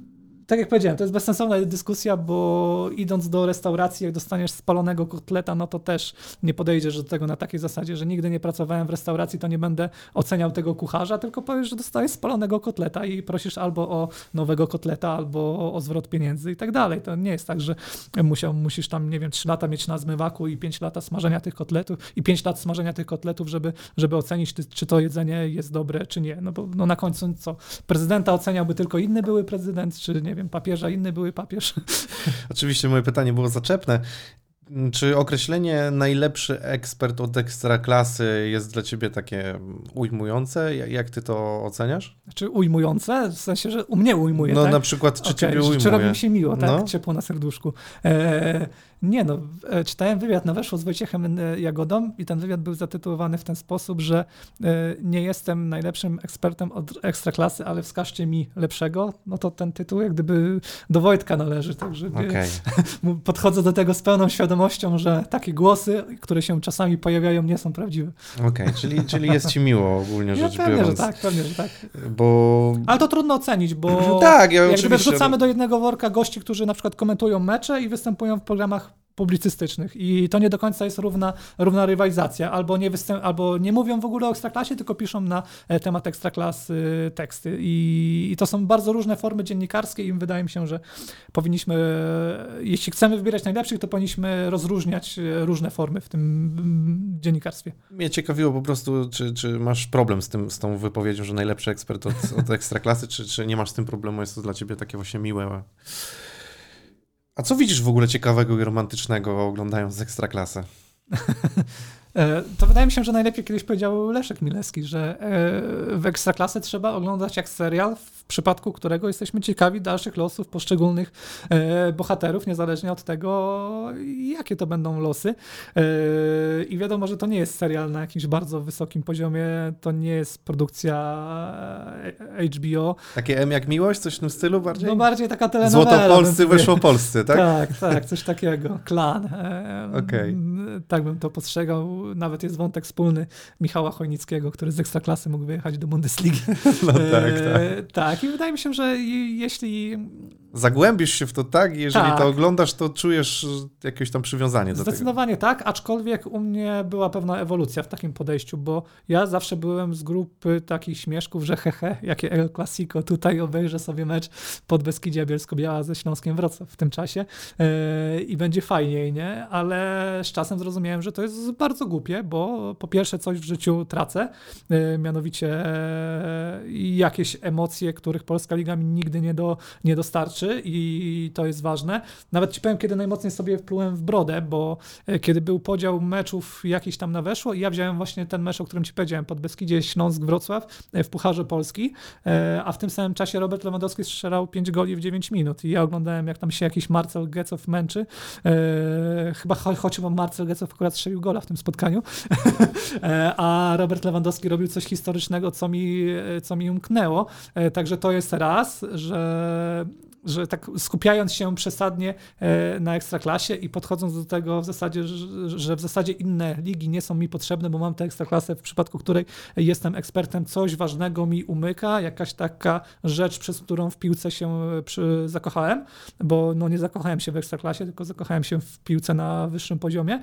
tak jak powiedziałem, to jest bezsensowna dyskusja, bo idąc do restauracji, jak dostaniesz spalonego kotleta, no to też nie podejdziesz do tego na takiej zasadzie, że nigdy nie pracowałem w restauracji, to nie będę oceniał tego kucharza, tylko powiesz, że dostajesz spalonego kotleta i prosisz albo o nowego kotleta, albo o zwrot pieniędzy i tak dalej. To nie jest tak, że musiał, musisz tam, nie wiem, trzy lata mieć na zmywaku i pięć lat smażenia tych kotletów i pięć lat smażenia tych kotletów, żeby, żeby ocenić, czy to jedzenie jest dobre, czy nie. No bo no na końcu co? Prezydenta oceniałby tylko inny były prezydent, czy nie wiem, papieża inny były papież. Oczywiście moje pytanie było zaczepne. Czy określenie najlepszy ekspert od ekstraklasy jest dla ciebie takie ujmujące? Jak ty to oceniasz? Czy ujmujące? W sensie, że u mnie ujmuje, No tak? na przykład, czy okay, ciebie ujmuje? Czy robi mi się miło, tak? No. Ciepło na serduszku. E, nie no, e, czytałem wywiad na Weszło z Wojciechem Jagodą i ten wywiad był zatytułowany w ten sposób, że e, nie jestem najlepszym ekspertem od ekstraklasy, ale wskażcie mi lepszego. No to ten tytuł jak gdyby do Wojtka należy, także Okay. podchodzę do tego z pełną świadomością, że takie głosy, które się czasami pojawiają, nie są prawdziwe. Okej, okay, czyli, czyli jest ci miło ogólnie rzecz ja pewnie, biorąc. że tak, pewnie, że tak. Bo... Ale to trudno ocenić, bo tak, ja jak oczywiście... gdyby wrzucamy do jednego worka gości, którzy na przykład komentują mecze i występują w programach publicystycznych i to nie do końca jest równa, równa rywalizacja. Albo nie, występ, albo nie mówią w ogóle o ekstraklasie, tylko piszą na temat ekstraklasy teksty. I, I to są bardzo różne formy dziennikarskie i wydaje mi się, że powinniśmy, jeśli chcemy wybierać najlepszych, to powinniśmy rozróżniać różne formy w tym dziennikarstwie. Mnie ciekawiło po prostu, czy, czy masz problem z tym, z tą wypowiedzią, że najlepszy ekspert od, od ekstraklasy, czy, czy nie masz z tym problemu, jest to dla ciebie takie właśnie miłe. A co widzisz w ogóle ciekawego i romantycznego oglądając Ekstraklasę? To wydaje mi się, że najlepiej kiedyś powiedział Leszek Milewski, że w Ekstraklasę trzeba oglądać jak serial, w przypadku którego jesteśmy ciekawi dalszych losów poszczególnych bohaterów, niezależnie od tego, jakie to będą losy. I wiadomo, że to nie jest serial na jakimś bardzo wysokim poziomie, to nie jest produkcja H B O. Takie M jak miłość? Coś w tym stylu bardziej? No bardziej taka telenowela. Złotopolscy weszło polscy, tak? Tak, tak, coś takiego. Klan. Okej. Tak bym to postrzegał. Nawet jest wątek wspólny Michała Chojnickiego, który z Ekstraklasy mógł wyjechać do Bundesligi. No tak, tak. E, tak, i wydaje mi się, że jeśli... Zagłębisz się w to tak i jeżeli tak. to oglądasz, to czujesz jakieś tam przywiązanie do tego. Zdecydowanie tak, aczkolwiek u mnie była pewna ewolucja w takim podejściu, bo ja zawsze byłem z grupy takich śmieszków, że hehe, jakie El Clasico, tutaj obejrzę sobie mecz pod Beskidzia Bielsko-Biała ze Śląskiem Wrocław w tym czasie e, i będzie fajniej, nie? Ale z czasem zrozumiałem, że to jest bardzo głupie, bo po pierwsze coś w życiu tracę, e, mianowicie e, jakieś emocje, których Polska Liga mi nigdy nie, do, nie dostarczy i to jest ważne. Nawet ci powiem, kiedy najmocniej sobie wplułem w brodę, bo e, kiedy był podział meczów jakiś tam na Weszło i ja wziąłem właśnie ten mecz, o którym ci powiedziałem, pod Beskidzie Śląsk-Wrocław e, w Pucharze Polski, e, a w tym samym czasie Robert Lewandowski strzelał pięć goli w dziewięć minut i ja oglądałem, jak tam się jakiś Marcel Gecow męczy. E, chyba cho- choć bo Marcel Gecow akurat strzelił gola w tym spotkaniu, e, a Robert Lewandowski robił coś historycznego, co mi, co mi umknęło. E, także to jest raz, że że tak skupiając się przesadnie na Ekstraklasie i podchodząc do tego w zasadzie, że w zasadzie inne ligi nie są mi potrzebne, bo mam tę Ekstraklasę, w przypadku której jestem ekspertem, coś ważnego mi umyka, jakaś taka rzecz, przez którą w piłce się przy, zakochałem, bo no nie zakochałem się w Ekstraklasie, tylko zakochałem się w piłce na wyższym poziomie.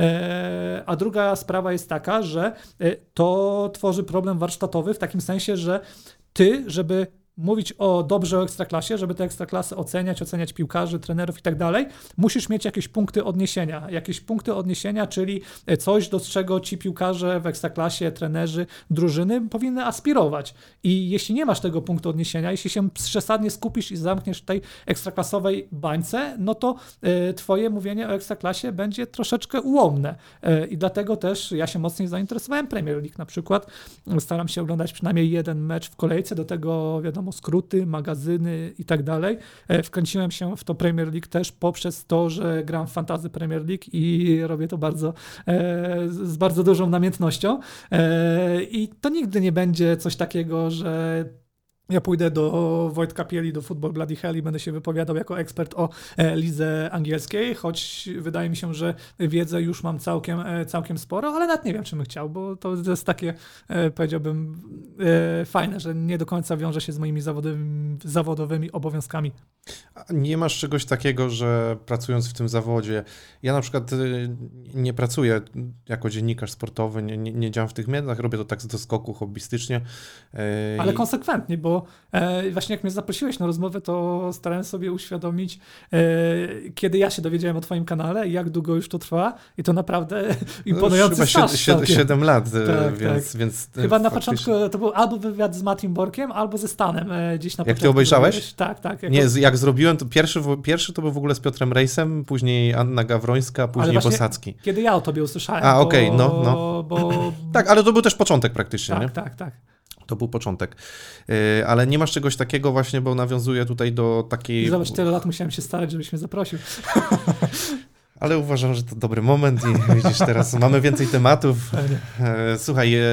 A druga sprawa jest taka, że to tworzy problem warsztatowy w takim sensie, że ty, żeby mówić o dobrze o Ekstraklasie, żeby tę Ekstraklasę oceniać, oceniać piłkarzy, trenerów i tak dalej, musisz mieć jakieś punkty odniesienia. Jakieś punkty odniesienia, czyli coś, do czego ci piłkarze w Ekstraklasie, trenerzy, drużyny powinny aspirować. I jeśli nie masz tego punktu odniesienia, jeśli się przesadnie skupisz i zamkniesz w tej ekstraklasowej bańce, no to y, twoje mówienie o Ekstraklasie będzie troszeczkę ułomne. Y, I dlatego też ja się mocniej zainteresowałem Premier League na przykład. Staram się oglądać przynajmniej jeden mecz w kolejce, do tego wiadomo skróty, magazyny i tak dalej. Wkręciłem się w to Premier League też poprzez to, że gram w Fantasy Premier League i robię to bardzo e, z bardzo dużą namiętnością. E, I to nigdy nie będzie coś takiego, że ja pójdę do Wojtka Pieli, do Football Bloody Hell i będę się wypowiadał jako ekspert o e, lidze angielskiej, choć wydaje mi się, że wiedzę już mam całkiem, e, całkiem sporo, ale nawet nie wiem, czy bym chciał, bo to jest takie, e, powiedziałbym, e, fajne, że nie do końca wiąże się z moimi zawodowymi, zawodowymi obowiązkami. A nie masz czegoś takiego, że pracując w tym zawodzie, ja na przykład y, nie pracuję jako dziennikarz sportowy, nie, nie, nie działam w tych mediach, robię to tak z doskoku, hobbystycznie. y, Ale i- konsekwentnie, bo e, właśnie jak mnie zaprosiłeś na rozmowę, to starałem sobie uświadomić, e, kiedy ja się dowiedziałem o twoim kanale i jak długo już to trwa i to naprawdę imponujący chyba staż. siedem, siedem, całkiem. siedem lat, y, Tak, więc, tak. więc y, Chyba na faktycznie- początku to był albo wywiad z Mattim Borkiem, albo ze Stanem e, gdzieś na Jak ty początku. obejrzałeś? zrobiłeś. Tak, tak. jako- Nie, z- jak zrobiłem, to pierwszy, w- pierwszy to był w ogóle z Piotrem Rejsem, później Anna Gawrońska, później właśnie- Bosacki. Kiedy ja o tobie usłyszałem. A, bo- okej, no, no. Bo... Tak, ale to był też początek praktycznie, nie? tak, tak, tak. To był początek. Y, ale nie masz czegoś takiego właśnie, bo nawiązuje tutaj do takiej... I zobacz, tyle lat musiałem się starać, żebyś mnie zaprosił. Ale uważam, że to dobry moment i widzisz, teraz mamy więcej tematów. E, Słuchaj, e,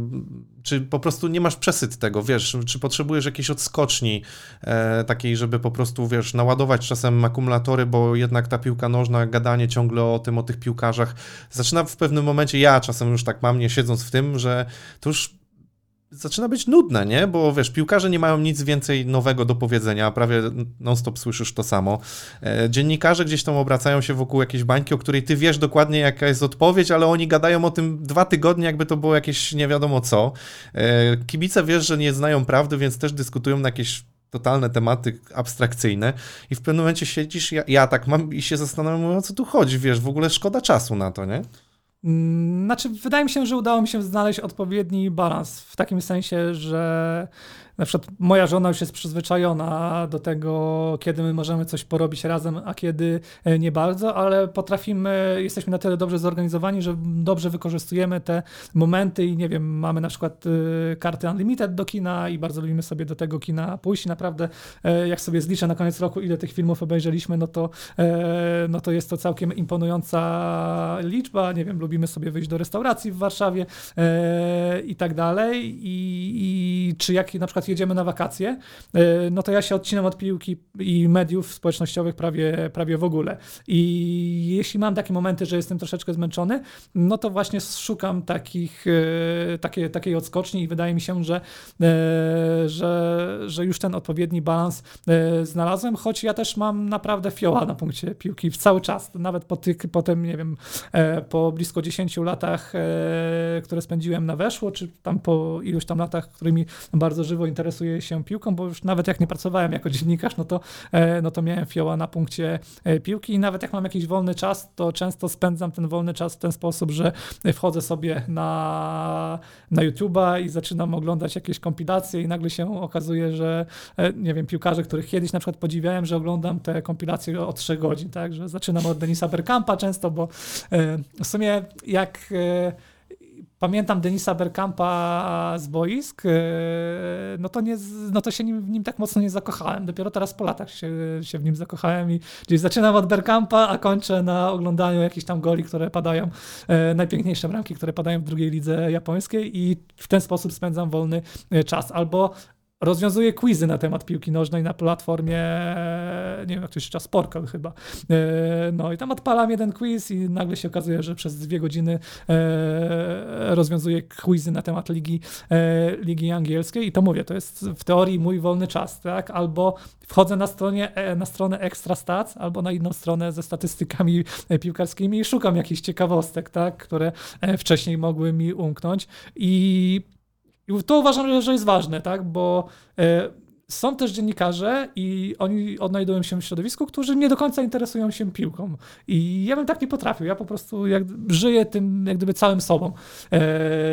czy po prostu nie masz przesyt tego, wiesz, czy potrzebujesz jakiejś odskoczni e, takiej, żeby po prostu, wiesz, naładować czasem akumulatory, bo jednak ta piłka nożna, gadanie ciągle o tym, o tych piłkarzach, zaczyna w pewnym momencie, ja czasem już tak mam, nie siedząc w tym, że to już zaczyna być nudne, nie? Bo wiesz, piłkarze nie mają nic więcej nowego do powiedzenia, prawie non-stop słyszysz to samo. E, dziennikarze gdzieś tam obracają się wokół jakiejś bańki, o której ty wiesz dokładnie, jaka jest odpowiedź, ale oni gadają o tym dwa tygodnie, jakby to było jakieś nie wiadomo co. E, kibice wiesz, że nie znają prawdy, więc też dyskutują na jakieś totalne tematy abstrakcyjne i w pewnym momencie siedzisz, ja, ja tak mam i się zastanawiam, o co tu chodzi, wiesz, w ogóle szkoda czasu na to, nie? Mm, Znaczy, wydaje mi się, że udało mi się znaleźć odpowiedni balans, w takim sensie, że na przykład moja żona już jest przyzwyczajona do tego, kiedy my możemy coś porobić razem, a kiedy e, nie bardzo, ale potrafimy, jesteśmy na tyle dobrze zorganizowani, że dobrze wykorzystujemy te momenty i nie wiem, mamy na przykład e, karty Unlimited do kina i bardzo lubimy sobie do tego kina pójść i naprawdę e, jak sobie zliczę na koniec roku, ile tych filmów obejrzeliśmy, no to, e, no to jest to całkiem imponująca liczba, nie wiem, lubimy sobie wyjść do restauracji w Warszawie e, i tak dalej i, i czy jak na przykład jedziemy na wakacje, e, no to ja się odcinam od piłki i mediów społecznościowych prawie, prawie w ogóle. I jeśli mam takie momenty, że jestem troszeczkę zmęczony, no to właśnie szukam takich, e, takie, takiej odskoczni i wydaje mi się, że, e, że, że już ten odpowiedni balans e, znalazłem, choć ja też mam naprawdę fioła na punkcie piłki w cały czas, nawet po tych, potem, nie wiem, e, po blisko dziesięciu latach, e, które spędziłem na Weszło, czy tam po iluś tam latach, którymi bardzo żywo interesuję się piłką, bo już nawet jak nie pracowałem jako dziennikarz, no to, e, no to miałem fioła na punkcie e, piłki i nawet jak mam jakiś wolny czas, to często spędzam ten wolny czas w ten sposób, że wchodzę sobie na, na YouTube'a i zaczynam oglądać jakieś kompilacje i nagle się okazuje, że e, nie wiem, piłkarze, których kiedyś na przykład podziwiałem, że oglądam te kompilacje o trzech godzin, tak, że zaczynam od Denisa Bergkampa często, bo e, w sumie jak e, pamiętam Denisa Bergkampa z boisk, e, no to, nie, z- no to się nim, w nim tak mocno nie zakochałem. Dopiero teraz po latach się, się w nim zakochałem i gdzieś zaczynam od Bergkampa, a kończę na oglądaniu jakichś tam goli, które padają, e, najpiękniejsze bramki, które padają w drugiej lidze japońskiej i w ten sposób spędzam wolny e, czas. Albo rozwiązuję quizy na temat piłki nożnej na platformie, e, nie wiem, jak to się czas Sporkel chyba. E, No i tam odpalam jeden quiz i nagle się okazuje, że przez dwie godziny e, rozwiązuję quizy na temat ligi, e, ligi angielskiej i to mówię, to jest w teorii mój wolny czas, tak? Albo wchodzę na, stronie, e, na stronę Extra Stats, albo na inną stronę ze statystykami e, piłkarskimi i szukam jakichś ciekawostek, tak? Które e, wcześniej mogły mi umknąć i i to uważam, że- że jest ważne, tak? Bo e, są też dziennikarze i oni odnajdują się w środowisku, którzy nie do końca interesują się piłką. I ja bym tak nie potrafił. Ja po prostu jak, żyję tym jak gdyby całym sobą. E,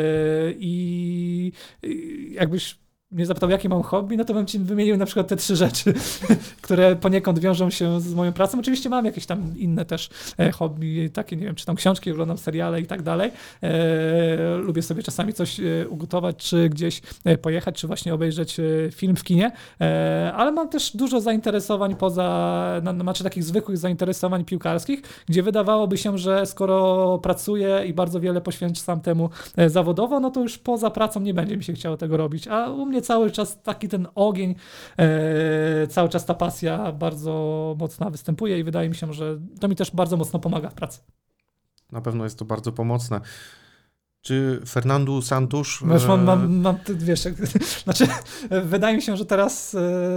I i jakbyś mnie zapytał, jakie mam hobby, no to bym ci wymienił na przykład te trzy rzeczy, które poniekąd wiążą się z moją pracą. Oczywiście mam jakieś tam inne też e, hobby, takie, nie wiem, czytam książki, oglądam seriale i tak dalej. E, lubię sobie czasami coś e, ugotować, czy gdzieś e, pojechać, czy właśnie obejrzeć e, film w kinie, e, ale mam też dużo zainteresowań poza, na, znaczy takich zwykłych zainteresowań piłkarskich, gdzie wydawałoby się, że skoro pracuję i bardzo wiele poświęcam temu e, zawodowo, no to już poza pracą nie będzie mi się chciało tego robić, a u mnie cały czas taki ten ogień, e, cały czas ta pasja bardzo mocna występuje i wydaje mi się, że to mi też bardzo mocno pomaga w pracy. Na pewno jest to bardzo pomocne. Czy Fernando Santos... Wiesz, mam, mam, mam, wiesz, jak, znaczy, wydaje mi się, że teraz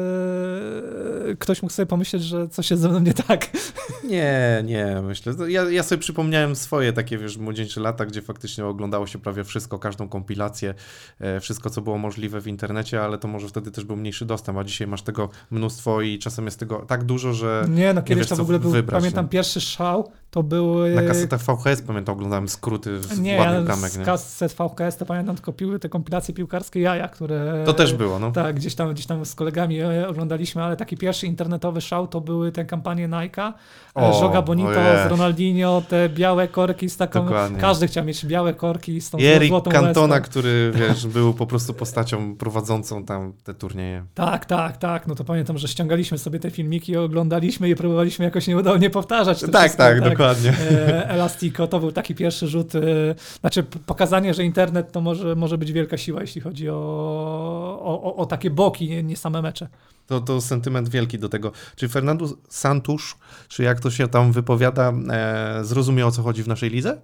e, ktoś mógł sobie pomyśleć, że coś jest ze mną nie tak. Nie, nie, myślę. Ja, ja sobie przypomniałem swoje takie, wiesz, młodzieńcze lata, gdzie faktycznie oglądało się prawie wszystko, każdą kompilację, e, wszystko, co było możliwe w internecie, ale to może wtedy też był mniejszy dostęp, a dzisiaj masz tego mnóstwo i czasem jest tego tak dużo, że nie, no kiedyś wiesz, to w co ogóle był, wybrać, pamiętam, nie? pierwszy szał, to były... Na kasetach V H S, pamiętam, oglądałem skróty z nie, ładnych ja bramek. z Nie? kaset V H S to pamiętam tylko piły te kompilacje piłkarskie Jaja, które... To też było, no. Tak, gdzieś tam, gdzieś tam z kolegami oglądaliśmy, ale taki pierwszy internetowy szał to były te kampanie Nike'a, O, Joga Bonito ojej. z Ronaldinho, te białe korki z taką... Dokładnie. Każdy chciał mieć białe korki z tą I Eric złotą Cantona, łezką. który, wiesz, był po prostu postacią prowadzącą tam te turnieje. Tak, tak, tak. No to pamiętam, że ściągaliśmy sobie te filmiki, oglądaliśmy je i próbowaliśmy jakoś nieudolnie powtarzać. To Tak, wszystko, tak, dokładnie. E, Elastico to był taki pierwszy rzut, e, znaczy p- pokazanie, że internet to może, może być wielka siła, jeśli chodzi o, o, o, o takie boki, nie, nie same mecze. To, to sentyment wielki do tego. Czy Fernando Santos, czy jak to się tam wypowiada, e, zrozumiał, o co chodzi w naszej lidze?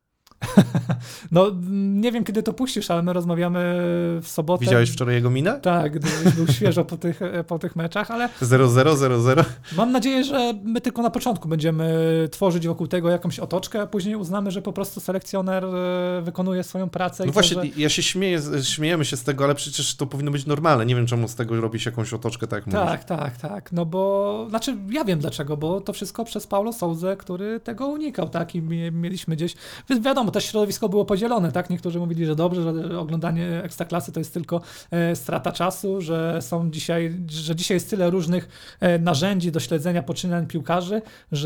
No nie wiem, kiedy to puścisz, ale my rozmawiamy w sobotę. Widziałeś wczoraj jego minę? Tak, gdybyś był świeżo po tych, po tych meczach, ale zero zero zero zero. mam nadzieję, że my tylko na początku będziemy tworzyć wokół tego jakąś otoczkę, a później uznamy, że po prostu selekcjoner e, wykonuje swoją pracę. No i właśnie, to, że... ja się śmieję, śmiejemy się z tego, ale przecież to powinno być normalne. Nie wiem, czemu z tego robi się jakąś otoczkę, tak jak mówisz. Tak, tak, tak. No bo, znaczy ja wiem dlaczego, bo to wszystko przez Paulo Souzę, który tego unikał, tak? I mi- mieliśmy gdzieś, wi- wiadomo, to środowisko było podzielone, tak? Niektórzy mówili, że dobrze, że oglądanie Ekstraklasy to jest tylko e, strata czasu, że są dzisiaj, że dzisiaj jest tyle różnych e, narzędzi do śledzenia poczynań piłkarzy,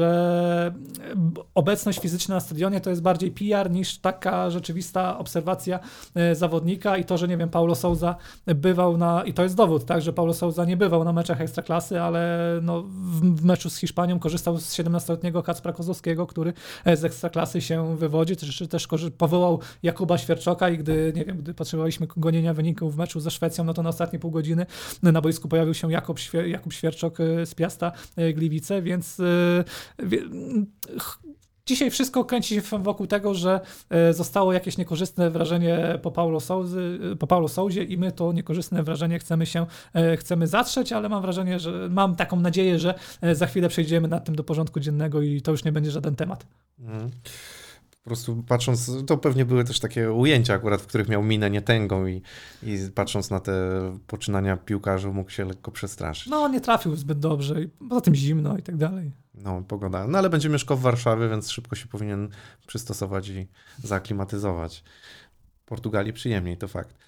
że e, obecność fizyczna na stadionie to jest bardziej P R niż taka rzeczywista obserwacja e, zawodnika i to, że nie wiem, Paulo Souza bywał na, i to jest dowód, tak, że Paulo Souza nie bywał na meczach Ekstraklasy, ale no, w, w meczu z Hiszpanią korzystał z siedemnastoletniego Kacpra Kozłowskiego, który z Ekstraklasy się wywodzi, też, też korzy- powołał Jakuba Świerczoka i gdy, nie wiem, gdy potrzebowaliśmy gonienia wyników w meczu ze Szwecją, no to na ostatnie pół godziny na boisku pojawił się Jakub, Świe- Jakub Świerczok e, z Piasta e, Gliwice, więc e, wie, ch- dzisiaj wszystko kręci się wokół tego, że e, zostało jakieś niekorzystne wrażenie po Paulo Souzy, po Paulo Souzie i my to niekorzystne wrażenie chcemy się, e, chcemy zatrzeć, ale mam wrażenie, że mam taką nadzieję, że e, za chwilę przejdziemy nad tym do porządku dziennego i to już nie będzie żaden temat. Mhm. Po prostu patrząc, to pewnie były też takie ujęcia akurat, w których miał minę nietęgą i, i patrząc na te poczynania piłkarzy mógł się lekko przestraszyć. No, nie trafił zbyt dobrze i poza tym zimno i tak dalej. No, pogoda. No ale będzie mieszkał w Warszawie, więc szybko się powinien przystosować i zaaklimatyzować. W Portugalii przyjemniej, to fakt.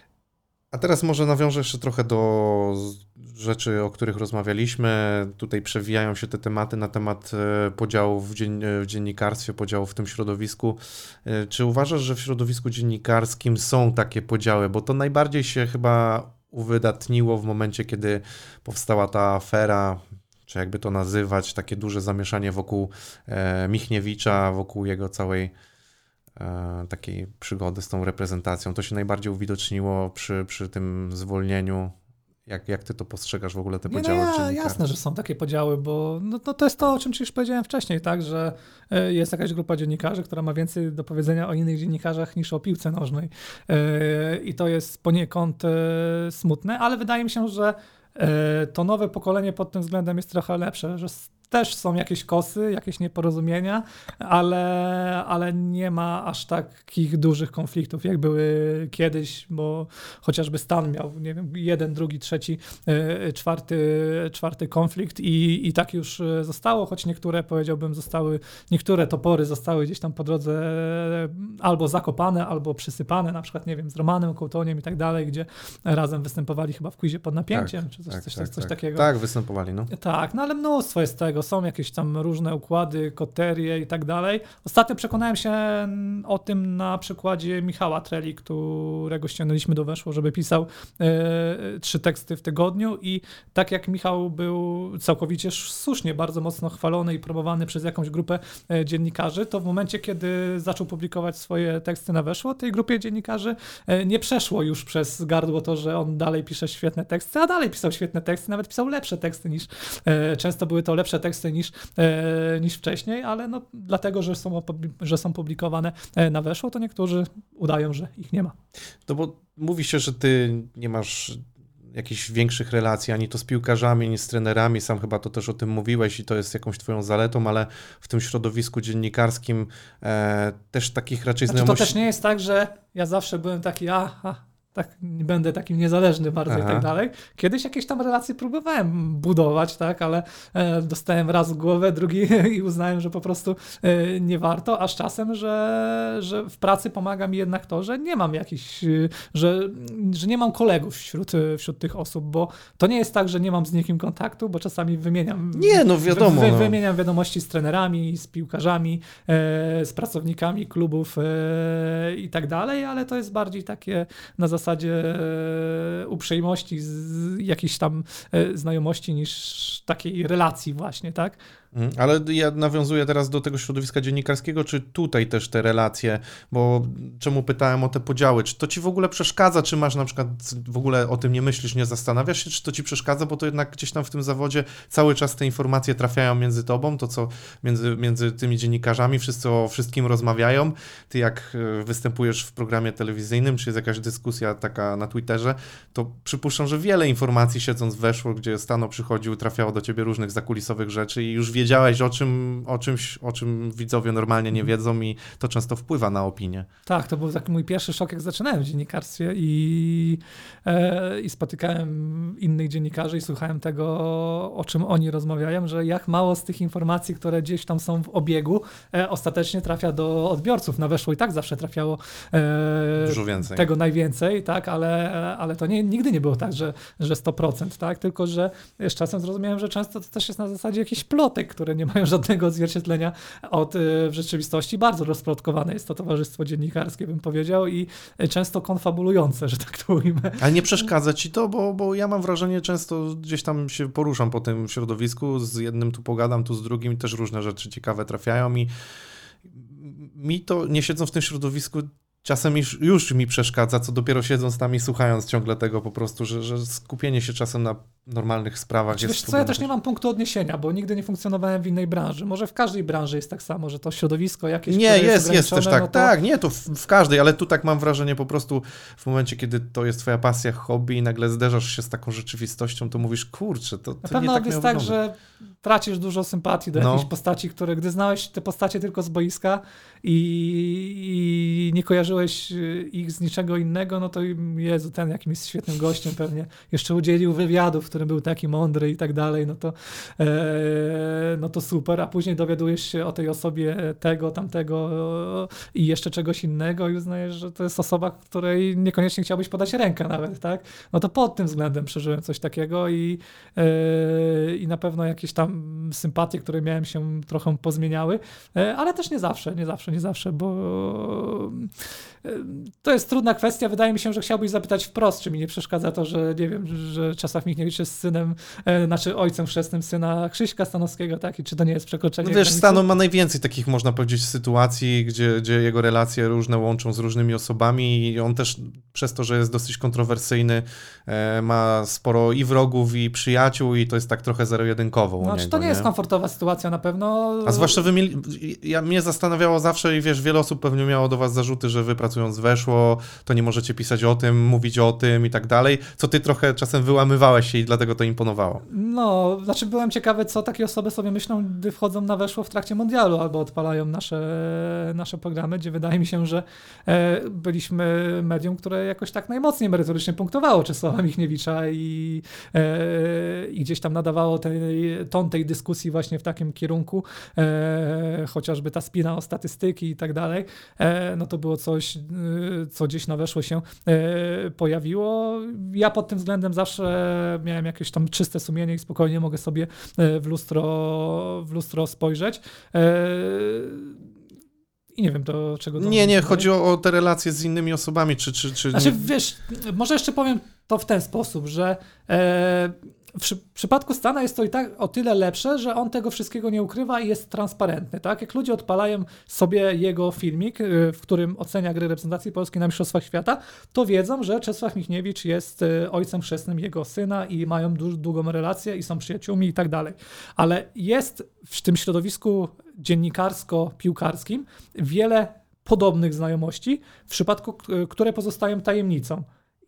A teraz może nawiążę jeszcze trochę do rzeczy, o których rozmawialiśmy. Tutaj przewijają się te tematy na temat e, podziałów w, dzien- w dziennikarstwie, podziałów w tym środowisku. E, Czy uważasz, że w środowisku dziennikarskim są takie podziały? Bo to najbardziej się chyba uwydatniło w momencie, kiedy powstała ta afera, czy jakby to nazywać, takie duże zamieszanie wokół e, Michniewicza, wokół jego całej e, takiej przygody z tą reprezentacją. To się najbardziej uwidoczniło przy, przy tym zwolnieniu. Jak, jak ty to postrzegasz w ogóle, te Nie, podziały no w ja, dziennikarstwie? jasne, że są takie podziały, bo no, no to jest to, o czym ci już powiedziałem wcześniej, tak, że e, jest jakaś grupa dziennikarzy, która ma więcej do powiedzenia o innych dziennikarzach niż o piłce nożnej. E, I to jest poniekąd e, smutne, ale wydaje mi się, że e, to nowe pokolenie pod tym względem jest trochę lepsze, że s- też są jakieś kosy, jakieś nieporozumienia, ale, ale nie ma aż takich dużych konfliktów, jak były kiedyś, bo chociażby Stan miał, nie wiem, jeden, drugi, trzeci, e, czwarty, czwarty konflikt i, i tak już e, zostało, choć niektóre, powiedziałbym, zostały, niektóre topory zostały gdzieś tam po drodze e, albo zakopane, albo przysypane, na przykład, nie wiem, z Romanem Kołtoniem i tak dalej, gdzie razem występowali chyba w quizie pod napięciem, czy coś, Tak, coś, tak, coś, coś tak. takiego. Tak, występowali, no. Tak, no ale mnóstwo jest tego, są jakieś tam różne układy, koterie i tak dalej. Ostatnio przekonałem się o tym na przykładzie Michała Treli, którego ściągnęliśmy do Weszło, żeby pisał e, trzy teksty w tygodniu i tak jak Michał był całkowicie słusznie bardzo mocno chwalony i promowany przez jakąś grupę e, dziennikarzy, to w momencie, kiedy zaczął publikować swoje teksty na Weszło, tej grupie dziennikarzy e, nie przeszło już przez gardło to, że on dalej pisze świetne teksty, a dalej pisał świetne teksty, nawet pisał lepsze teksty niż e, często były to lepsze teksty teksty niż, e, niż wcześniej, ale no, dlatego, że są, opubli- że są publikowane na Weszło, to niektórzy udają, że ich nie ma. No bo mówi się, że ty nie masz jakichś większych relacji, ani to z piłkarzami, ani z trenerami, sam chyba to też o tym mówiłeś i to jest jakąś twoją zaletą, ale w tym środowisku dziennikarskim e, też takich raczej Znaczy, znajomości... to też nie jest tak, że ja zawsze byłem taki, aha, tak, nie będę takim niezależny bardzo Aha. i tak dalej. Kiedyś jakieś tam relacje próbowałem budować, tak, ale e, dostałem raz w głowę, drugi i uznałem, że po prostu e, nie warto, a z czasem, że, że w pracy pomaga mi jednak to, że nie mam jakichś, że, że nie mam kolegów wśród, wśród tych osób, bo to nie jest tak, że nie mam z nikim kontaktu, bo czasami wymieniam nie, no wiadomo, wy, no. wymieniam wiadomości z trenerami, z piłkarzami, e, z pracownikami klubów e, i tak dalej, ale to jest bardziej takie na zasadzie zasadzie uprzejmości, z jakiejś tam znajomości niż takiej relacji właśnie, tak? Ale ja nawiązuję teraz do tego środowiska dziennikarskiego, czy tutaj też te relacje, bo czemu pytałem o te podziały, czy to ci w ogóle przeszkadza, czy masz na przykład w ogóle o tym nie myślisz, nie zastanawiasz się, czy to ci przeszkadza, bo to jednak gdzieś tam w tym zawodzie cały czas te informacje trafiają między tobą, to co między, między tymi dziennikarzami, wszyscy o wszystkim rozmawiają, ty jak występujesz w programie telewizyjnym, czy jest jakaś dyskusja taka na Twitterze, to przypuszczam, że wiele informacji siedząc w Weszło, gdzie Stano przychodził, trafiało do ciebie różnych zakulisowych rzeczy i już wiedziałeś o czym, o czymś, o czym widzowie normalnie nie wiedzą i to często wpływa na opinię. Tak, to był taki mój pierwszy szok, jak zaczynałem w dziennikarstwie i, e, i spotykałem innych dziennikarzy i słuchałem tego, o czym oni rozmawiają, że jak mało z tych informacji, które gdzieś tam są w obiegu, e, ostatecznie trafia do odbiorców. Na Weszło i tak zawsze trafiało e, Dużo więcej. tego najwięcej, tak, ale, ale to nie, nigdy nie było tak, że, że sto procent, tak, tylko że z czasem zrozumiałem, że często to też jest na zasadzie jakichś plotek, które nie mają żadnego odzwierciedlenia od, w rzeczywistości. Bardzo rozplotkowane jest to towarzystwo dziennikarskie, bym powiedział, i często konfabulujące, że tak to ujmę. Ale nie przeszkadza ci to, bo, bo ja mam wrażenie, często gdzieś tam się poruszam po tym środowisku, z jednym tu pogadam, tu z drugim, też różne rzeczy ciekawe trafiają i mi to, nie siedząc w tym środowisku, czasem już, już mi przeszkadza, co dopiero siedząc tam i słuchając ciągle tego po prostu, że, że skupienie się czasem na normalnych sprawach Znaczy, jest... Wiesz co, ja też nie mam punktu odniesienia, bo nigdy nie funkcjonowałem w innej branży. Może w każdej branży jest tak samo, że to środowisko jakieś... Nie, jest, jest, jest też tak. No to... Tak, nie, to w, w każdej, ale tu tak mam wrażenie po prostu w momencie, kiedy to jest twoja pasja, hobby i nagle zderzasz się z taką rzeczywistością, to mówisz, kurczę, to, to Na pewno nie tak jest miało tak, wyglądać. że tracisz dużo sympatii do No. jakichś postaci, które gdy znałeś te postacie tylko z boiska i, i nie kojarzyłeś ich z niczego innego, no to Jezu, ten jakimś świetnym gościem pewnie jeszcze udzielił wywiadu, w którym był taki mądry i tak dalej, no to, e, no to super, a później dowiadujesz się o tej osobie tego, tamtego i jeszcze czegoś innego i uznajesz, że to jest osoba, której niekoniecznie chciałbyś podać rękę nawet, tak? No to pod tym względem przeżyłem coś takiego i, e, i na pewno jakieś tam sympatie, które miałem, się trochę pozmieniały, e, ale też nie zawsze, nie zawsze, nie zawsze, bo e, to jest trudna kwestia. Wydaje mi się, że chciałbyś zapytać wprost, czy mi nie przeszkadza to, że nie wiem, że Czesław Michniewicz jest synem, e, znaczy ojcem chrzestnym syna Krzyśka Stanowskiego, tak? I czy to nie jest przekroczenie No wiesz, granicy? Stano ma najwięcej takich, można powiedzieć, sytuacji, gdzie, gdzie jego relacje różne łączą z różnymi osobami i on też przez to, że jest dosyć kontrowersyjny, e, ma sporo i wrogów, i przyjaciół i to jest tak trochę zero-jedynkowo. No, czy to nie, nie jest komfortowa sytuacja na pewno. A zwłaszcza wy mieli, ja, mnie zastanawiało zawsze i wiesz, wiele osób pewnie miało do was zarzuty, że wy pracując Weszło, to nie możecie pisać o tym, mówić o tym i tak dalej, co ty trochę czasem wyłamywałeś się i dlatego to imponowało. No, znaczy byłem ciekawy, co takie osoby sobie myślą, gdy wchodzą na Weszło w trakcie mundialu albo odpalają nasze, nasze programy, gdzie wydaje mi się, że e, byliśmy medium, które jakoś tak najmocniej merytorycznie punktowało Czesława Michniewicza i, e, i gdzieś tam nadawało tej, ton tej dyskusji właśnie w takim kierunku, e, chociażby ta spina o statystyki i tak dalej, e, no to było coś, e, co gdzieś na Weszło się e, pojawiło. Ja pod tym względem zawsze miałem jakieś tam czyste sumienie i spokojnie mogę sobie w lustro, w lustro spojrzeć. I nie wiem, do czego... Nie, nie, chodzi o, o te relacje z innymi osobami, czy... czy, czy Znaczy, nie... wiesz, może jeszcze powiem to w ten sposób, że e, w przy, przypadku Stana jest to i tak o tyle lepsze, że on tego wszystkiego nie ukrywa i jest transparentny, tak? Jak ludzie odpalają sobie jego filmik, w którym ocenia gry reprezentacji Polski na Mistrzostwach Świata, to wiedzą, że Czesław Michniewicz jest ojcem chrzestnym jego syna i mają du- długą relację i są przyjaciółmi i tak dalej. Ale jest w tym środowisku dziennikarsko-piłkarskim wiele podobnych znajomości, w przypadku, które pozostają tajemnicą.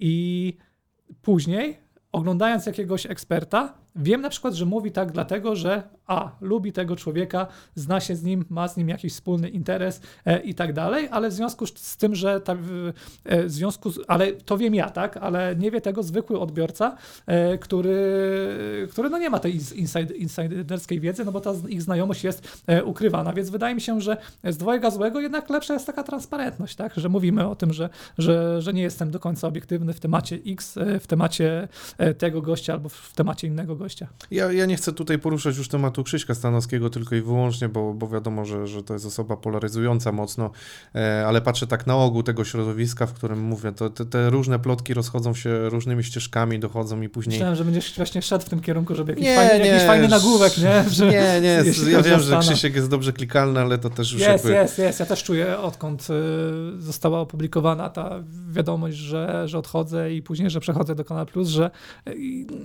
I później, oglądając jakiegoś eksperta, wiem na przykład, że mówi tak dlatego, że a, lubi tego człowieka, zna się z nim, ma z nim jakiś wspólny interes e, i tak dalej, ale w związku z tym, że ta, e, w związku z, ale to wiem ja, tak, ale nie wie tego zwykły odbiorca, e, który, który no nie ma tej inside, insiderskiej wiedzy, no bo ta ich znajomość jest e, ukrywana, więc wydaje mi się, że z dwojga złego jednak lepsza jest taka transparentność, tak, że mówimy o tym, że, że, że nie jestem do końca obiektywny w temacie X, e, w temacie e, tego gościa albo w temacie innego gościa. Ja, ja nie chcę tutaj poruszać już tematu Krzyśka Stanowskiego tylko i wyłącznie, bo, bo wiadomo, że, że to jest osoba polaryzująca mocno, e, ale patrzę tak na ogół tego środowiska, w którym mówię, to te, te różne plotki rozchodzą się różnymi ścieżkami, dochodzą i później... Myślałem, że będziesz właśnie szedł w tym kierunku, żeby jakiś, nie, fajny, nie, jakiś fajny nagłówek, nie? Że, nie, nie, ja wiem, że Stana. Krzysiek jest dobrze klikalny, ale to też już Jest, jakby... jest, jest. Ja też czuję, odkąd y, została opublikowana ta wiadomość, że, że odchodzę i później, że przechodzę do Kanal Plus, że y,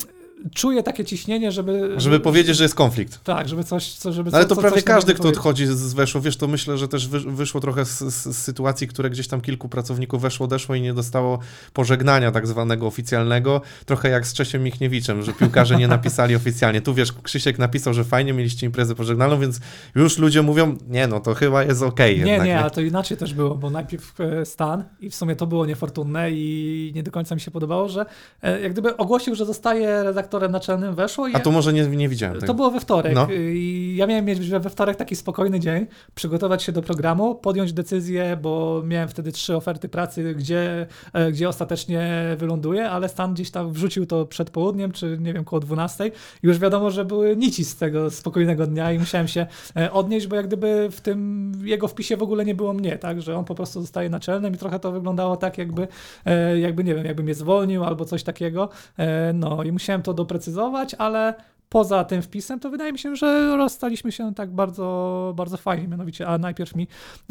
czuję takie ciśnienie, żeby... Żeby powiedzieć, że jest konflikt. Tak, żeby coś... Co, żeby Ale co, to co, prawie coś każdy, kto powiedzieć. odchodzi z, z Weszło, wiesz, to myślę, że też wy, wyszło trochę z, z, z sytuacji, które gdzieś tam kilku pracowników weszło, odeszło i nie dostało pożegnania tak zwanego oficjalnego, trochę jak z Czesiem Michniewiczem, że piłkarze nie napisali oficjalnie. Tu wiesz, Krzysiek napisał, że fajnie mieliście imprezę pożegnalną, więc już ludzie mówią, nie no, to chyba jest okej. Nie, jednak, nie, ale to inaczej też było, bo najpierw e, Stan i w sumie to było niefortunne i nie do końca mi się podobało, że e, jak gdyby ogłosił, że zostaje redaktorem naczelnym Weszło. I A tu może nie, nie widziałem to tego. było we wtorek No. i ja miałem mieć we wtorek taki spokojny dzień, przygotować się do programu, podjąć decyzję, bo miałem wtedy trzy oferty pracy, gdzie, e, gdzie ostatecznie wyląduję, ale Stan gdzieś tam wrzucił to przed południem, czy nie wiem, koło dwunastej. Już wiadomo, że były nici z tego spokojnego dnia i musiałem się e, odnieść, bo jak gdyby w tym jego wpisie w ogóle nie było mnie, tak, że on po prostu zostaje naczelnym i trochę to wyglądało tak, jakby, e, jakby nie wiem, jakby mnie zwolnił albo coś takiego. E, no i musiałem to doprecyzować, ale poza tym wpisem, to wydaje mi się, że rozstaliśmy się tak bardzo, bardzo fajnie, mianowicie, a najpierw mi, e,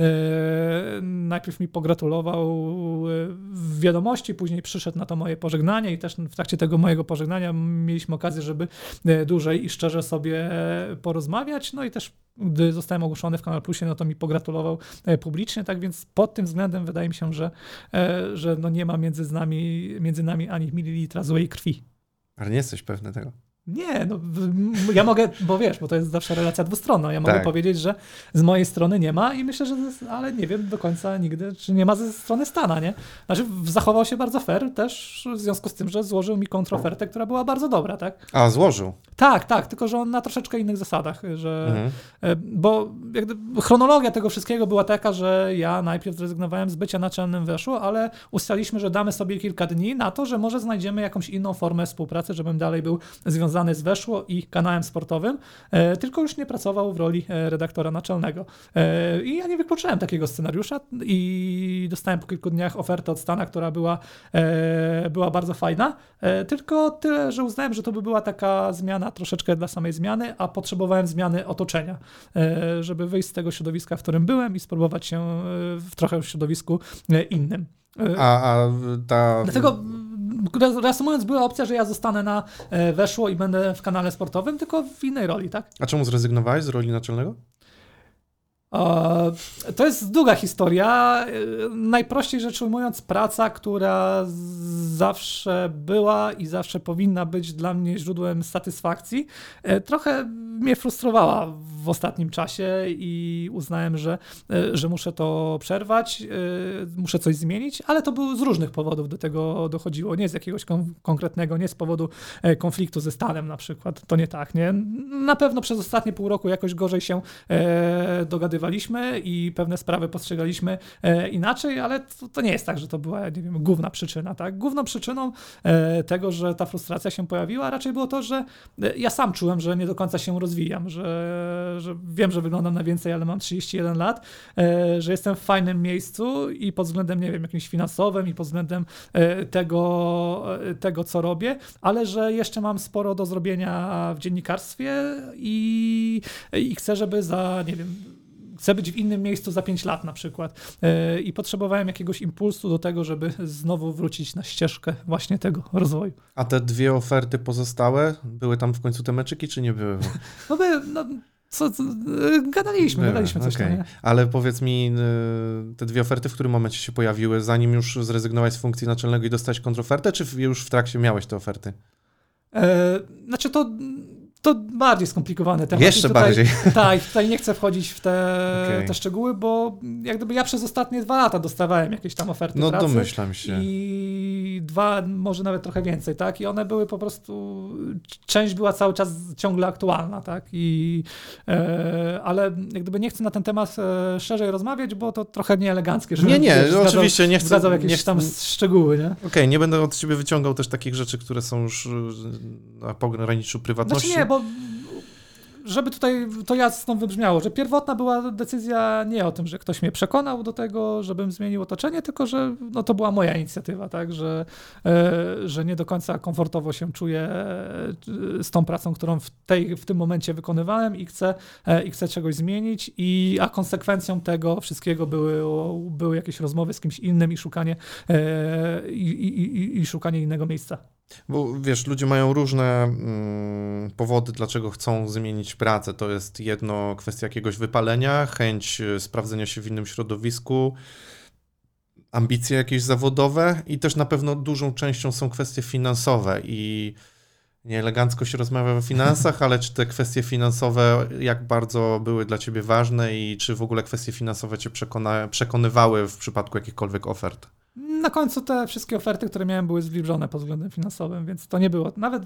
najpierw mi pogratulował w wiadomości, później przyszedł na to moje pożegnanie i też w trakcie tego mojego pożegnania mieliśmy okazję, żeby dłużej i szczerze sobie porozmawiać, no i też gdy zostałem ogłoszony w Kanal Plusie, no to mi pogratulował publicznie, tak więc pod tym względem wydaje mi się, że, że no nie ma między nami, między nami ani mililitra złej krwi. Ale nie jesteś pewny tego. Nie, no ja mogę, bo wiesz, bo to jest zawsze relacja dwustronna, ja mogę Tak. powiedzieć, że z mojej strony nie ma i myślę, że, ale nie wiem do końca nigdy, czy nie ma ze strony Stana, nie? Znaczy zachował się bardzo fair też w związku z tym, że złożył mi kontrofertę, która była bardzo dobra, tak? A, złożył. Tak, tak, tylko że on na troszeczkę innych zasadach, że, Mhm. bo jak gdyby chronologia tego wszystkiego była taka, że ja najpierw zrezygnowałem z bycia naczelnym Weszło, ale ustaliliśmy, że damy sobie kilka dni na to, że może znajdziemy jakąś inną formę współpracy, żebym dalej był związany z Weszło i kanałem sportowym, e, tylko już nie pracował w roli e, redaktora naczelnego. E, I ja nie wykluczyłem takiego scenariusza i dostałem po kilku dniach ofertę od Stana, która była, e, była bardzo fajna, e, tylko tyle, że uznałem, że to by była taka zmiana troszeczkę dla samej zmiany, a potrzebowałem zmiany otoczenia, e, żeby wyjść z tego środowiska, w którym byłem i spróbować się e, w trochę w środowisku e, innym. E, A, a ta... Dlatego reasumując, była opcja, że ja zostanę na e, Weszło i będę w kanale sportowym, tylko w innej roli, tak? A czemu zrezygnowałeś z roli naczelnego? E, to jest długa historia. E, najprościej rzecz ujmując, praca, która zawsze była i zawsze powinna być dla mnie źródłem satysfakcji, e, trochę mnie frustrowała w ostatnim czasie i uznałem, że, e, że muszę to przerwać, e, muszę coś zmienić, ale to było z różnych powodów do tego dochodziło, nie z jakiegoś kon- konkretnego, nie z powodu e, konfliktu ze Stanem na przykład, to nie tak, nie? Na pewno przez ostatnie pół roku jakoś gorzej się e, dogadywałem przewidywaliśmy i pewne sprawy postrzegaliśmy e, inaczej, ale to, to nie jest tak, że to była, nie wiem, główna przyczyna, tak? Główną przyczyną e, tego, że ta frustracja się pojawiła, raczej było to, że e, ja sam czułem, że nie do końca się rozwijam, że, że wiem, że wyglądam na więcej, ale mam trzydzieści jeden lat, e, że jestem w fajnym miejscu i pod względem, nie wiem, jakimś finansowym i pod względem e, tego, e, tego, co robię, ale że jeszcze mam sporo do zrobienia w dziennikarstwie i, i chcę, żeby za, nie wiem, chcę być w innym miejscu za pięć lat na przykład. Yy, I potrzebowałem jakiegoś impulsu do tego, żeby znowu wrócić na ścieżkę właśnie tego rozwoju. A te dwie oferty pozostałe, były tam w końcu te meczyki, czy nie były? No by, no, co, co gadaliśmy, Były, gadaliśmy coś okay. tam, nie? Ale powiedz mi, te dwie oferty w którym momencie się pojawiły, zanim już zrezygnowałeś z funkcji naczelnego i dostałeś kontrofertę, czy już w trakcie miałeś te oferty? Yy, znaczy to... To bardziej skomplikowany temat. Jeszcze tutaj, bardziej. Tak, tutaj nie chcę wchodzić w te, okay. te szczegóły, bo jak gdyby ja przez ostatnie dwa lata dostawałem jakieś tam oferty no, pracy. No domyślam się. I dwa, może nawet trochę więcej, tak? I one były po prostu, część była cały czas ciągle aktualna, tak? I, e, ale jak gdyby nie chcę na ten temat e, szerzej rozmawiać, bo to trochę nieeleganckie. Nie, nie, wiesz, zgadzał, oczywiście nie chcę. Zgadzał jakieś nie chcę, tam szczegóły, nie? Okej, okay, nie będę od ciebie wyciągał też takich rzeczy, które są już na pograniczu prywatności. Znaczy nie, bo żeby tutaj to jasno wybrzmiało, że pierwotna była decyzja nie o tym, że ktoś mnie przekonał do tego, żebym zmienił otoczenie, tylko że no, to była moja inicjatywa, tak, że, e, że nie do końca komfortowo się czuję e, z tą pracą, którą w, tej, w tym momencie wykonywałem i chcę, e, i chcę czegoś zmienić, i, a konsekwencją tego wszystkiego były, były jakieś rozmowy z kimś innym i szukanie, e, i, i, i, i szukanie innego miejsca. Bo wiesz, ludzie mają różne mm, powody, dlaczego chcą zmienić pracę. To jest jedno kwestia jakiegoś wypalenia, chęć sprawdzenia się w innym środowisku, ambicje jakieś zawodowe i też na pewno dużą częścią są kwestie finansowe i nieelegancko się rozmawia o finansach, ale czy te kwestie finansowe jak bardzo były dla ciebie ważne i czy w ogóle kwestie finansowe cię przekona- przekonywały w przypadku jakichkolwiek ofert? Na końcu te wszystkie oferty, które miałem, były zbliżone pod względem finansowym, więc to nie było nawet,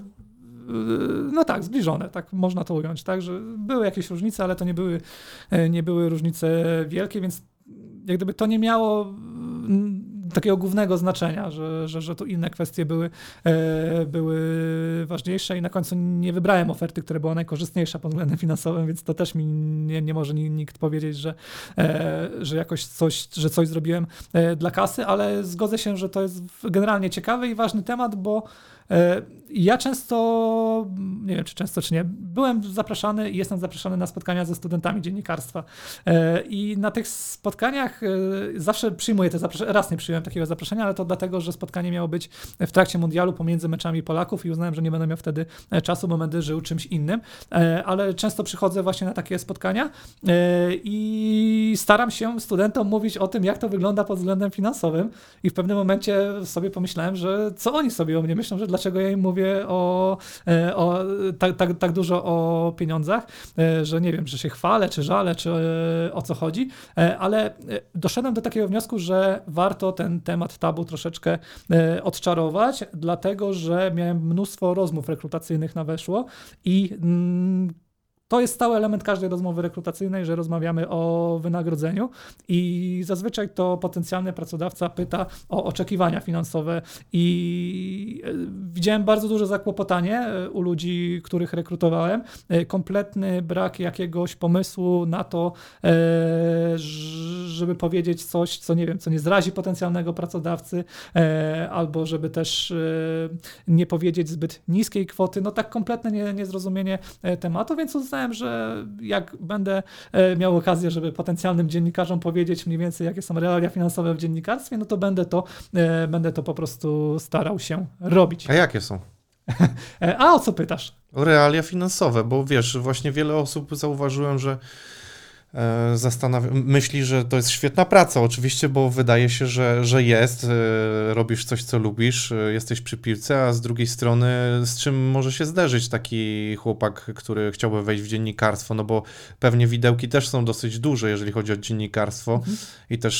no tak, zbliżone, tak można to ująć, tak, że były jakieś różnice, ale to nie były, nie były różnice wielkie, więc jak gdyby to nie miało takiego głównego znaczenia, że, że, że tu inne kwestie były, e, były ważniejsze i na końcu nie wybrałem oferty, która była najkorzystniejsza pod względem finansowym, więc to też mi nie, nie może nikt powiedzieć, że, e, że jakoś coś, że coś zrobiłem e, dla kasy, ale zgodzę się, że to jest generalnie ciekawy i ważny temat, bo e, ja często, nie wiem czy często czy nie, byłem zapraszany i jestem zapraszany na spotkania ze studentami dziennikarstwa e, i na tych spotkaniach e, zawsze przyjmuję te zaproszenia, raz nie przyjąłem takiego zaproszenia, ale to dlatego, że spotkanie miało być w trakcie mundialu pomiędzy meczami Polaków i uznałem, że nie będę miał wtedy czasu, bo będę żył czymś innym, e, ale często przychodzę właśnie na takie spotkania e, i staram się studentom mówić o tym, jak to wygląda pod względem finansowym i w pewnym momencie sobie pomyślałem, że co oni sobie o mnie myślą, że dlaczego ja im mówię o, o tak, tak, tak dużo o pieniądzach, że nie wiem, że się chwalę, czy żalę, czy o co chodzi, ale doszedłem do takiego wniosku, że warto ten temat tabu troszeczkę odczarować, dlatego, że miałem mnóstwo rozmów rekrutacyjnych na weszło i mm, to jest stały element każdej rozmowy rekrutacyjnej, że rozmawiamy o wynagrodzeniu i zazwyczaj to potencjalny pracodawca pyta o oczekiwania finansowe i widziałem bardzo duże zakłopotanie u ludzi, których rekrutowałem, kompletny brak jakiegoś pomysłu na to, żeby powiedzieć coś, co nie wiem, co nie zrazi potencjalnego pracodawcy, albo żeby też nie powiedzieć zbyt niskiej kwoty, no tak kompletne nie, niezrozumienie tematu, więc uznałem, że jak będę miał okazję, żeby potencjalnym dziennikarzom powiedzieć mniej więcej, jakie są realia finansowe w dziennikarstwie, no to będę to, będę to po prostu starał się robić. A jakie są? A o co pytasz? O realia finansowe, bo wiesz, właśnie wiele osób zauważyłem, że Zastanawia, myśli, że to jest świetna praca oczywiście, bo wydaje się, że, że jest, robisz coś, co lubisz, jesteś przy piłce, a z drugiej strony z czym może się zderzyć taki chłopak, który chciałby wejść w dziennikarstwo, no bo pewnie widełki też są dosyć duże, jeżeli chodzi o dziennikarstwo mhm. i też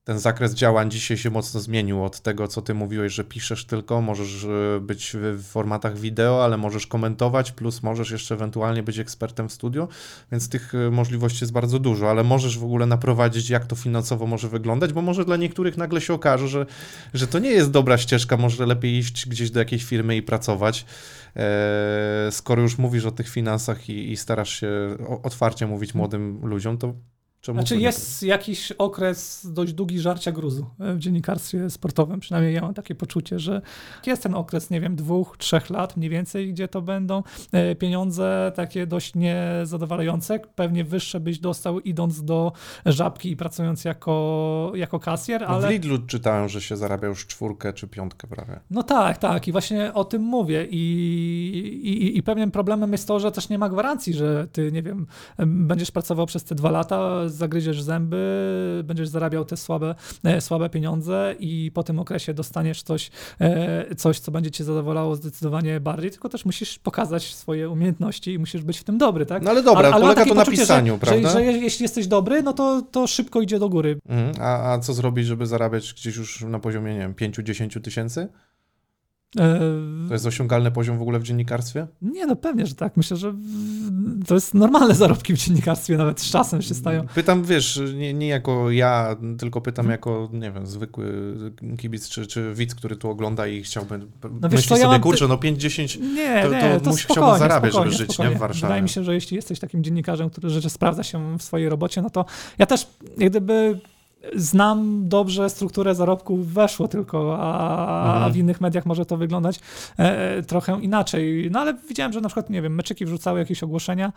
ten zakres działań dzisiaj się mocno zmienił od tego, co ty mówiłeś, że piszesz tylko, możesz być w formatach wideo, ale możesz komentować, plus możesz jeszcze ewentualnie być ekspertem w studiu, więc tych możliwości jest bardzo dużo, ale możesz w ogóle naprowadzić, jak to finansowo może wyglądać, bo może dla niektórych nagle się okaże, że, że to nie jest dobra ścieżka, może lepiej iść gdzieś do jakiejś firmy i pracować. Eee, skoro już mówisz o tych finansach i, i starasz się otwarcie mówić młodym ludziom, to czemu Znaczy to nie jest jakiś okres dość długi żarcia gruzu w dziennikarstwie sportowym, przynajmniej ja mam takie poczucie, że jest ten okres, nie wiem, dwóch, trzech lat mniej więcej, gdzie to będą pieniądze takie dość niezadowalające, pewnie wyższe byś dostał idąc do Żabki i pracując jako, jako kasjer, ale... No w Lidlu czytałem, że się zarabia już czwórkę czy piątkę prawie. No tak, tak i właśnie o tym mówię i, i, i pewnym problemem jest to, że też nie ma gwarancji, że ty, nie wiem, będziesz pracował przez te dwa lata, zagryziesz zęby, będziesz zarabiał te słabe, słabe pieniądze i po tym okresie dostaniesz coś, coś, co będzie cię zadowalało zdecydowanie bardziej, tylko też musisz pokazać swoje umiejętności i musisz być w tym dobry, tak? No ale dobra, ale polega to na poczucie, pisaniu, że, prawda? Że, że jeśli jesteś dobry, no to, to szybko idzie do góry. Mhm. A, a co zrobić, żeby zarabiać gdzieś już na poziomie, nie wiem, pięć do dziesięciu tysięcy? To jest osiągalny poziom w ogóle w dziennikarstwie? Nie, no pewnie, że tak. Myślę, że to jest normalne zarobki w dziennikarstwie, nawet z czasem się stają. Pytam, wiesz, nie, nie jako ja, tylko pytam hmm. jako, nie wiem, zwykły kibic czy, czy widz, który tu ogląda i chciałby, no myśli sobie, ja mam... kurczę, no pięć dziesięć nie, to, nie, to, to musi spokojnie, chciałby zarabiać, spokojnie, żeby żyć, spokojnie. nie, w Warszawie. Wydaje mi się, że jeśli jesteś takim dziennikarzem, który rzeczy sprawdza się w swojej robocie, no to ja też jak gdyby znam dobrze strukturę zarobków, weszło tylko, a, mhm. a w innych mediach może to wyglądać e, trochę inaczej. No ale widziałem, że na przykład, nie wiem, meczyki wrzucały jakieś ogłoszenia,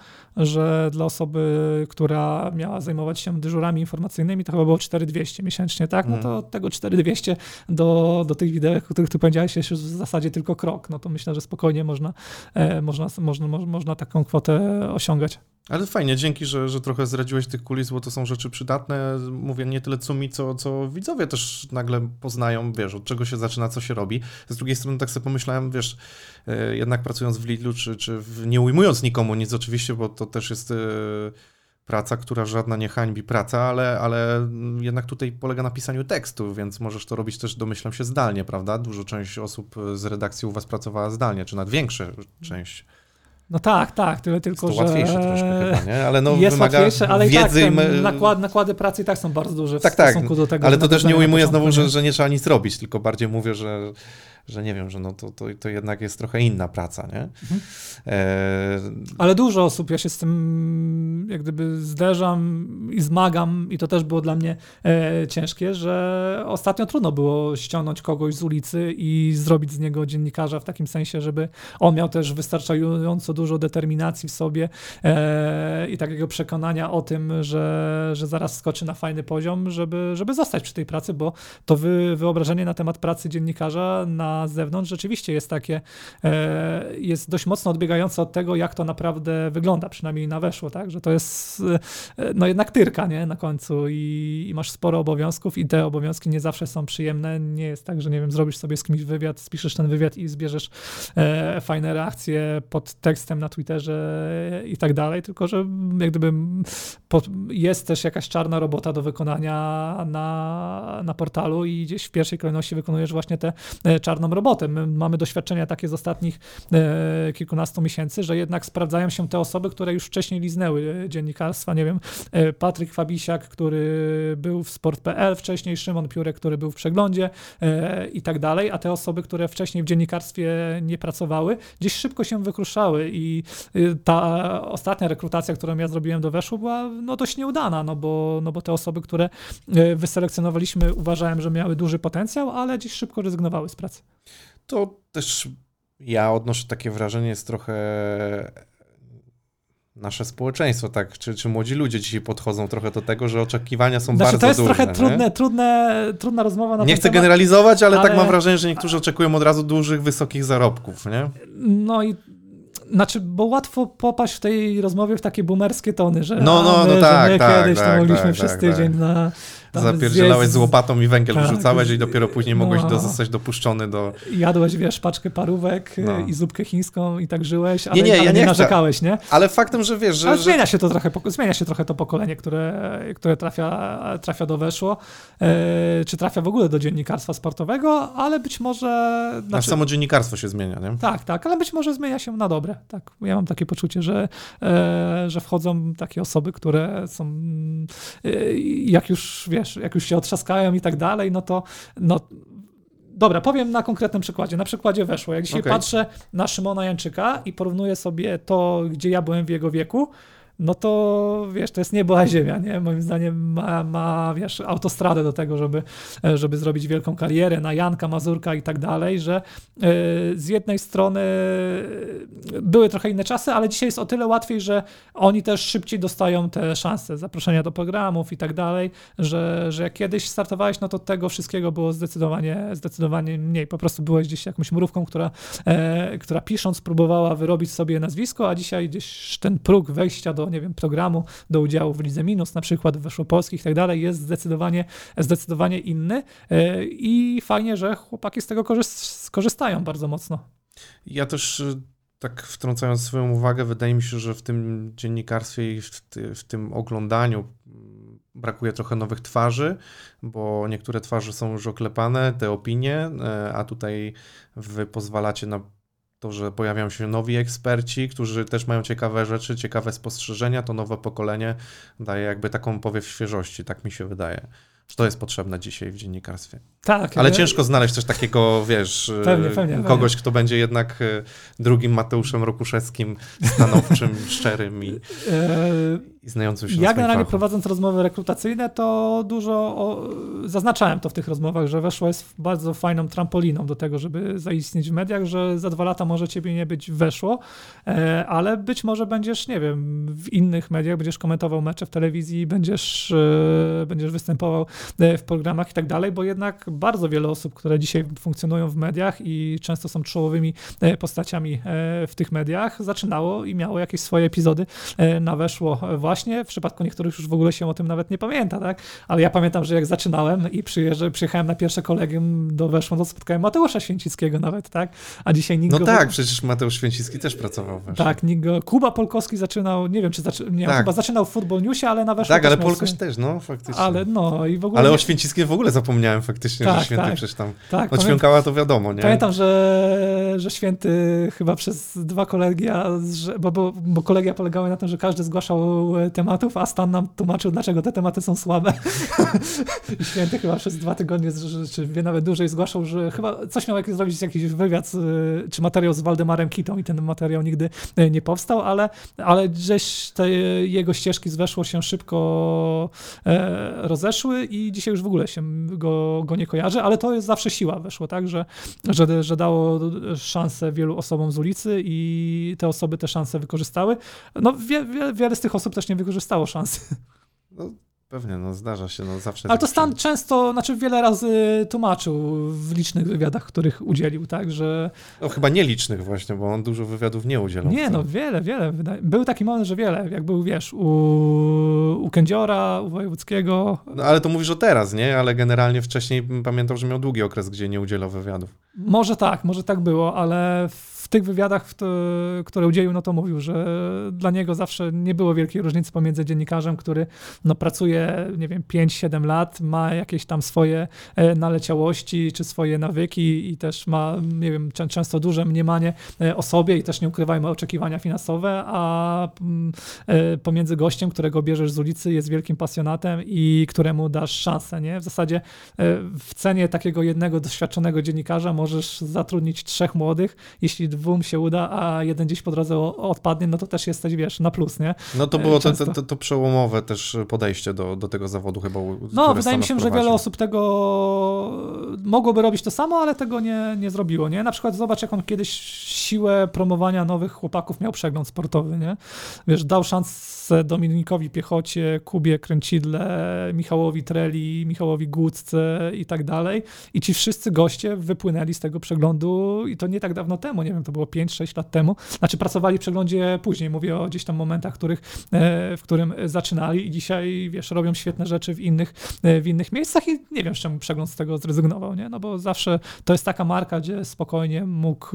że dla osoby, która miała zajmować się dyżurami informacyjnymi, to chyba było cztery tysiące dwieście miesięcznie, tak? No to od tego cztery tysiące dwieście do, do tych wideo, o których ty powiedziałeś, jest już w zasadzie tylko krok. No to myślę, że spokojnie można, e, można, można, można taką kwotę osiągać. Ale fajnie, dzięki, że, że trochę zdradziłeś tych kulis, bo to są rzeczy przydatne. Mówię nie tyle co mi, co, co widzowie też nagle poznają, wiesz, od czego się zaczyna, co się robi. Z drugiej strony tak sobie pomyślałem, wiesz, jednak pracując w Lidlu, czy, czy w, nie ujmując nikomu nic oczywiście, bo to też jest praca, która żadna nie hańbi praca, ale, ale jednak tutaj polega na pisaniu tekstu, więc możesz to robić też, domyślam się, zdalnie, prawda? Dużo część osób z redakcji u was pracowała zdalnie, czy nawet większa część. No tak, tak, tyle tylko, to że... łatwiejsze troszkę chyba, nie? Ale no jest wymaga łatwiejsze, ale wiedzy i tak i... nakład, nakłady pracy i tak są bardzo duże w tak, stosunku tak, do tego. ale to też nie ujmuję początku, znowu, nie? że, że nie trzeba nic robić, tylko bardziej mówię, że, że nie wiem, że no to, to, to jednak jest trochę inna praca, nie? Mhm. E... Ale dużo osób, ja się z tym jak gdyby zderzam i zmagam i to też było dla mnie e, ciężkie, że ostatnio trudno było ściągnąć kogoś z ulicy i zrobić z niego dziennikarza w takim sensie, żeby on miał też wystarczająco dużo determinacji w sobie e, i takiego przekonania o tym, że, że zaraz skoczy na fajny poziom, żeby, żeby zostać przy tej pracy, bo to wy, wyobrażenie na temat pracy dziennikarza na zewnątrz rzeczywiście jest takie, e, jest dość mocno odbiegające od tego, jak to naprawdę wygląda, przynajmniej na weszło, tak, że to jest e, no jednak tyrka, nie, na końcu i, i masz sporo obowiązków i te obowiązki nie zawsze są przyjemne, nie jest tak, że nie wiem, zrobisz sobie z kimś wywiad, spiszesz ten wywiad i zbierzesz e, fajne reakcje pod tekstem na Twitterze i tak dalej, tylko że jak gdyby po, jest też jakaś czarna robota do wykonania na, na portalu i gdzieś w pierwszej kolejności wykonujesz właśnie tę czarną robotę. My mamy doświadczenia takie z ostatnich e, kilkunastu miesięcy, że jednak sprawdzają się te osoby, które już wcześniej liznęły dziennikarstwa, nie wiem, e, Patryk Fabisiak, który był w sport kropka p l wcześniej, Szymon Piórek, który był w Przeglądzie e, i tak dalej, a te osoby, które wcześniej w dziennikarstwie nie pracowały, gdzieś szybko się wykruszały i ta ostatnia rekrutacja, którą ja zrobiłem do Weszło, była no, dość nieudana, no bo, no bo te osoby, które wyselekcjonowaliśmy, uważałem, że miały duży potencjał, ale gdzieś szybko rezygnowały z pracy. To też ja odnoszę takie wrażenie, jest trochę nasze społeczeństwo, tak, czy, czy młodzi ludzie dzisiaj podchodzą trochę do tego, że oczekiwania są znaczy, bardzo duże. To jest duże, trochę trudne, trudne, trudna rozmowa na Nie ten chcę temat, generalizować, ale, ale tak mam wrażenie, że a... niektórzy oczekują od razu dużych, wysokich zarobków, nie? No i Znaczy, bo łatwo popaść w tej rozmowie w takie boomerskie tony, że no, no, a, my, no tak, że my tak, kiedyś tak, to mogliśmy tak, przez tak, tydzień tak. na... Zapierdzielałeś zjedz... z łopatą i węgiel tak, wrzucałeś i dopiero później no, mogłeś do, zostać dopuszczony do... Jadłeś, wiesz, paczkę parówek no. i zupkę chińską i tak żyłeś, ale nie, nie, ale ja nie nie narzekałeś, nie? Ale faktem, że wiesz, że... Ale że... zmienia się to trochę, zmienia się trochę to pokolenie, które, które trafia, trafia do Weszło, e, czy trafia w ogóle do dziennikarstwa sportowego, ale być może... Znaczy, Znaczy, samo dziennikarstwo się zmienia, nie? Tak, tak, ale być może zmienia się na dobre. Tak. Ja mam takie poczucie, że, e, że wchodzą takie osoby, które są, e, jak już, wiesz, jak już się otrzaskają i tak dalej, no to no, dobra, powiem na konkretnym przykładzie. Na przykładzie Weszło. Jak dzisiaj Okay. patrzę na Szymona Janczyka i porównuję sobie to, gdzie ja byłem w jego wieku, no to wiesz, to jest niebo a ziemia, nie? Moim zdaniem ma, ma wiesz, autostradę do tego, żeby, żeby zrobić wielką karierę na Janka, Mazurka i tak dalej, że yy, z jednej strony były trochę inne czasy, ale dzisiaj jest o tyle łatwiej, że oni też szybciej dostają te szanse, zaproszenia do programów i tak dalej, że, że jak kiedyś startowałeś, no to tego wszystkiego było zdecydowanie, zdecydowanie mniej. Po prostu byłeś gdzieś jakąś mrówką, która, e, która pisząc próbowała wyrobić sobie nazwisko, a dzisiaj gdzieś ten próg wejścia do nie wiem, programu do udziału w Lidze Minus, na przykład w Weszłopolskich i tak dalej, jest zdecydowanie, zdecydowanie inny i fajnie, że chłopaki z tego korzystają bardzo mocno. Ja też tak wtrącając swoją uwagę, wydaje mi się, że w tym dziennikarstwie i w, ty, w tym oglądaniu brakuje trochę nowych twarzy, bo niektóre twarze są już oklepane, te opinie, a tutaj wy pozwalacie na to, że pojawiają się nowi eksperci, którzy też mają ciekawe rzeczy, ciekawe spostrzeżenia, to nowe pokolenie daje jakby taką powiew świeżości, tak mi się wydaje, że to jest potrzebne dzisiaj w dziennikarstwie. Tak. Ale ciężko znaleźć też takiego, wiesz, pewnie, pewnie, kogoś, pewnie. kto będzie jednak drugim Mateuszem Rokuszewskim, stanowczym, szczerym i, i znającym się ja na swoim generalnie fachu. prowadząc rozmowy rekrutacyjne, to dużo o, zaznaczałem to w tych rozmowach, że Weszło jest bardzo fajną trampoliną do tego, żeby zaistnieć w mediach, że za dwa lata może ciebie nie być Weszło, ale być może będziesz, nie wiem, w innych mediach, będziesz komentował mecze w telewizji, będziesz, będziesz występował w programach i tak dalej, bo jednak bardzo wiele osób, które dzisiaj funkcjonują w mediach i często są czołowymi postaciami w tych mediach, zaczynało i miało jakieś swoje epizody na Weszło właśnie. W przypadku niektórych już w ogóle się o tym nawet nie pamięta, tak? Ale ja pamiętam, że jak zaczynałem i przyjechałem na pierwsze kolegium do Weszło, to spotkałem Mateusza Święcickiego nawet, tak? A dzisiaj nikt No go... tak, w... przecież Mateusz Święcicki też pracował w Weszło. Tak, nikt go... Kuba Polkowski zaczynał, nie wiem, czy zaczy... nie, tak. chyba zaczynał w Football Newsie, ale na Weszło Tak, ale miał Polkoś sobie... też, no faktycznie. Ale no i w ogóle... Ale nie... o Święcickim w ogóle zapomniałem faktycznie, tak, że Święty tak, przecież tam... tak, no Ćwiąkała to wiadomo, nie? Pamiętam, że, że Święty chyba przez dwa kolegia, bo, bo, bo kolegia polegały na tym, że każdy zgłaszał tematów, a Stan nam tłumaczył, dlaczego te tematy są słabe. I Święty chyba przez dwa tygodnie, czy wie nawet dłużej, zgłaszał, że chyba coś miał jak zrobić jakiś wywiad, czy materiał z Waldemarem Kitą i ten materiał nigdy nie powstał, ale, ale gdzieś te jego ścieżki z Weszło się szybko e, rozeszły i dzisiaj już w ogóle się go, go nie kojarzy, ale to jest zawsze siła Weszło, tak, że, że, że dało szansę wielu osobom z ulicy i te osoby te szanse wykorzystały. No wie, wie, wiele z tych osób też nie wykorzystało szansy. No pewnie, no zdarza się, no zawsze... Ale to tak Stan się... często, znaczy wiele razy tłumaczył w licznych wywiadach, których udzielił, tak, że... No chyba nielicznych właśnie, bo on dużo wywiadów nie udzielał. Nie, no wiele, wiele. Był taki moment, że wiele, jak był, wiesz, u, u Kędziora, u Wojewódzkiego. No ale to mówisz o teraz, nie? Ale generalnie wcześniej pamiętam, że miał długi okres, gdzie nie udzielał wywiadów. Może tak, może tak było, ale w tych wywiadach, w to, które udzielił, no to mówił, że dla niego zawsze nie było wielkiej różnicy pomiędzy dziennikarzem, który no, pracuje, nie wiem, pięć siedem lat, ma jakieś tam swoje naleciałości, czy swoje nawyki i też ma, nie wiem, często duże mniemanie o sobie i też nie ukrywajmy oczekiwania finansowe, a pomiędzy gościem, którego bierzesz z ulicy, jest wielkim pasjonatem i któremu dasz szansę, nie? W zasadzie w cenie takiego jednego doświadczonego dziennikarza możesz zatrudnić trzech młodych, jeśli dwóm się uda, a jeden gdzieś po drodze odpadnie, no to też jesteś, wiesz, na plus, nie? No to było to, to, to przełomowe też podejście do, do tego zawodu chyba. No, wydaje mi się, że wiele osób tego mogłoby robić to samo, ale tego nie, nie zrobiło, nie? Na przykład zobacz, jak on kiedyś siłę promowania nowych chłopaków miał przegląd sportowy, nie? Wiesz, dał szansę Dominikowi Piechocie, Kubie Kręcidle, Michałowi Treli, Michałowi Gucce i tak dalej. I ci wszyscy goście wypłynęli z tego przeglądu i to nie tak dawno temu, nie wiem, to to było pięć sześć lat temu. Znaczy pracowali w Przeglądzie później, mówię o gdzieś tam momentach, których, w którym zaczynali i dzisiaj, wiesz, robią świetne rzeczy w innych, w innych miejscach i nie wiem, z czemu Przegląd z tego zrezygnował, nie? No bo zawsze to jest taka marka, gdzie spokojnie mógł,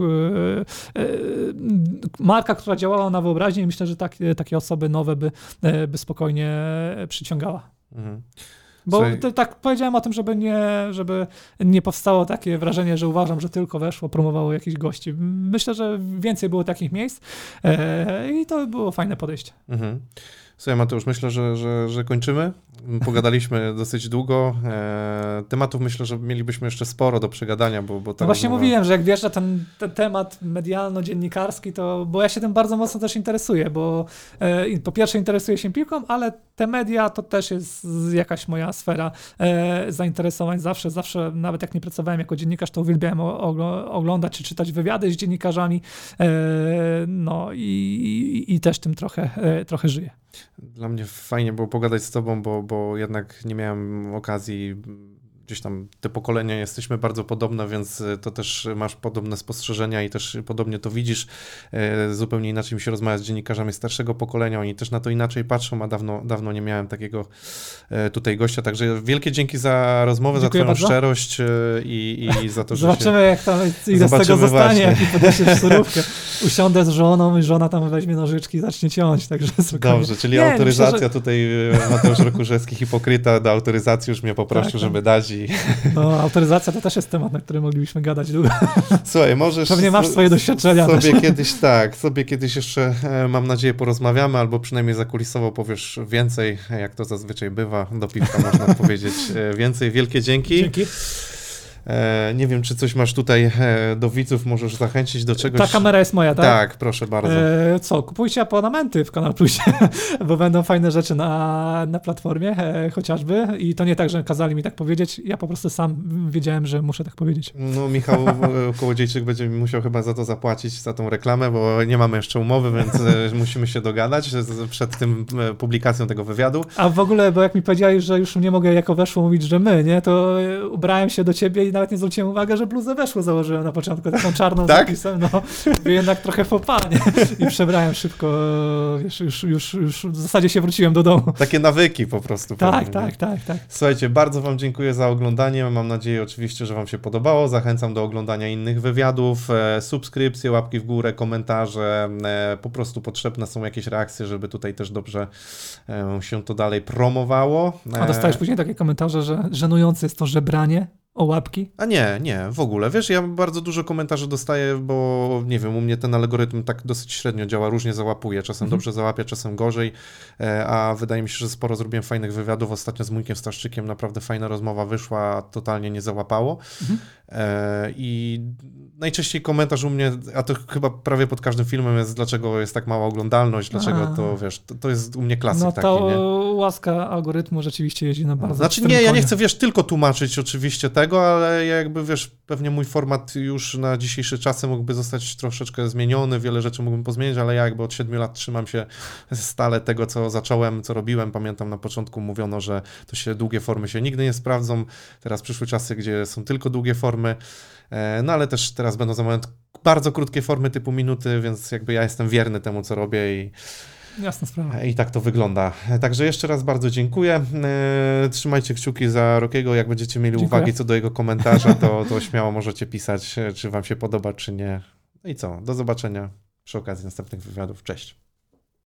marka, która działała na wyobraźnię i myślę, że tak, takie osoby nowe by, by spokojnie przyciągała. Mhm. Bo to, tak powiedziałem o tym, żeby nie, żeby nie powstało takie wrażenie, że uważam, że tylko weszło, promowało jakichś gości. Myślę, że więcej było takich miejsc e, i to było fajne podejście. Mhm. Słuchaj, Mateusz, myślę, że, że, że kończymy. Pogadaliśmy dosyć długo. E, tematów myślę, że mielibyśmy jeszcze sporo do przegadania, bo, bo no właśnie rozmowa... mówiłem, że jak wjeżdża ten, ten temat medialno-dziennikarski, to bo ja się tym bardzo mocno też interesuję, bo e, po pierwsze interesuję się piłką, ale te media to też jest jakaś moja sfera e, zainteresowań. Zawsze, zawsze, nawet jak nie pracowałem jako dziennikarz, to uwielbiałem o, o, oglądać czy czytać wywiady z dziennikarzami. E, no i, i, i też tym trochę, e, trochę żyję. Dla mnie fajnie było pogadać z tobą, bo, bo jednak nie miałem okazji, gdzieś tam te pokolenia jesteśmy bardzo podobne, więc to też masz podobne spostrzeżenia i też podobnie to widzisz. Zupełnie inaczej mi się rozmawia z dziennikarzami starszego pokolenia, oni też na to inaczej patrzą, a dawno, dawno nie miałem takiego tutaj gościa, także wielkie dzięki za rozmowę, Dziękuję za twoją bardzo. szczerość i, i za to, że Zobaczymy, się... jak tam ile z tego zostanie, jak mi podniesie surówkę. Usiądę z żoną i żona tam weźmie nożyczki i zacznie ciąć, także spokojnie. Dobrze, czyli nie, autoryzacja myślę, że... tutaj Mateusz Rokurzewski, hipokryta, do autoryzacji już mnie poprosił, tak, żeby dać i... No, autoryzacja to też jest temat, na który moglibyśmy gadać długo. Słuchaj, możesz... Pewnie masz swoje doświadczenia sobie też. kiedyś, tak, sobie kiedyś jeszcze, mam nadzieję, porozmawiamy, albo przynajmniej zakulisowo powiesz więcej, jak to zazwyczaj bywa, do piwka można powiedzieć więcej. Wielkie dzięki. Dzięki. E, nie wiem, czy coś masz tutaj e, do widzów, możesz zachęcić do czegoś. Ta kamera jest moja, tak? Tak, proszę bardzo. E, co, kupujcie abonamenty w Kanal Plusie, bo będą fajne rzeczy na, na platformie e, chociażby i to nie tak, że kazali mi tak powiedzieć, ja po prostu sam wiedziałem, że muszę tak powiedzieć. No Michał Kołodziejczyk będzie mi musiał chyba za to zapłacić, za tą reklamę, bo nie mamy jeszcze umowy, więc e, musimy się dogadać przed tym e, publikacją tego wywiadu. A w ogóle, bo jak mi powiedziałeś, że już nie mogę jako weszło mówić, że my, nie, to ubrałem się do ciebie i nawet nie zwróciłem uwagi, że bluzę weszło założyłem na początku, taką czarną tak? zapisem, no jednak trochę fopanie i przebrałem szybko, wiesz, już, już, już w zasadzie się wróciłem do domu. Takie nawyki po prostu. Tak, pewnie, tak, tak, tak. Słuchajcie, bardzo wam dziękuję za oglądanie, mam nadzieję oczywiście, że wam się podobało, zachęcam do oglądania innych wywiadów, e, subskrypcje, łapki w górę, komentarze, e, po prostu potrzebne są jakieś reakcje, żeby tutaj też dobrze e, się to dalej promowało. E, A dostajesz później takie komentarze, że żenujące jest to żebranie o łapki? A nie, nie, w ogóle. Wiesz, ja bardzo dużo komentarzy dostaję, bo nie wiem, u mnie ten algorytm tak dosyć średnio działa, różnie załapuje. Czasem mhm. dobrze załapie, czasem gorzej, a wydaje mi się, że sporo zrobiłem fajnych wywiadów. Ostatnio z Mójkiem Staszczykiem naprawdę fajna rozmowa wyszła, totalnie nie załapało. Mhm. I najczęściej komentarz u mnie, a to chyba prawie pod każdym filmem jest, dlaczego jest tak mała oglądalność, dlaczego a. to, wiesz, to, to jest u mnie klasyk no taki, nie? No to łaska algorytmu rzeczywiście jeździ na bardzo. Znaczy nie, ja nie chcę, wiesz, tylko tłumaczyć oczywiście tego, ale ja jakby, wiesz, pewnie mój format już na dzisiejsze czasy mógłby zostać troszeczkę zmieniony, wiele rzeczy mógłbym pozmieniać, ale ja jakby od siedmiu lat trzymam się stale tego, co zacząłem, co robiłem. Pamiętam na początku mówiono, że to się długie formy się nigdy nie sprawdzą. Teraz przyszły czasy, gdzie są tylko długie formy, no ale też teraz będą za moment bardzo krótkie formy typu minuty, więc jakby ja jestem wierny temu, co robię i Jasna sprawa. I tak to wygląda. Także jeszcze raz bardzo dziękuję. Trzymajcie kciuki za Rokiego. Jak będziecie mieli Dziękuję. uwagi co do jego komentarza, to, to śmiało możecie pisać, czy wam się podoba, czy nie. No i co? Do zobaczenia przy okazji następnych wywiadów. Cześć.